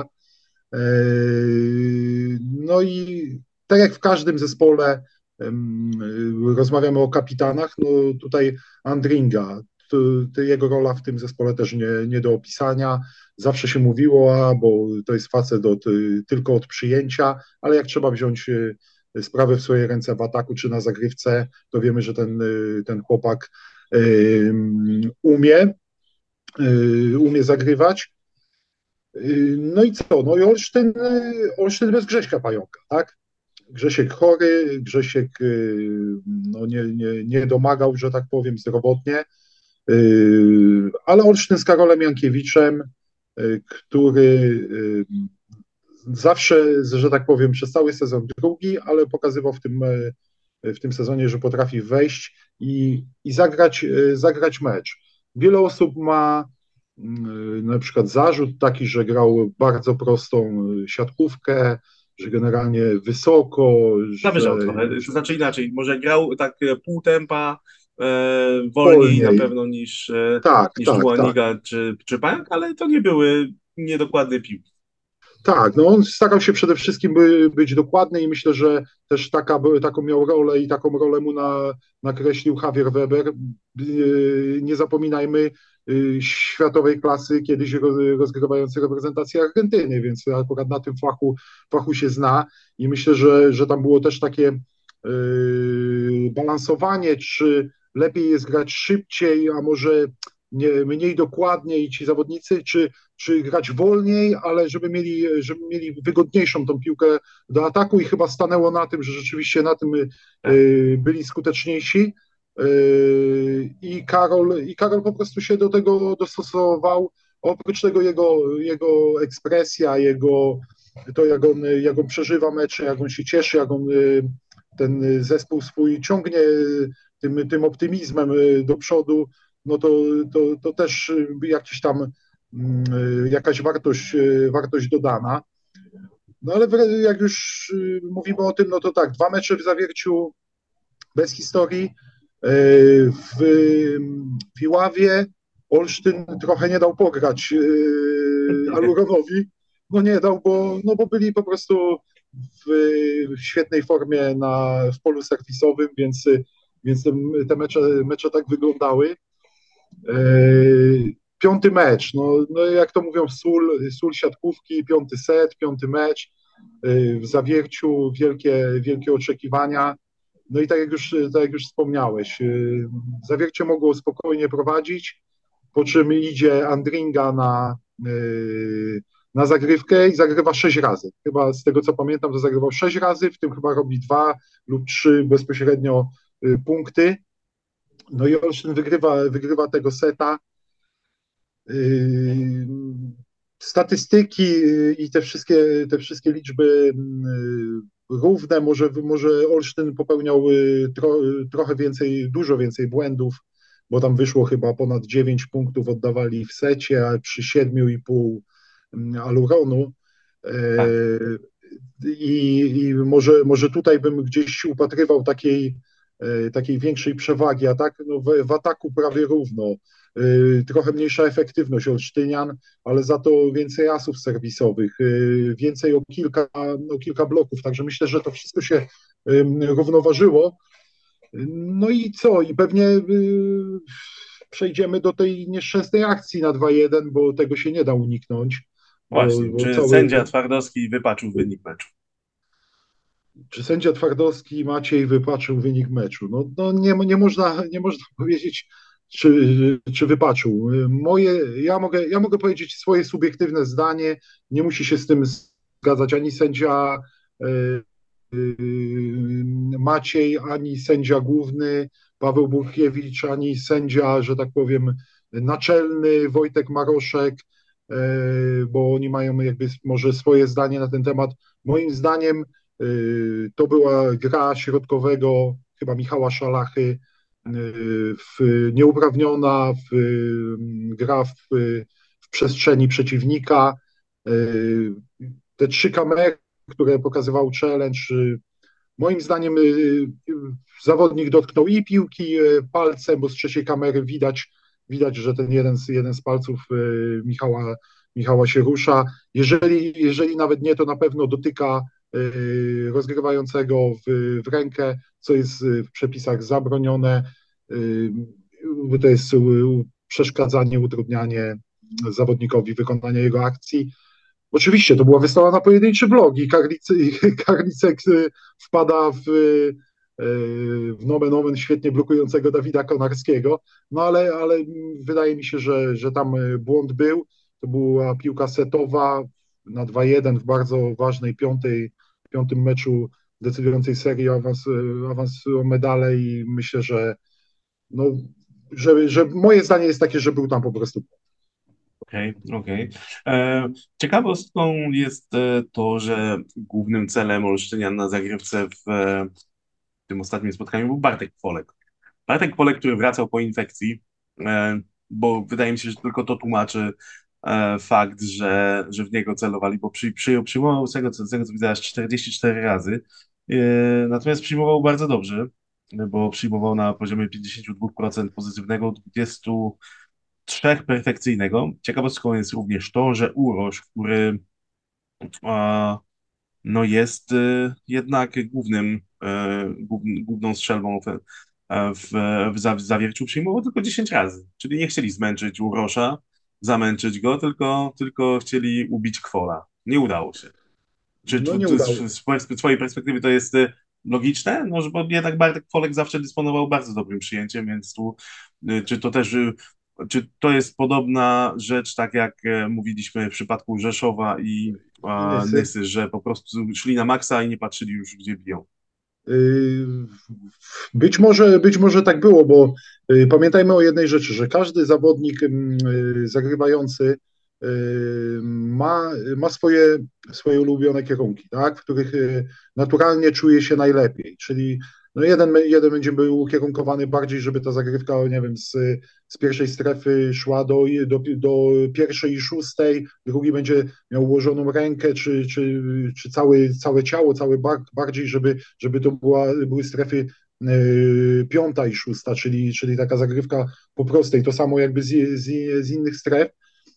No i tak jak w każdym zespole rozmawiamy o kapitanach, no tutaj Andringa, jego rola w tym zespole też nie do opisania. Zawsze się mówiło, bo to jest facet tylko od przyjęcia, ale jak trzeba wziąć sprawę w swoje ręce w ataku czy na zagrywce, to wiemy, że ten chłopak umie, umie zagrywać. No i co? No i Olsztyn bez Grześka Pająka, tak? Grzesiek chory, Grzesiek no nie domagał, że tak powiem, zdrowotnie, ale Olsztyn z Karolem Jankiewiczem, który zawsze, że tak powiem, przez cały sezon drugi, ale pokazywał w tym sezonie, że potrafi wejść i zagrać mecz. Wiele osób ma na przykład zarzut taki, że grał bardzo prostą siatkówkę, że generalnie wysoko, Zawyżał że trochę. To znaczy inaczej, może grał tak pół tempa wolniej na wolniej. pewno Tak, niż tak, tak. Łaniga czy Pająk, ale to nie były niedokładne piłki. Tak, no on starał się przede wszystkim być dokładny i myślę, że też taką miał rolę i taką rolę mu nakreślił Javier Weber. Nie zapominajmy, światowej klasy, kiedyś rozgrywający reprezentację Argentyny, więc akurat na tym fachu się zna i myślę, że tam było też takie balansowanie, czy lepiej jest grać szybciej, a może mniej dokładnie i ci zawodnicy, czy grać wolniej, ale żeby mieli wygodniejszą tą piłkę do ataku i chyba stanęło na tym, że rzeczywiście na tym byli skuteczniejsi. I Karol po prostu się do tego dostosował. Oprócz tego jego ekspresja, to jak on przeżywa mecze, jak on się cieszy, jak on ten zespół swój ciągnie tym optymizmem do przodu, no to też jakiś tam jakaś wartość dodana. No ale jak już mówimy o tym, no to tak, 2 mecze w Zawierciu bez historii. W Iławie Olsztyn trochę nie dał pograć Aluronowi. No nie dał, bo byli po prostu w świetnej formie w polu serwisowym, więc te mecze tak wyglądały. Piąty mecz, no jak to mówią, sól siatkówki, piąty set, piąty mecz. W Zawierciu wielkie oczekiwania. No i tak jak już wspomniałeś, Zawiercie mogło spokojnie prowadzić, po czym idzie Andringa na zagrywkę i zagrywa 6 razy. Chyba z tego co pamiętam, to zagrywał 6 razy, w tym chyba robi 2 lub 3 bezpośrednio punkty. No i Olsztyn wygrywa tego seta. Yy, Statystyki i te wszystkie liczby równe, może Olsztyn popełniał trochę więcej, dużo więcej błędów, bo tam wyszło chyba ponad 9 punktów oddawali w secie, a przy 7,5 Aluronu. Tak. I może tutaj bym gdzieś upatrywał takiej większej przewagi, a tak no w ataku prawie równo. Trochę mniejsza efektywność Olsztynian, ale za to więcej asów serwisowych, więcej o kilka bloków, także myślę, że to wszystko się równoważyło. No i co? I pewnie przejdziemy do tej nieszczęsnej akcji na 2-1, bo tego się nie da uniknąć, bo, Właśnie, bo czy cały, sędzia Twardowski wypaczył wynik meczu? czy sędzia Twardowski Maciej wypaczył wynik meczu? No nie można powiedzieć, czy wypaczył. Ja mogę powiedzieć swoje subiektywne zdanie. Nie musi się z tym zgadzać ani sędzia e, e, Maciej, ani sędzia główny Paweł Burkiewicz, ani sędzia, że tak powiem, naczelny Wojtek Maroszek, e, bo oni mają jakby może swoje zdanie na ten temat. Moim zdaniem to była gra środkowego, chyba Michała Szalachy, nieuprawniona, gra w przestrzeni przeciwnika. Te 3 kamery, które pokazywał challenge, moim zdaniem zawodnik dotknął i piłki palcem, bo z trzeciej kamery widać, że ten jeden z palców Michała się rusza. Jeżeli nawet nie, to na pewno dotyka rozgrywającego w rękę, co jest w przepisach zabronione, bo to jest przeszkadzanie, utrudnianie zawodnikowi wykonania jego akcji. Oczywiście to była wystawa na pojedynczy blok i Karlicek wpada w nomen omen świetnie blokującego Dawida Konarskiego, no ale wydaje mi się, że tam błąd był. To była piłka setowa na 2-1 w bardzo ważnej piątym meczu decydującej serii awans o medale i myślę, no, że moje zdanie jest takie, że był tam po prostu. Okej, okej. Ciekawostką jest to, że głównym celem Olsztynian na zagrywce w tym ostatnim spotkaniu był Bartek Polek. Bartek Polek, który wracał po infekcji, bo wydaje mi się, że tylko to tłumaczy fakt, że w niego celowali, bo przyjmował z tego co widzę aż 44 razy, natomiast przyjmował bardzo dobrze, bo przyjmował na poziomie 52% pozytywnego, 23 perfekcyjnego. Ciekawostką jest również to, że Uroż, który a, no jest jednak główną strzelbą w, w Zawierciu przyjmował tylko 10 razy. Czyli nie chcieli zmęczyć Urosza, zamęczyć go, tylko chcieli ubić Kwola. Nie udało się. Czy No nie udało. z twojej perspektywy to jest logiczne? No, że bo jednak Bartek Kwolek zawsze dysponował bardzo dobrym przyjęciem, więc tu czy to też czy to jest podobna rzecz, tak jak mówiliśmy w przypadku Rzeszowa i Inysy. Nysy, że po prostu szli na maksa i nie patrzyli już, gdzie biją. Yy, być może tak było, bo pamiętajmy o jednej rzeczy, że każdy zawodnik zagrywający ma swoje ulubione kierunki, tak, w których naturalnie czuje się najlepiej. Czyli no jeden będzie był ukierunkowany bardziej, żeby ta zagrywka, nie wiem, z pierwszej strefy szła do pierwszej i szóstej, drugi będzie miał ułożoną rękę, czy całe ciało, cały bardziej, żeby to były strefy piąta i szósta, czyli taka zagrywka po prostej. To samo jakby z innych stref.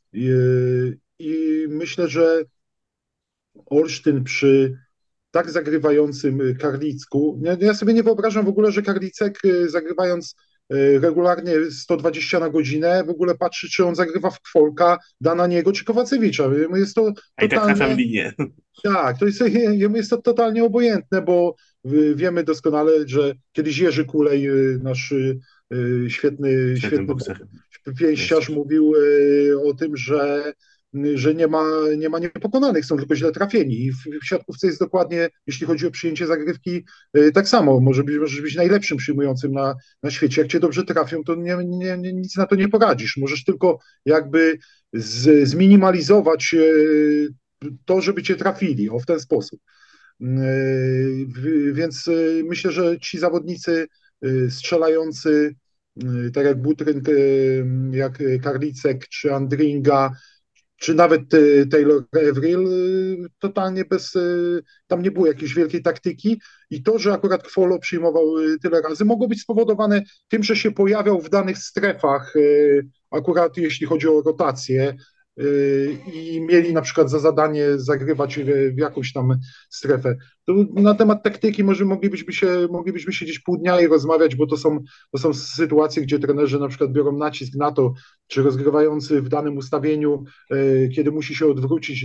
I myślę, że Olsztyn przy tak zagrywającym Karlicku, ja sobie nie wyobrażam w ogóle, że Karlicek zagrywając regularnie 120 na godzinę, w ogóle patrzy, czy on zagrywa w Kwolka, da na niego, czy Kowacewicza. Jest to A i tak trafia w totalnie, linię. tak, jemu jest to totalnie obojętne, bo wiemy doskonale, że kiedyś Jerzy Kulej, nasz Świetny bokser. Jest pięściarz, też. mówił o tym, że nie ma niepokonanych, są tylko źle trafieni. I w siatkówce jest dokładnie, jeśli chodzi o przyjęcie zagrywki, tak samo. Możesz być najlepszym przyjmującym na świecie. Jak cię dobrze trafią, to nic na to nie poradzisz. Możesz tylko jakby zminimalizować to, żeby cię trafili, w ten sposób. Więc myślę, że ci zawodnicy strzelający, tak jak Butryn, jak Karlicek czy Andringa, czy nawet Taylor Averill, totalnie tam nie było jakiejś wielkiej taktyki i to, że akurat Kwolo przyjmował tyle razy, mogło być spowodowane tym, że się pojawiał w danych strefach, akurat jeśli chodzi o rotację, i mieli na przykład za zadanie zagrywać w jakąś tam strefę. To na temat taktyki może moglibyśmy siedzieć pół dnia i rozmawiać, bo to są sytuacje, gdzie trenerzy na przykład biorą nacisk na to, czy rozgrywający w danym ustawieniu, kiedy musi się odwrócić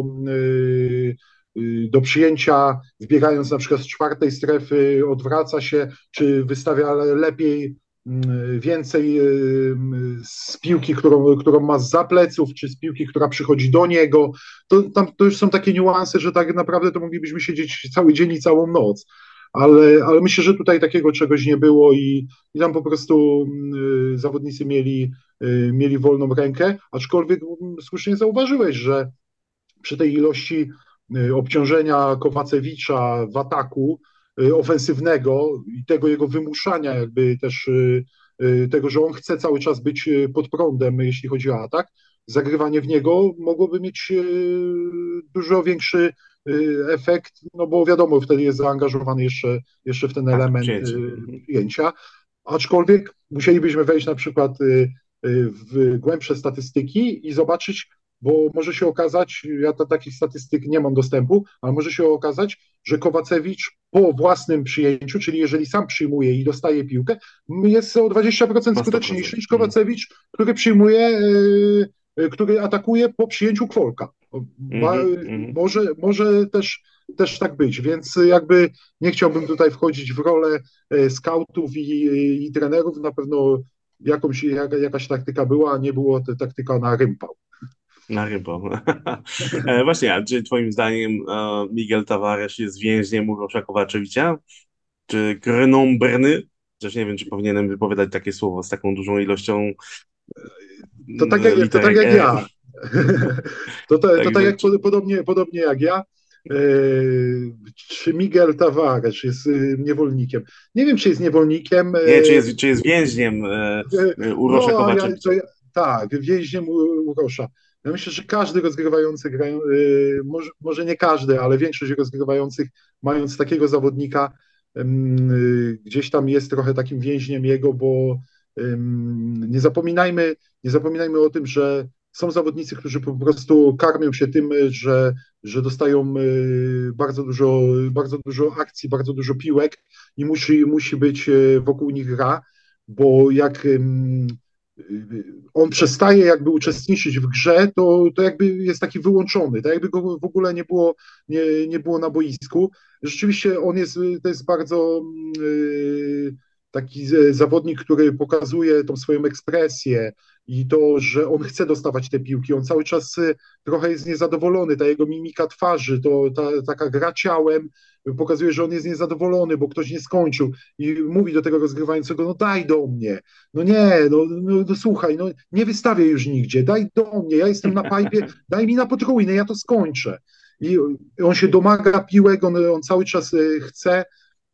do przyjęcia, wbiegając na przykład z czwartej strefy, odwraca się, czy wystawia lepiej więcej z piłki, którą ma zza pleców, czy z piłki, która przychodzi do niego. To już są takie niuanse, że tak naprawdę to moglibyśmy siedzieć cały dzień i całą noc. Ale myślę, że tutaj takiego czegoś nie było i tam po prostu zawodnicy mieli wolną rękę, aczkolwiek słusznie zauważyłeś, że przy tej ilości obciążenia Kowacewicza w ataku ofensywnego i tego jego wymuszania, jakby też tego, że on chce cały czas być pod prądem, jeśli chodzi o atak, zagrywanie w niego mogłoby mieć dużo większy efekt, no bo wiadomo, wtedy jest zaangażowany jeszcze w ten Tak, element przyjęcie. Mhm. przyjęcia, aczkolwiek musielibyśmy wejść na przykład w głębsze statystyki i zobaczyć, bo może się okazać, ja takich statystyk nie mam dostępu, ale może się okazać, że Kowacewicz po własnym przyjęciu, czyli jeżeli sam przyjmuje i dostaje piłkę, jest o 20% Na 100%. skuteczniejszy niż Mhm. Kowacewicz, który przyjmuje, który atakuje po przyjęciu Kwolka. Mhm. Mhm. Może też tak być, więc jakby nie chciałbym tutaj wchodzić w rolę skautów i trenerów. Na pewno jakaś taktyka była, a nie było to taktyka na rympał. Na rybo. Właśnie, a czy twoim zdaniem Miguel Tavares jest więźniem Urosza Kowaczewicza? Czy Grenon Berny? Też nie wiem, czy powinienem wypowiadać takie słowo z taką dużą ilością To tak literek jak E. ja. To tak Także, jak podobnie jak ja. E, Czy Miguel Tavares jest niewolnikiem? Nie wiem, czy jest niewolnikiem. nie, czy jest więźniem Urosza No, Kowaczewicza? tak, więźniem Urosza. Ja myślę, że każdy rozgrywający, może nie każdy, ale większość rozgrywających, mając takiego zawodnika, gdzieś tam jest trochę takim więźniem jego, bo nie zapominajmy o tym, że są zawodnicy, którzy po prostu karmią się tym, że dostają bardzo dużo akcji, bardzo dużo piłek i musi być wokół nich gra, bo jak on przestaje jakby uczestniczyć w grze, to jakby jest taki wyłączony, tak jakby go w ogóle nie było na boisku. Rzeczywiście to jest bardzo taki zawodnik, który pokazuje tą swoją ekspresję i to, że on chce dostawać te piłki. On cały czas trochę jest niezadowolony, ta jego mimika twarzy, taka gra ciałem pokazuje, że on jest niezadowolony, bo ktoś nie skończył i mówi do tego rozgrywającego, no daj do mnie, no nie, no słuchaj, no nie wystawię już nigdzie, daj do mnie, ja jestem na pajpie, daj mi na potrójny, ja to skończę. I on się domaga piłek, on cały czas chce.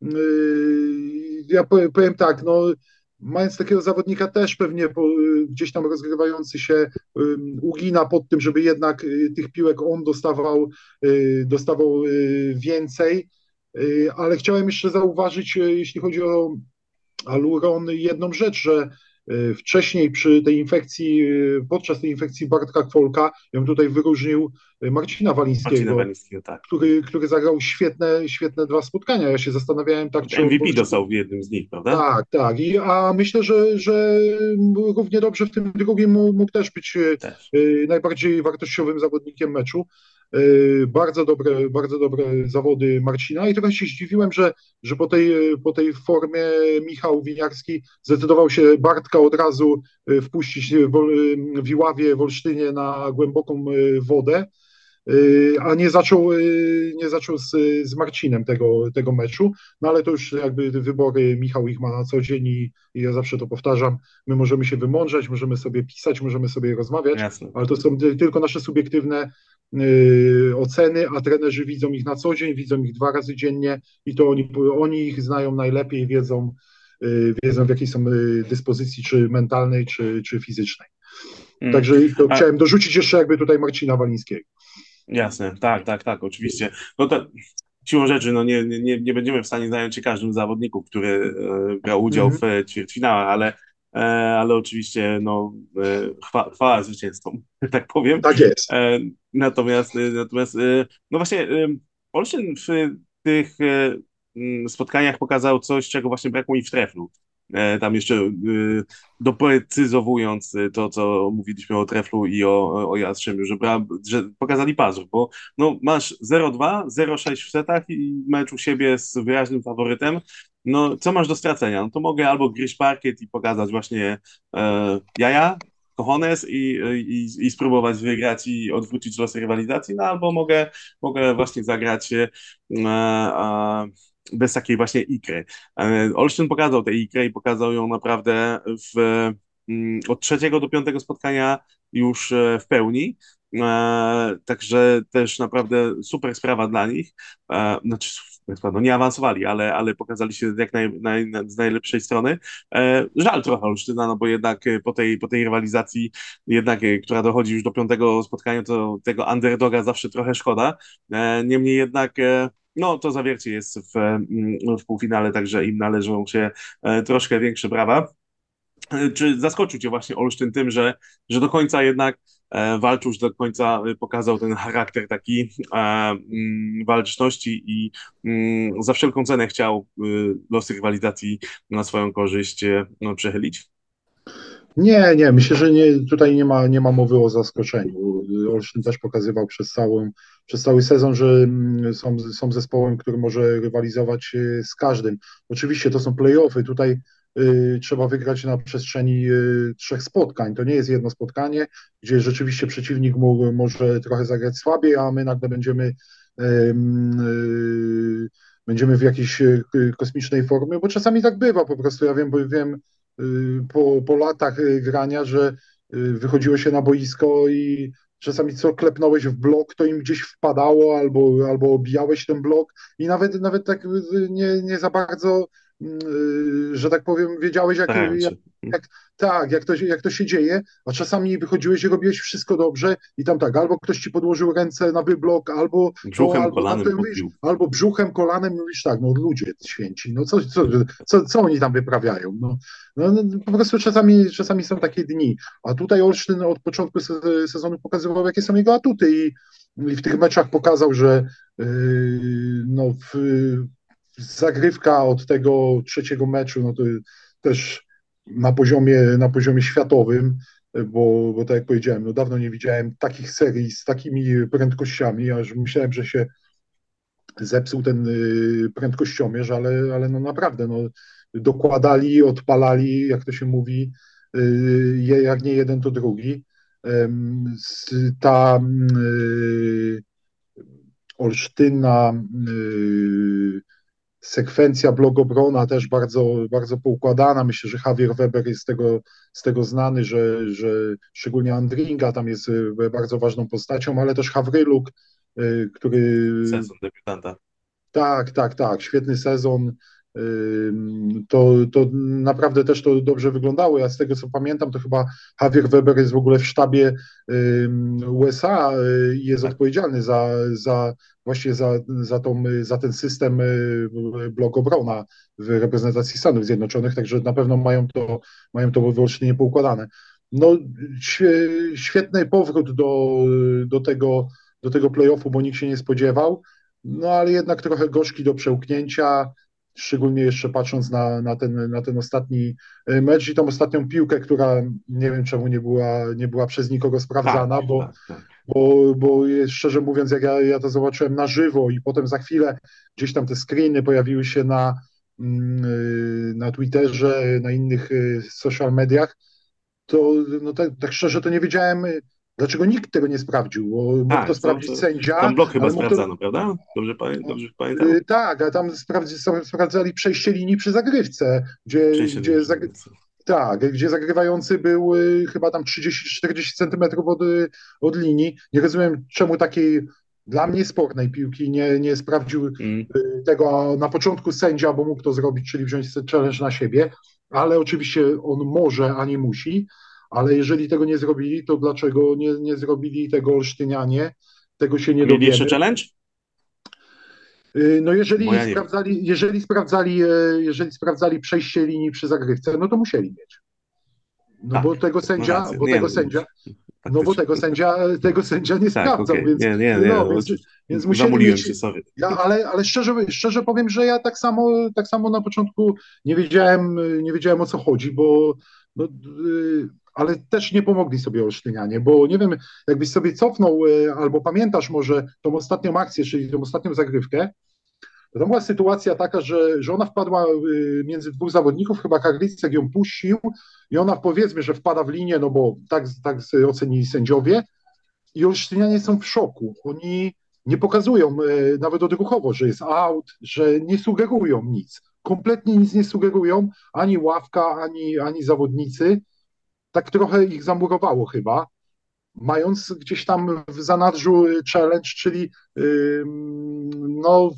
Ja powiem tak, no mając takiego zawodnika też pewnie gdzieś tam rozgrywający się ugina pod tym, żeby jednak tych piłek on dostawał więcej, ale chciałem jeszcze zauważyć, jeśli chodzi o Aluron, jedną rzecz, że wcześniej podczas tej infekcji Bartka Kwolka, ja bym tutaj wyróżnił Marcina Marcina Walińskiego, Walińskiego, tak. który zagrał świetne dwa spotkania. Ja się zastanawiałem tak, czy on MVP powinien. dostał w jednym z nich, prawda? Tak, tak. A myślę, że równie dobrze w tym drugim mógł też być Też. najbardziej wartościowym zawodnikiem meczu. Bardzo dobre zawody Marcina i trochę się zdziwiłem, że po tej formie Michał Winiarski zdecydował się Bartka od razu wpuścić w Iławie, w Olsztynie na głęboką wodę, a nie zaczął z Marcinem tego meczu, no ale to już jakby wybory Michał ich ma na co dzień i ja zawsze to powtarzam, my możemy się wymądrzać, możemy sobie pisać, możemy sobie rozmawiać, Jasne. ale to są tylko nasze subiektywne oceny, a trenerzy widzą ich na co dzień, widzą ich 2 razy dziennie i to oni ich znają najlepiej, wiedzą w jakiej są dyspozycji, czy mentalnej, czy fizycznej. Mm. Także to A, chciałem dorzucić jeszcze jakby tutaj Marcina Walińskiego. jasne, tak, tak, tak, oczywiście. No to siłą rzeczy, no nie będziemy w stanie zająć się każdym zawodniku, który brał udział w Mhm. ćwierćfinałach, ale oczywiście no, chwała zwycięzcom, tak powiem. Tak jest. No właśnie, Olsztyn w tych spotkaniach pokazał coś, czego właśnie brakło mi w treflu. Tam jeszcze doprecyzowując to, co mówiliśmy o treflu i o Jastrzębiu, że pokazali pazur, bo no, masz 0-2, 0-6 w setach i mecz u siebie z wyraźnym faworytem. No, co masz do stracenia? No to mogę albo gryźć parkiet i pokazać właśnie jaja, cojones i spróbować wygrać i odwrócić losy rywalizacji, no albo mogę właśnie zagrać bez takiej właśnie ikry. Olsztyn pokazał tę ikrę i pokazał ją naprawdę od 3. do 5. spotkania już w pełni. Także też naprawdę super sprawa dla nich. Znaczy, no nie awansowali, ale pokazali się jak z najlepszej strony. Żal trochę Olsztyna, no bo jednak po tej rywalizacji, jednak, która dochodzi już do 5. spotkania, to tego underdoga zawsze trochę szkoda. Niemniej jednak no, to zawiercie jest w półfinale, także im należą się troszkę większe brawa. Czy zaskoczył Cię właśnie Olsztyn tym, że do końca jednak walczył, że do końca pokazał ten charakter taki walczności i za wszelką cenę chciał losy rywalizacji na swoją korzyść no, przechylić? Nie, myślę, że tutaj nie ma mowy o zaskoczeniu. Olsztyn też pokazywał przez cały sezon, że są zespołem, który może rywalizować z każdym. Oczywiście to są play-offy, tutaj trzeba wygrać na przestrzeni 3 spotkań. To nie jest jedno spotkanie, gdzie rzeczywiście przeciwnik może trochę zagrać słabiej, a my nagle będziemy w jakiejś kosmicznej formie, bo czasami tak bywa po prostu. Ja wiem, bo wiem po latach grania, że wychodziło się na boisko i czasami co klepnąłeś w blok, to im gdzieś wpadało albo obijałeś ten blok i nawet tak nie za bardzo że tak powiem, wiedziałeś, Starają się. jak, tak, jak to się dzieje, a czasami wychodziłeś i robiłeś wszystko dobrze i tam tak, albo ktoś ci podłożył ręce na wyblok, Brzuchem, albo kolanem tamten mówisz, pobił. albo brzuchem, kolanem mówisz tak, no ludzie święci, no co oni tam wyprawiają? Po prostu czasami są takie dni, a tutaj Olsztyn od początku sezonu pokazywał, jakie są jego atuty i w tych meczach pokazał, że no, zagrywka od tego trzeciego meczu, no to też na poziomie światowym, bo tak jak powiedziałem, no dawno nie widziałem takich serii z takimi prędkościami, aż myślałem, że się zepsuł ten prędkościomierz, ale no naprawdę, no, dokładali, odpalali, jak to się mówi, jak nie jeden, to drugi. Ta Olsztyna sekwencja Blogobrona też bardzo, bardzo poukładana. Myślę, że Javier Weber jest z tego znany, że szczególnie Andringa tam jest bardzo ważną postacią, ale też Hawryluk, który Sezon debiutanta. tak, tak, tak, świetny sezon. To naprawdę też to dobrze wyglądało. Ja z tego co pamiętam, to chyba Javier Weber jest w ogóle w sztabie USA i jest Tak. odpowiedzialny właśnie za ten system blok obrona w reprezentacji Stanów Zjednoczonych, także na pewno mają to wyłącznie poukładane. No, świetny powrót do tego play-offu, bo nikt się nie spodziewał. No ale jednak trochę gorzki do przełknięcia, szczególnie jeszcze patrząc na ten ostatni mecz i tą ostatnią piłkę, która nie wiem czemu nie była przez nikogo Tak, sprawdzana, bo, tak, tak. bo, bo szczerze mówiąc, jak ja to zobaczyłem na żywo i potem za chwilę gdzieś tam te screeny pojawiły się na Twitterze, na innych social mediach, to no tak szczerze to nie wiedziałem, dlaczego nikt tego nie sprawdził, bo mógł to Tak, sprawdzić tam sędzia, blok chyba ale mógł to. sprawdzano, prawda? Dobrze pamiętam? Tak, a tam sprawdzali przejście linii przy zagrywce, gdzie, Przejście gdzie, linii. zagry- tak, gdzie zagrywający był chyba tam 30-40 centymetrów od linii. Nie rozumiem, czemu takiej dla mnie spornej piłki nie sprawdził Mm. tego na początku sędzia, bo mógł to zrobić, czyli wziąć challenge na siebie, ale oczywiście on może, a nie musi. Ale jeżeli tego nie zrobili, to dlaczego nie zrobili tego Olsztynianie? Tego się nie Mieli jeszcze dowiemy. challenge? No Bo jeżeli ja nie wiem. sprawdzali, jeżeli sprawdzali przejście linii przy zagrywce, no to musieli mieć. No Tak, bo tego no sędzia, rację. bo Nie, tego no, sędzia, no bo faktycznie. tego sędzia nie Tak, sprawdzał, okej. więc Nie, no, no, więc musieli zamuliłem mieć. się, sorry. Ale szczerze powiem, że ja tak samo na początku nie wiedziałem o co chodzi, bo no, ale też nie pomogli sobie Olsztynianie, bo nie wiem, jakbyś sobie cofnął albo pamiętasz może tą ostatnią akcję, czyli tą ostatnią zagrywkę. To była sytuacja taka, że ona wpadła między dwóch zawodników, chyba Karlicek ją puścił i ona powiedzmy, że wpada w linię, no bo tak ocenili sędziowie i olsztynianie są w szoku. Oni nie pokazują nawet odruchowo, że jest out, że nie sugerują nic. Kompletnie nic nie sugerują, ani ławka, ani zawodnicy. Tak trochę ich zamurowało chyba, mając gdzieś tam w zanadrzu challenge, czyli no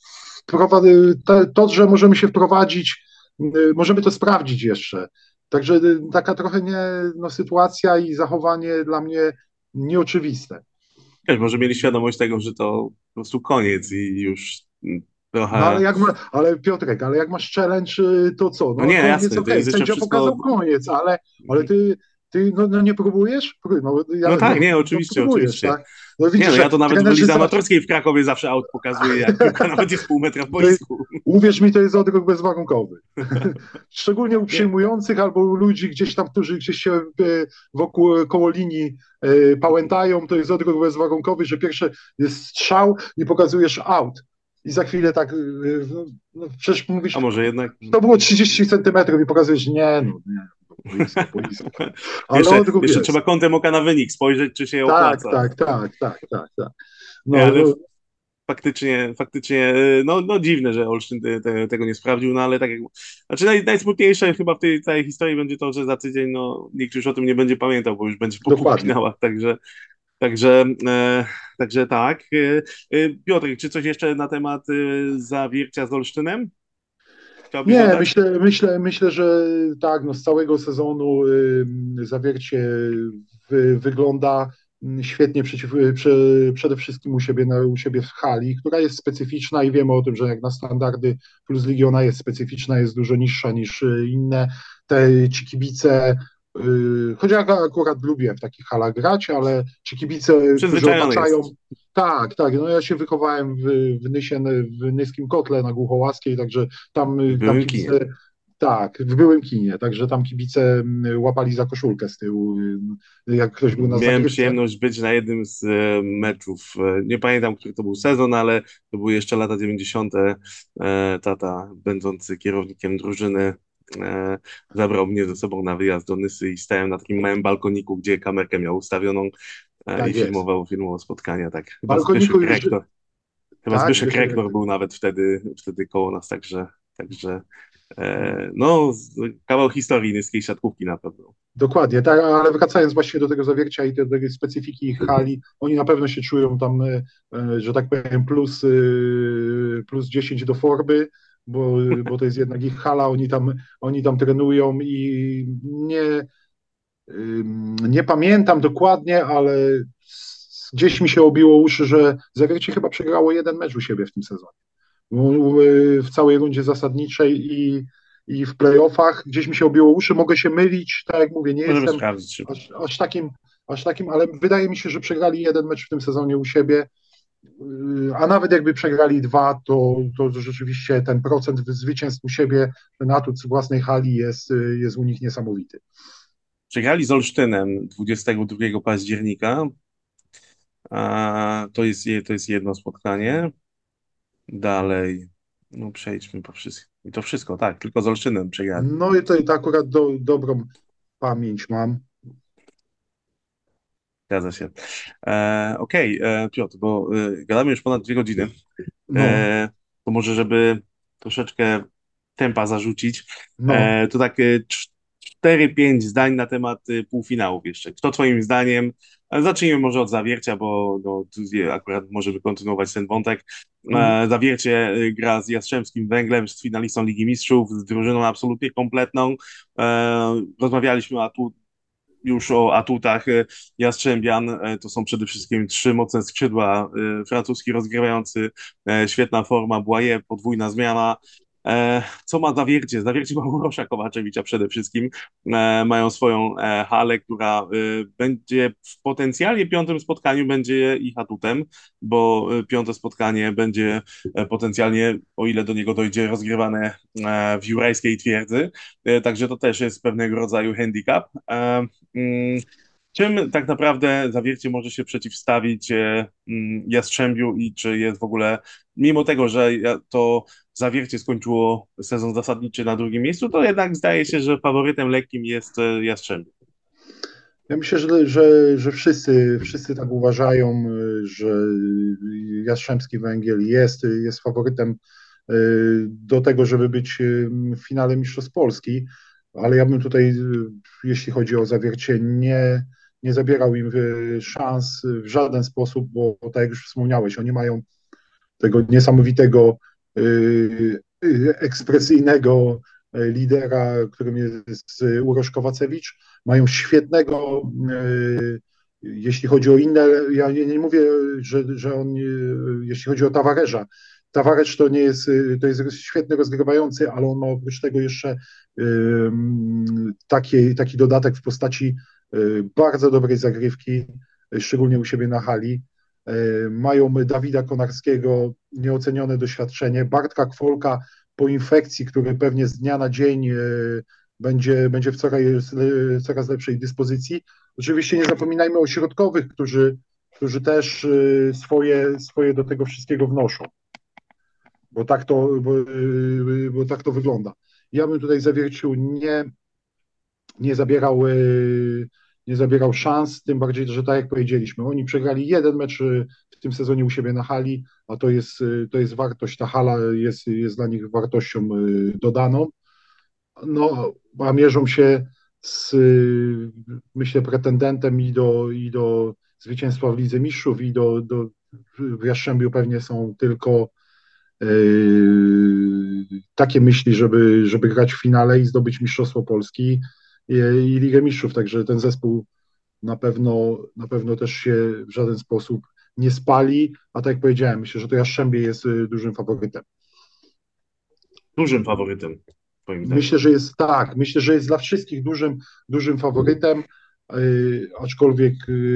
to, że możemy się wprowadzić, możemy to sprawdzić jeszcze. Także taka trochę no, sytuacja i zachowanie dla mnie nieoczywiste. Wiesz, może mieli świadomość tego, że to po prostu koniec i już No trochę. ale Piotrek, ale jak masz challenge, to co? No No nie, koniec, jasne, to okej, jest jeszcze sędzia pokazał wszystko. koniec, ale ty no nie próbujesz? No, No ja, tak, nie, no oczywiście, próbujesz, oczywiście. tak? No Nie, widzisz, no ja że to nawet w trenerzy Lidze zobacz, Amatorskiej w Krakowie zawsze aut pokazuję, jak piłka nawet jest pół metra w to jest, boisku. uwierz mi, to jest odruch bezwarunkowy. Szczególnie u Nie, przyjmujących albo u ludzi gdzieś tam, którzy gdzieś się wokół koło linii pałętają, to jest odruch bezwarunkowy, że pierwszy jest strzał i pokazujesz out. I za chwilę tak, no przecież a mówisz, może jednak. to było 30 centymetrów i pokazujesz, nie, boisko. Ale Jeszcze, odruch jeszcze jest. trzeba kątem oka na wynik spojrzeć, czy się Tak, opłaca. tak, tak, tak, tak, tak. Nie, No, ale faktycznie, no dziwne, że Olsztyn tego nie sprawdził, no ale tak jak. Znaczy najsmutniejsze chyba w tej całej historii będzie to, że za tydzień no, nikt już o tym nie będzie pamiętał, bo już będzie po dokładnie. półfinałach, także, także tak. Piotr, czy coś jeszcze na temat zawiercia z Olsztynem? Chciałbyś Nie, dodać? myślę, że tak, no z całego sezonu Zawiercie wygląda świetnie przede wszystkim u siebie w hali, która jest specyficzna i wiemy o tym, że jak na standardy Plus Ligi ona jest specyficzna, jest dużo niższa niż inne. Ci kibice, choć ja akurat lubię w takich halach grać, ale ci kibice, którzy Przyzwyczajony otaczają, jest. tak, tak, no ja się wychowałem w Nysie, w Nyskim Kotle na Głuchołaskiej, także W tam byłym kinie. kibice, tak, w byłym kinie, także tam kibice łapali za koszulkę z tyłu, jak ktoś był na Miałem zagrywce. przyjemność być na jednym z meczów. Nie pamiętam, który to był sezon, ale to były jeszcze lata 90. Tata, będący kierownikiem drużyny, e, zabrał mnie ze sobą na wyjazd do Nysy i stałem na takim małym balkoniku, gdzie kamerkę miał ustawioną i Tak jest. filmował spotkania. Tak, Balkoniku już, Chyba tak, Zbyszek Zbyszek Rektor był nawet wtedy koło nas, także no, kawał historii nyskiej siatkówki na pewno. dokładnie, tak, ale wracając właśnie do tego Zawiercia i do tej specyfiki ich hali, oni na pewno się czują tam, że tak powiem, plus 10 do formy, bo to jest jednak ich hala, oni tam trenują i nie pamiętam dokładnie, ale gdzieś mi się obiło uszy, że Zawiercie chyba przegrało jeden mecz u siebie w tym sezonie. W całej rundzie zasadniczej i w playoffach gdzieś mi się obiło uszy, mogę się mylić, tak jak mówię, nie Możemy jestem sprawdzić szybko. aż takim, ale wydaje mi się, że przegrali jeden mecz w tym sezonie u siebie, a nawet jakby przegrali dwa, to rzeczywiście ten procent zwycięstw u siebie, ten atut z własnej hali jest u nich niesamowity. Przegrali z Olsztynem 22 października. To jest jedno spotkanie. Dalej, no przejdźmy po wszystkim. I to wszystko, tak, tylko z Olsztynem przegrali. No i to akurat dobrą pamięć mam. Zgadza się. Okej, Piotr, bo gadamy już ponad 2 godziny. No, E, to może, żeby troszeczkę tempa zarzucić, no. to tak 4-5 zdań na temat półfinałów jeszcze. Kto twoim zdaniem, zacznijmy może od Zawiercia, bo no, tu akurat możemy kontynuować ten wątek. Zawiercie gra z Jastrzębskim Węglem, z finalistą Ligi Mistrzów, z drużyną absolutnie kompletną. Rozmawialiśmy już o atutach Jastrzębian. To są przede wszystkim trzy mocne skrzydła. Francuski rozgrywający, świetna forma, Błaje, podwójna zmiana. Co ma Zawiercie? Zawiercie ma Urosza Kowaczewicza przede wszystkim. Mają swoją halę, która będzie w potencjalnie piątym spotkaniu będzie ich atutem, bo piąte spotkanie będzie potencjalnie, o ile do niego dojdzie, rozgrywane w Jurajskiej Twierdzy. Także to też jest pewnego rodzaju handicap. Mm, Czym tak naprawdę Zawiercie może się przeciwstawić Jastrzębiu i czy jest w ogóle, mimo tego, że to Zawiercie skończyło sezon zasadniczy na drugim miejscu, to jednak zdaje się, że faworytem lekkim jest Jastrzębiu. Ja myślę, że wszyscy tak uważają, że Jastrzębski Węgiel jest faworytem do tego, żeby być w finale Mistrzostw Polski, ale ja bym tutaj, jeśli chodzi o Zawiercie, nie zabierał im szans w żaden sposób, bo tak jak już wspomniałeś, oni mają tego niesamowitego, ekspresyjnego lidera, którym jest Urosz Kowacewicz. Mają świetnego, jeśli chodzi o inne, ja nie mówię, że on, jeśli chodzi o Tavareza, Tavares to jest świetny rozgrywający, ale on ma oprócz tego jeszcze taki dodatek w postaci bardzo dobrej zagrywki, szczególnie u siebie na hali. Mają Dawida Konarskiego, nieocenione doświadczenie, Bartka Kwolka po infekcji, który pewnie z dnia na dzień będzie w coraz lepszej dyspozycji. Oczywiście nie zapominajmy o środkowych, którzy też swoje do tego wszystkiego wnoszą, bo tak to wygląda. Ja bym tutaj Zawierciu nie zabierał, nie zabierał szans, tym bardziej, że tak jak powiedzieliśmy, oni przegrali jeden mecz w tym sezonie u siebie na hali, a to jest wartość, ta hala jest dla nich wartością dodaną. No, a mierzą się z, myślę, pretendentem i do zwycięstwa w Lidze Mistrzów, w Jastrzębiu pewnie są tylko takie myśli, żeby grać w finale i zdobyć Mistrzostwo Polski i Ligę Mistrzów. Także ten zespół na pewno też się w żaden sposób nie spali, a tak jak powiedziałem, myślę, że to Jastrzębie jest dużym faworytem. Dużym faworytem, moim zdaniem. Myślę, że jest tak, myślę, że jest dla wszystkich dużym faworytem, aczkolwiek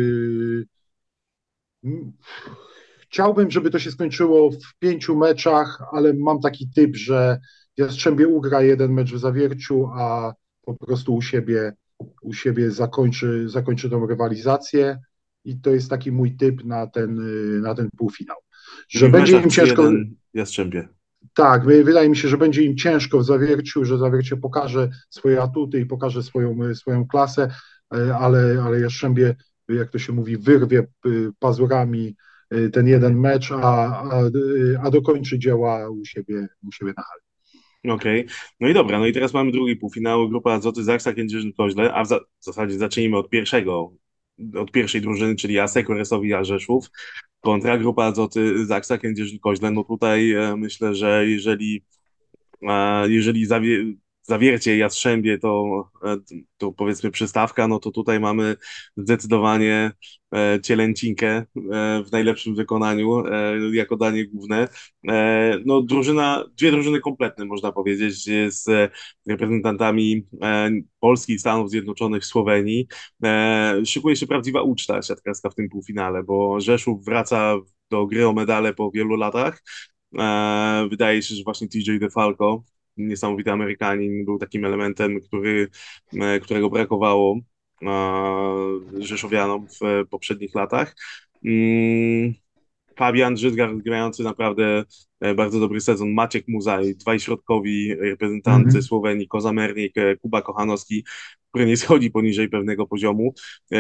chciałbym, żeby to się skończyło w 5 meczach, ale mam taki typ, że Jastrzębie ugra jeden mecz w Zawierciu, a po prostu u siebie zakończy tą rywalizację i to jest taki mój typ na ten półfinał. Czyli Że w będzie meczach im ciężko, 3-1 Jastrzębie. tak, wydaje mi się, że będzie im ciężko w Zawierciu, że Zawiercie pokaże swoje atuty i pokaże swoją klasę, ale Jastrzębie, jak to się mówi, wyrwie pazurami ten jeden mecz, a dokończy dzieła u siebie na hali. Okej. No i dobra, no i teraz mamy drugi półfinał, grupa Azoty Zaksa Kędzierzyn-Koźle, a w zasadzie zacznijmy od pierwszej drużyny, czyli Aseko Resowi Rzeszów, kontra grupa Azoty Zaksa Kędzierzyn-Koźle. No tutaj myślę, że jeżeli Zawiercie Jastrzębie to powiedzmy przystawka, no to tutaj mamy zdecydowanie cielęcinkę w najlepszym wykonaniu jako danie główne. No dwie drużyny kompletne można powiedzieć z reprezentantami Polski, Stanów Zjednoczonych, Słowenii. Szykuje się prawdziwa uczta siatkarska w tym półfinale, bo Rzeszów wraca do gry o medale po wielu latach. Wydaje się, że właśnie TJ DeFalco, niesamowity Amerykanin, był takim elementem, którego brakowało Rzeszowianom w poprzednich latach. Mm, Fabian Żydgar grający naprawdę bardzo dobry sezon, Maciek Muzaj, dwaj środkowi reprezentancy Mhm. Słowenii, Koza Mernik, Kuba Kochanowski, który nie schodzi poniżej pewnego poziomu.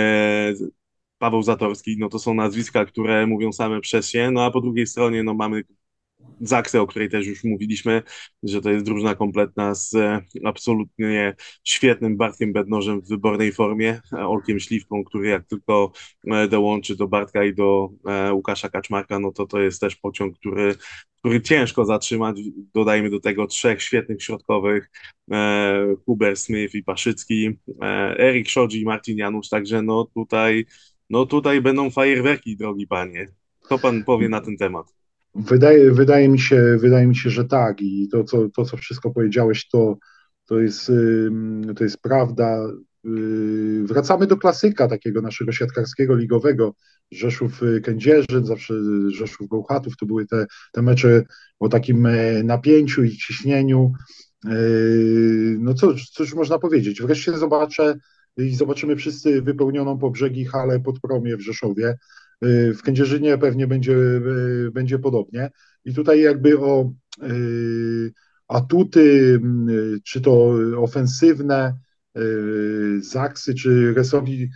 Paweł Zatorski, no to są nazwiska, które mówią same przez się, no a po drugiej stronie no mamy Zaksę, o której też już mówiliśmy, że to jest drużyna kompletna z absolutnie świetnym Bartkiem Bednożem w wybornej formie, Olkiem Śliwką, który jak tylko dołączy do Bartka i do Łukasza Kaczmarka, no to jest też pociąg, który ciężko zatrzymać. Dodajmy do tego trzech świetnych środkowych, Huber, Smith i Paszycki, Erik Szodzi i Marcin Janusz, także no tutaj będą fajerwerki, drogi panie. Co pan powie na ten temat? Wydaje mi się, że tak i to, co wszystko powiedziałeś, to jest prawda. Wracamy do klasyka takiego naszego siatkarskiego, ligowego. Rzeszów-Kędzierzyn, zawsze Rzeszów-Bełchatów, to były te mecze o takim napięciu i ciśnieniu. No cóż można powiedzieć? Wreszcie zobaczymy wszyscy wypełnioną po brzegi halę pod promie w Rzeszowie. W Kędzierzynie pewnie będzie podobnie. I tutaj jakby o atuty, czy to ofensywne, Zaksy, czy Resowi,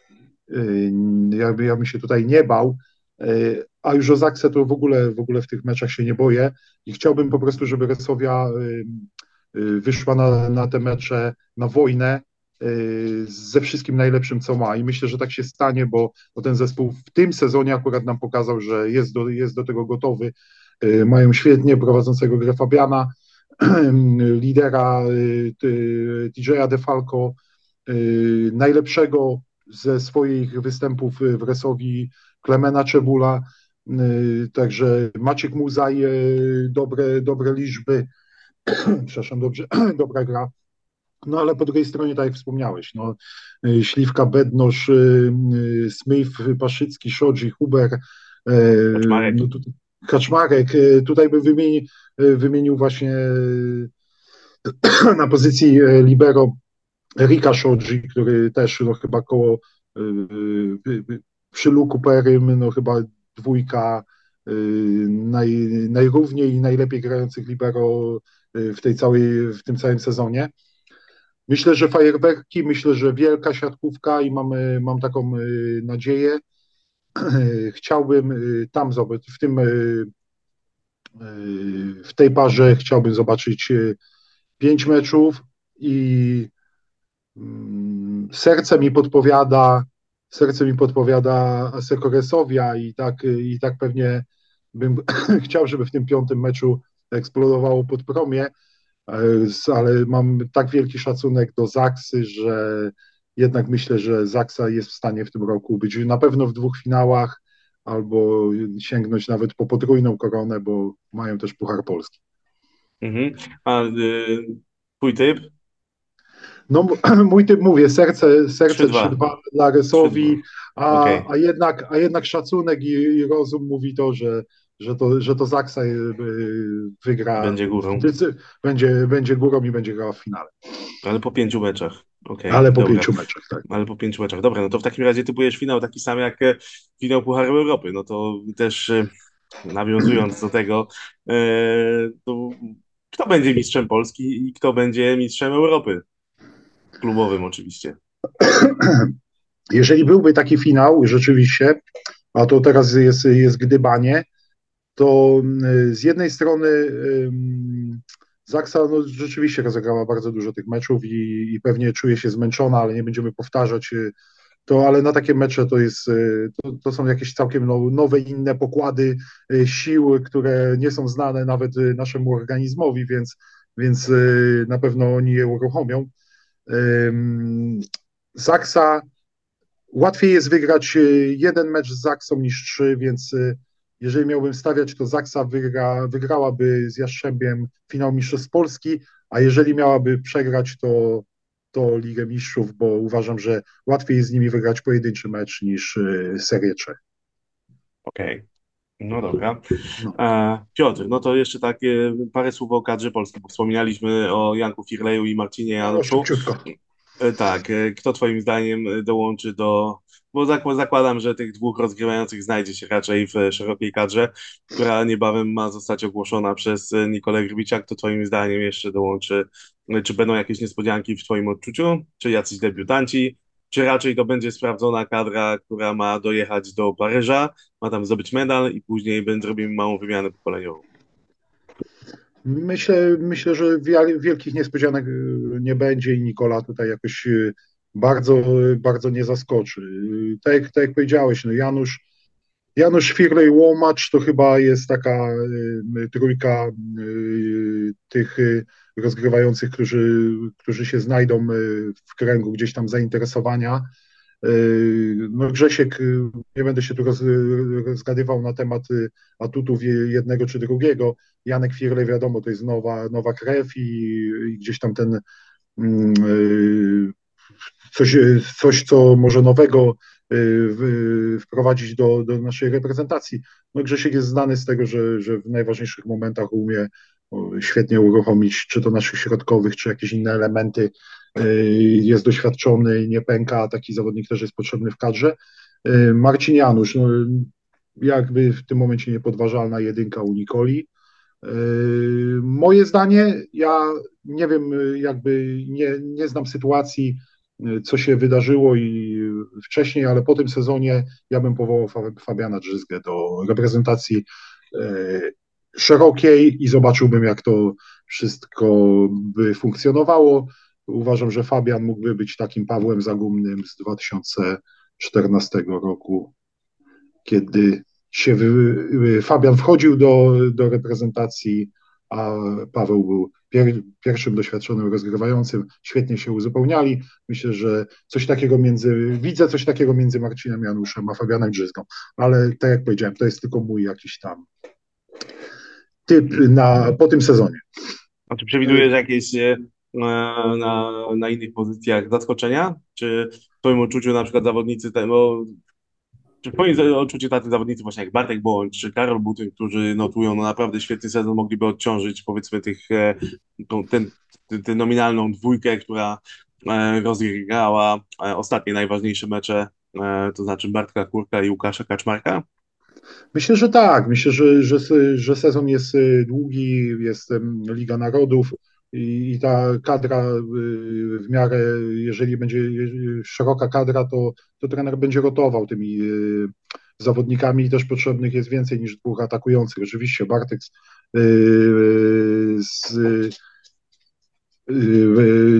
jakby ja bym się tutaj nie bał, a już o Zaksę to w ogóle w tych meczach się nie boję i chciałbym po prostu, żeby Resowia wyszła na te mecze, na wojnę ze wszystkim najlepszym, co ma. I myślę, że tak się stanie, bo ten zespół w tym sezonie akurat nam pokazał, że jest do tego gotowy. Mają świetnie prowadzącego grę Fabiana, lidera TJ-a DeFalco, najlepszego ze swoich występów w Resowi Klemena Czebula, także Maciek Muzaj, dobre liczby, przepraszam, dobrze, dobra gra. No ale po drugiej stronie, tak jak wspomniałeś, no, Śliwka, Bednosz, Smith, Paszycki, Szodzi, Huber, Kaczmarek. no, Kaczmarek, tutaj bym wymienił właśnie na pozycji libero Rika Szodzi, który też no, chyba koło przy Luku Perym, no chyba dwójka najrówniej i najlepiej grających libero w tym całym sezonie. Myślę, że fajerwerki, myślę, że wielka siatkówka i mam taką nadzieję. Chciałbym tam zobaczyć, w tej parze chciałbym zobaczyć 5 meczów i serce mi podpowiada Asseco Resovia i tak pewnie bym chciał, żeby w tym piątym meczu eksplodowało pod promie, ale mam tak wielki szacunek do Zaksy, że jednak myślę, że Zaksa jest w stanie w tym roku być na pewno w dwóch finałach albo sięgnąć nawet po potrójną koronę, bo mają też Puchar Polski. Mhm. A twój typ? No, mój typ, mówię, serce 3-2. 3-2 3-2. Laresowi, Okej. a jednak szacunek i rozum mówi to, że to Zaksa wygra, Będzie górą. będzie górą i będzie grała w finale. Ale po 5 meczach. Okej, Ale po dobra. 5 meczach, tak. Ale po 5 meczach. Dobra, no to w takim razie typujesz finał taki sam jak finał Pucharu Europy. No to też nawiązując do tego, to kto będzie mistrzem Polski i kto będzie mistrzem Europy? Klubowym oczywiście. Jeżeli byłby taki finał, rzeczywiście, a to teraz jest gdybanie, to z jednej strony Zaksa no, rzeczywiście rozegrała bardzo dużo tych meczów i pewnie czuje się zmęczona, ale nie będziemy powtarzać to, ale na takie mecze to są jakieś całkiem nowe, inne pokłady sił, które nie są znane nawet naszemu organizmowi, więc na pewno oni je uruchomią. Zaksa, łatwiej jest wygrać jeden mecz z Zaksą niż trzy, więc jeżeli miałbym stawiać, to Zaksa wygrałaby z Jastrzębiem finał Mistrzostw Polski, a jeżeli miałaby przegrać, to Ligę Mistrzów, bo uważam, że łatwiej jest z nimi wygrać pojedynczy mecz niż serię trzech. Okej. No dobra. No, Piotr, no to jeszcze takie parę słów o kadrze Polski, bo wspominaliśmy o Janku Firleju i Marcinie no Januszu. szybciutko. Tak, kto Twoim zdaniem dołączy do. Bo zakładam, że tych dwóch rozgrywających znajdzie się raczej w szerokiej kadrze, która niebawem ma zostać ogłoszona przez Nikolę Grbicza. Kto Twoim zdaniem jeszcze dołączy? Czy będą jakieś niespodzianki w Twoim odczuciu? Czy jacyś debiutanci? Czy raczej to będzie sprawdzona kadra, która ma dojechać do Paryża, ma tam zdobyć medal i później zrobimy małą wymianę pokoleniową? Myślę, że wielkich niespodzianek nie będzie i Nikola tutaj jakoś bardzo nie zaskoczy. Tak jak powiedziałeś, no Janusz Firlej Łomacz to chyba jest taka trójka tych rozgrywających, którzy się znajdą w kręgu gdzieś tam zainteresowania. No Grzesiek, nie będę się tu rozgadywał na temat atutów jednego czy drugiego. Janek Firlej, wiadomo, to jest nowa krew i gdzieś tam ten mm, coś, co może nowego wprowadzić do naszej reprezentacji. No Grzesiek jest znany z tego, że w najważniejszych momentach umie świetnie uruchomić czy to naszych środkowych, czy jakieś inne elementy. Jest doświadczony, nie pęka, a taki zawodnik też jest potrzebny w kadrze. Marcin Janusz, no, jakby w tym momencie niepodważalna jedynka u Nikoli. Moje zdanie, ja nie wiem, jakby nie znam sytuacji, co się wydarzyło i wcześniej, ale po tym sezonie ja bym powołał Fabiana Drzyzgę do reprezentacji szerokiej i zobaczyłbym, jak to wszystko by funkcjonowało. Uważam, że Fabian mógłby być takim Pawłem Zagumnym z 2014 roku, kiedy Fabian wchodził do reprezentacji, a Paweł był pierwszym doświadczonym rozgrywającym. Świetnie się uzupełniali. Myślę, że widzę coś takiego między Marcinem Januszem a Fabianem Drzyzgą, ale tak jak powiedziałem, to jest tylko mój jakiś tam typ po tym sezonie. A czy przewidujesz jakieś na innych pozycjach zaskoczenia? Czy w Twoim odczuciu na przykład zawodnicy, bo czy w Twoim odczuciu tacy zawodnicy właśnie jak Bartek Bądź czy Karol Butyn, którzy notują no naprawdę świetny sezon, mogliby odciążyć powiedzmy tę nominalną dwójkę, która rozgrała ostatnie najważniejsze mecze, to znaczy Bartka Kurka i Łukasza Kaczmarka? Myślę, że tak. Myślę, że sezon jest długi, jest Liga Narodów i ta kadra w miarę, jeżeli będzie szeroka kadra, to trener będzie rotował tymi zawodnikami i też potrzebnych jest więcej niż dwóch atakujących. Oczywiście Bartek z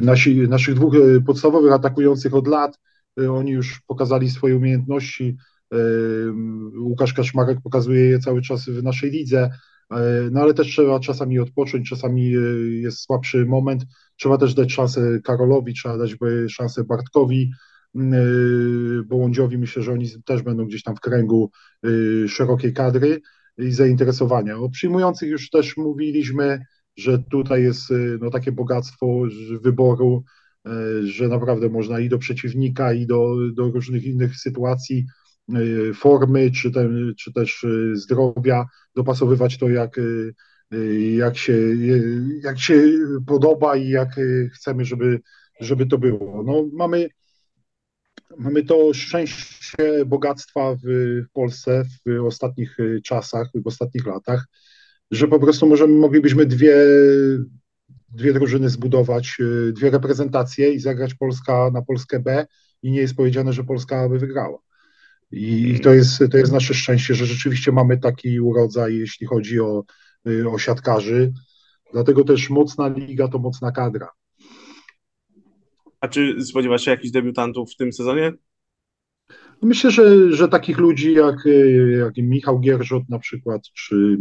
naszych dwóch podstawowych atakujących od lat, oni już pokazali swoje umiejętności. Łukasz Kaczmarek pokazuje je cały czas w naszej lidze, no ale też trzeba czasami odpocząć, czasami jest słabszy moment, trzeba też dać szansę Karolowi, trzeba dać szansę Bartkowi, Bołądziowi, myślę, że oni też będą gdzieś tam w kręgu szerokiej kadry i zainteresowania. O przyjmujących już też mówiliśmy, że tutaj jest no, takie bogactwo wyboru, że naprawdę można i do przeciwnika, i do różnych innych sytuacji, formy, czy też zdrowia, dopasowywać to jak się, jak się podoba i jak chcemy, żeby to było. No, mamy to szczęście bogactwa w Polsce w ostatnich czasach, w ostatnich latach, że po prostu moglibyśmy dwie drużyny zbudować, dwie reprezentacje i zagrać Polska na Polskę B i nie jest powiedziane, że Polska by wygrała. I Mm. to jest nasze szczęście, że rzeczywiście mamy taki urodzaj, jeśli chodzi o siatkarzy. Dlatego też mocna liga to mocna kadra. A czy spodziewasz się jakichś debiutantów w tym sezonie? Myślę, że takich ludzi jak Michał Gierżot na przykład, czy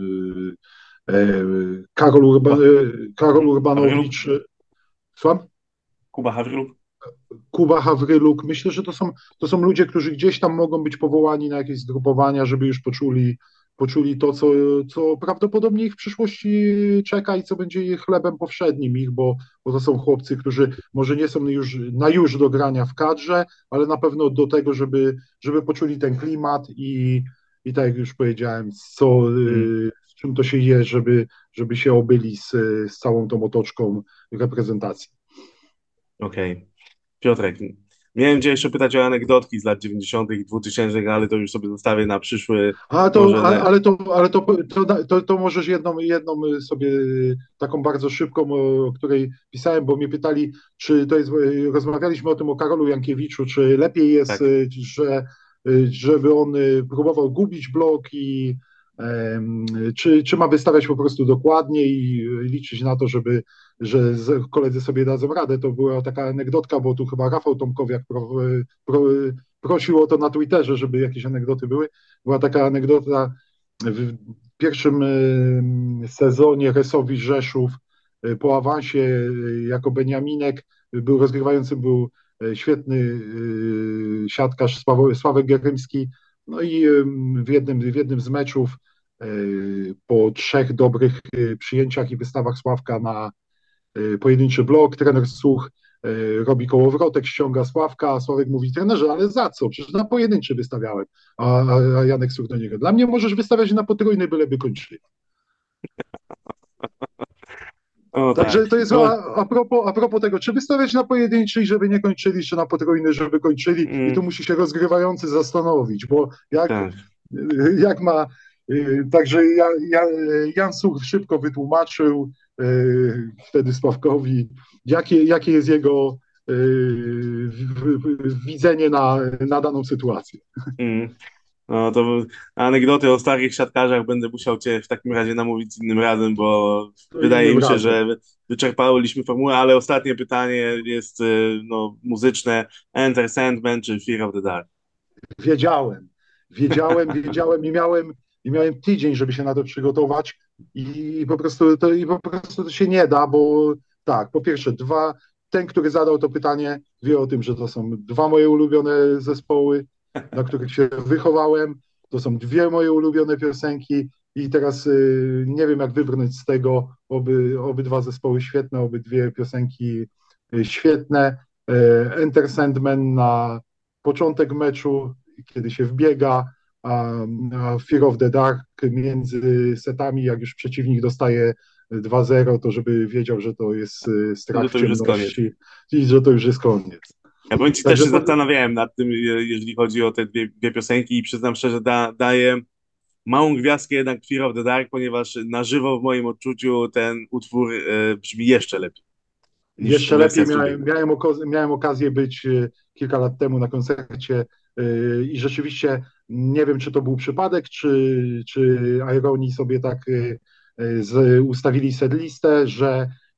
Kuba, Karol Hawryluk? Urbanowicz, słucham? Kuba Hawryluk? Kuba Hawryluk. Myślę, że to są ludzie, którzy gdzieś tam mogą być powołani na jakieś zgrupowania, żeby już poczuli to, co prawdopodobnie ich w przyszłości czeka i co będzie ich chlebem powszednim bo to są chłopcy, którzy może nie są już do grania w kadrze, ale na pewno do tego, żeby poczuli ten klimat i tak jak już powiedziałem, Mm. z czym to się je, żeby się obyli z całą tą otoczką reprezentacji. Okej. Piotrek, miałem cię jeszcze pytać o anegdotki z lat 90. i 2000, ale to już sobie zostawię na przyszły, może na... Ale to możesz jedną sobie taką bardzo szybką, o której pisałem, bo mnie pytali, czy to jest, rozmawialiśmy o tym o Karolu Jankiewiczu, czy lepiej jest, Tak. żeby on próbował gubić blok czy ma wystawiać po prostu dokładnie i liczyć na to, że koledzy sobie dadzą radę. To była taka anegdotka, bo tu chyba Rafał Tomkowiak pro, prosił o to na Twitterze, żeby jakieś anegdoty były. Była taka anegdota w pierwszym sezonie Resowi Rzeszów po awansie jako Beniaminek był rozgrywającym, był świetny siatkarz Sławek Gerymski. No i w jednym z meczów po trzech dobrych przyjęciach i wystawach Sławka na pojedynczy blok, trener Słuch robi kołowrotek, ściąga Sławka, a Sławek mówi, trenerze, ale za co? Przecież na pojedynczy wystawiałem. A Janek Słuch do niego, dla mnie możesz wystawiać na potrójny, byleby kończyli. O tak. Także to jest No, a propos tego, czy wystawiać na pojedynczy, żeby nie kończyli, czy na potrójny, żeby kończyli i tu mm, musi się rozgrywający zastanowić, bo tak. jak ma, także Jan Such szybko wytłumaczył wtedy Sławkowi, jakie jest jego widzenie na daną sytuację. Mm. No to anegdoty o starych siatkarzach będę musiał cię w takim razie namówić innym razem, bo To wydaje innym mi się, razem. że wyczerpałyśmy formułę, ale ostatnie pytanie jest no, muzyczne. Enter Sandman czy Fear of the Dark? Wiedziałem, wiedziałem i miałem tydzień, żeby się na to przygotować i po prostu to się nie da, bo tak, po pierwsze, ten, który zadał to pytanie, wie o tym, że to są dwa moje ulubione zespoły, na których się wychowałem, to są dwie moje ulubione piosenki i teraz nie wiem, jak wybrnąć z tego, obydwa zespoły świetne, obydwie piosenki świetne. Enter Sandman na początek meczu, kiedy się wbiega, a Fear of the Dark między setami, jak już przeciwnik dostaje 2-0, to żeby wiedział, że to jest No strach w to już jest koniec. ciemności i że to już jest koniec. Ja powiem ci, też Także się zastanawiałem nad tym, jeżeli chodzi o te dwie piosenki i przyznam szczerze, daję małą gwiazdkę jednak Fear of the Dark, ponieważ na żywo w moim odczuciu ten utwór brzmi jeszcze lepiej niż jeszcze wersja lepiej studio. miałem okazję być kilka lat temu na koncercie i rzeczywiście nie wiem, czy to był przypadek, czy Ironi sobie tak ustawili setlistę, że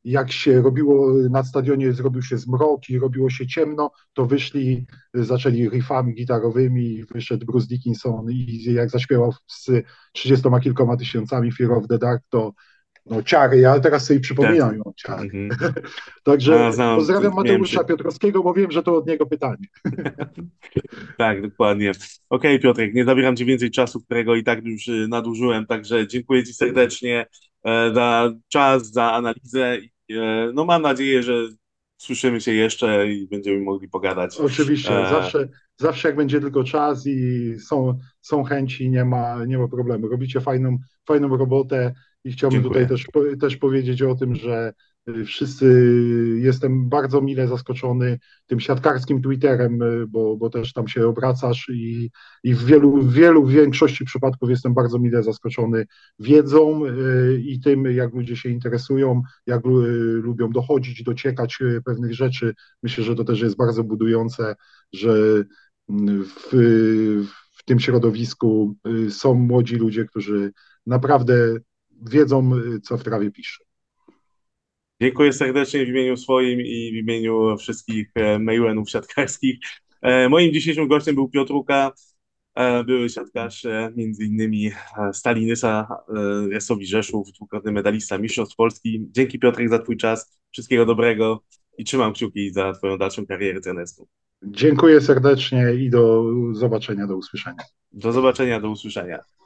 jak się robiło na stadionie, zrobił się zmrok i robiło się ciemno, to wyszli, zaczęli riffami gitarowymi, wyszedł Bruce Dickinson i jak zaśpiewał z 30 kilkoma tysiącami Fear of the Dark, to no ciary, ja teraz sobie Tak. przypominam ją ciary. Mhm. Także A, znam, pozdrawiam miałem Mateusza Piotrowskiego, bo wiem, że to od niego pytanie. Tak, dokładnie. Okej, Piotrek, nie zabieram Ci więcej czasu, którego i tak już nadużyłem, także dziękuję Ci serdecznie za czas, za analizę. No mam nadzieję, że słyszymy się jeszcze i będziemy mogli pogadać. Oczywiście, E, zawsze jak będzie tylko czas i są chęci, nie ma problemu. Robicie fajną robotę i chciałbym tutaj Dziękuję. też powiedzieć o tym, że wszyscy jestem bardzo mile zaskoczony tym siatkarskim Twitterem, bo też tam się obracasz i w większości przypadków jestem bardzo mile zaskoczony wiedzą i tym, jak ludzie się interesują, jak lubią dochodzić, dociekać pewnych rzeczy. Myślę, że to też jest bardzo budujące, że w, w tym środowisku są młodzi ludzie, którzy naprawdę wiedzą, co w trawie pisze. Dziękuję serdecznie w imieniu swoim i w imieniu wszystkich Maywenów siatkarskich. Moim dzisiejszym gościem był Piotr Łuka, były siatkarz, między innymi Stali Nysa, Resowi Rzeszów, dwukrotny medalista Mistrzostw Polski. Dzięki Piotrek za Twój czas, wszystkiego dobrego i trzymam kciuki za Twoją dalszą karierę trenerską. Dziękuję serdecznie i do zobaczenia, do usłyszenia. Do zobaczenia, do usłyszenia.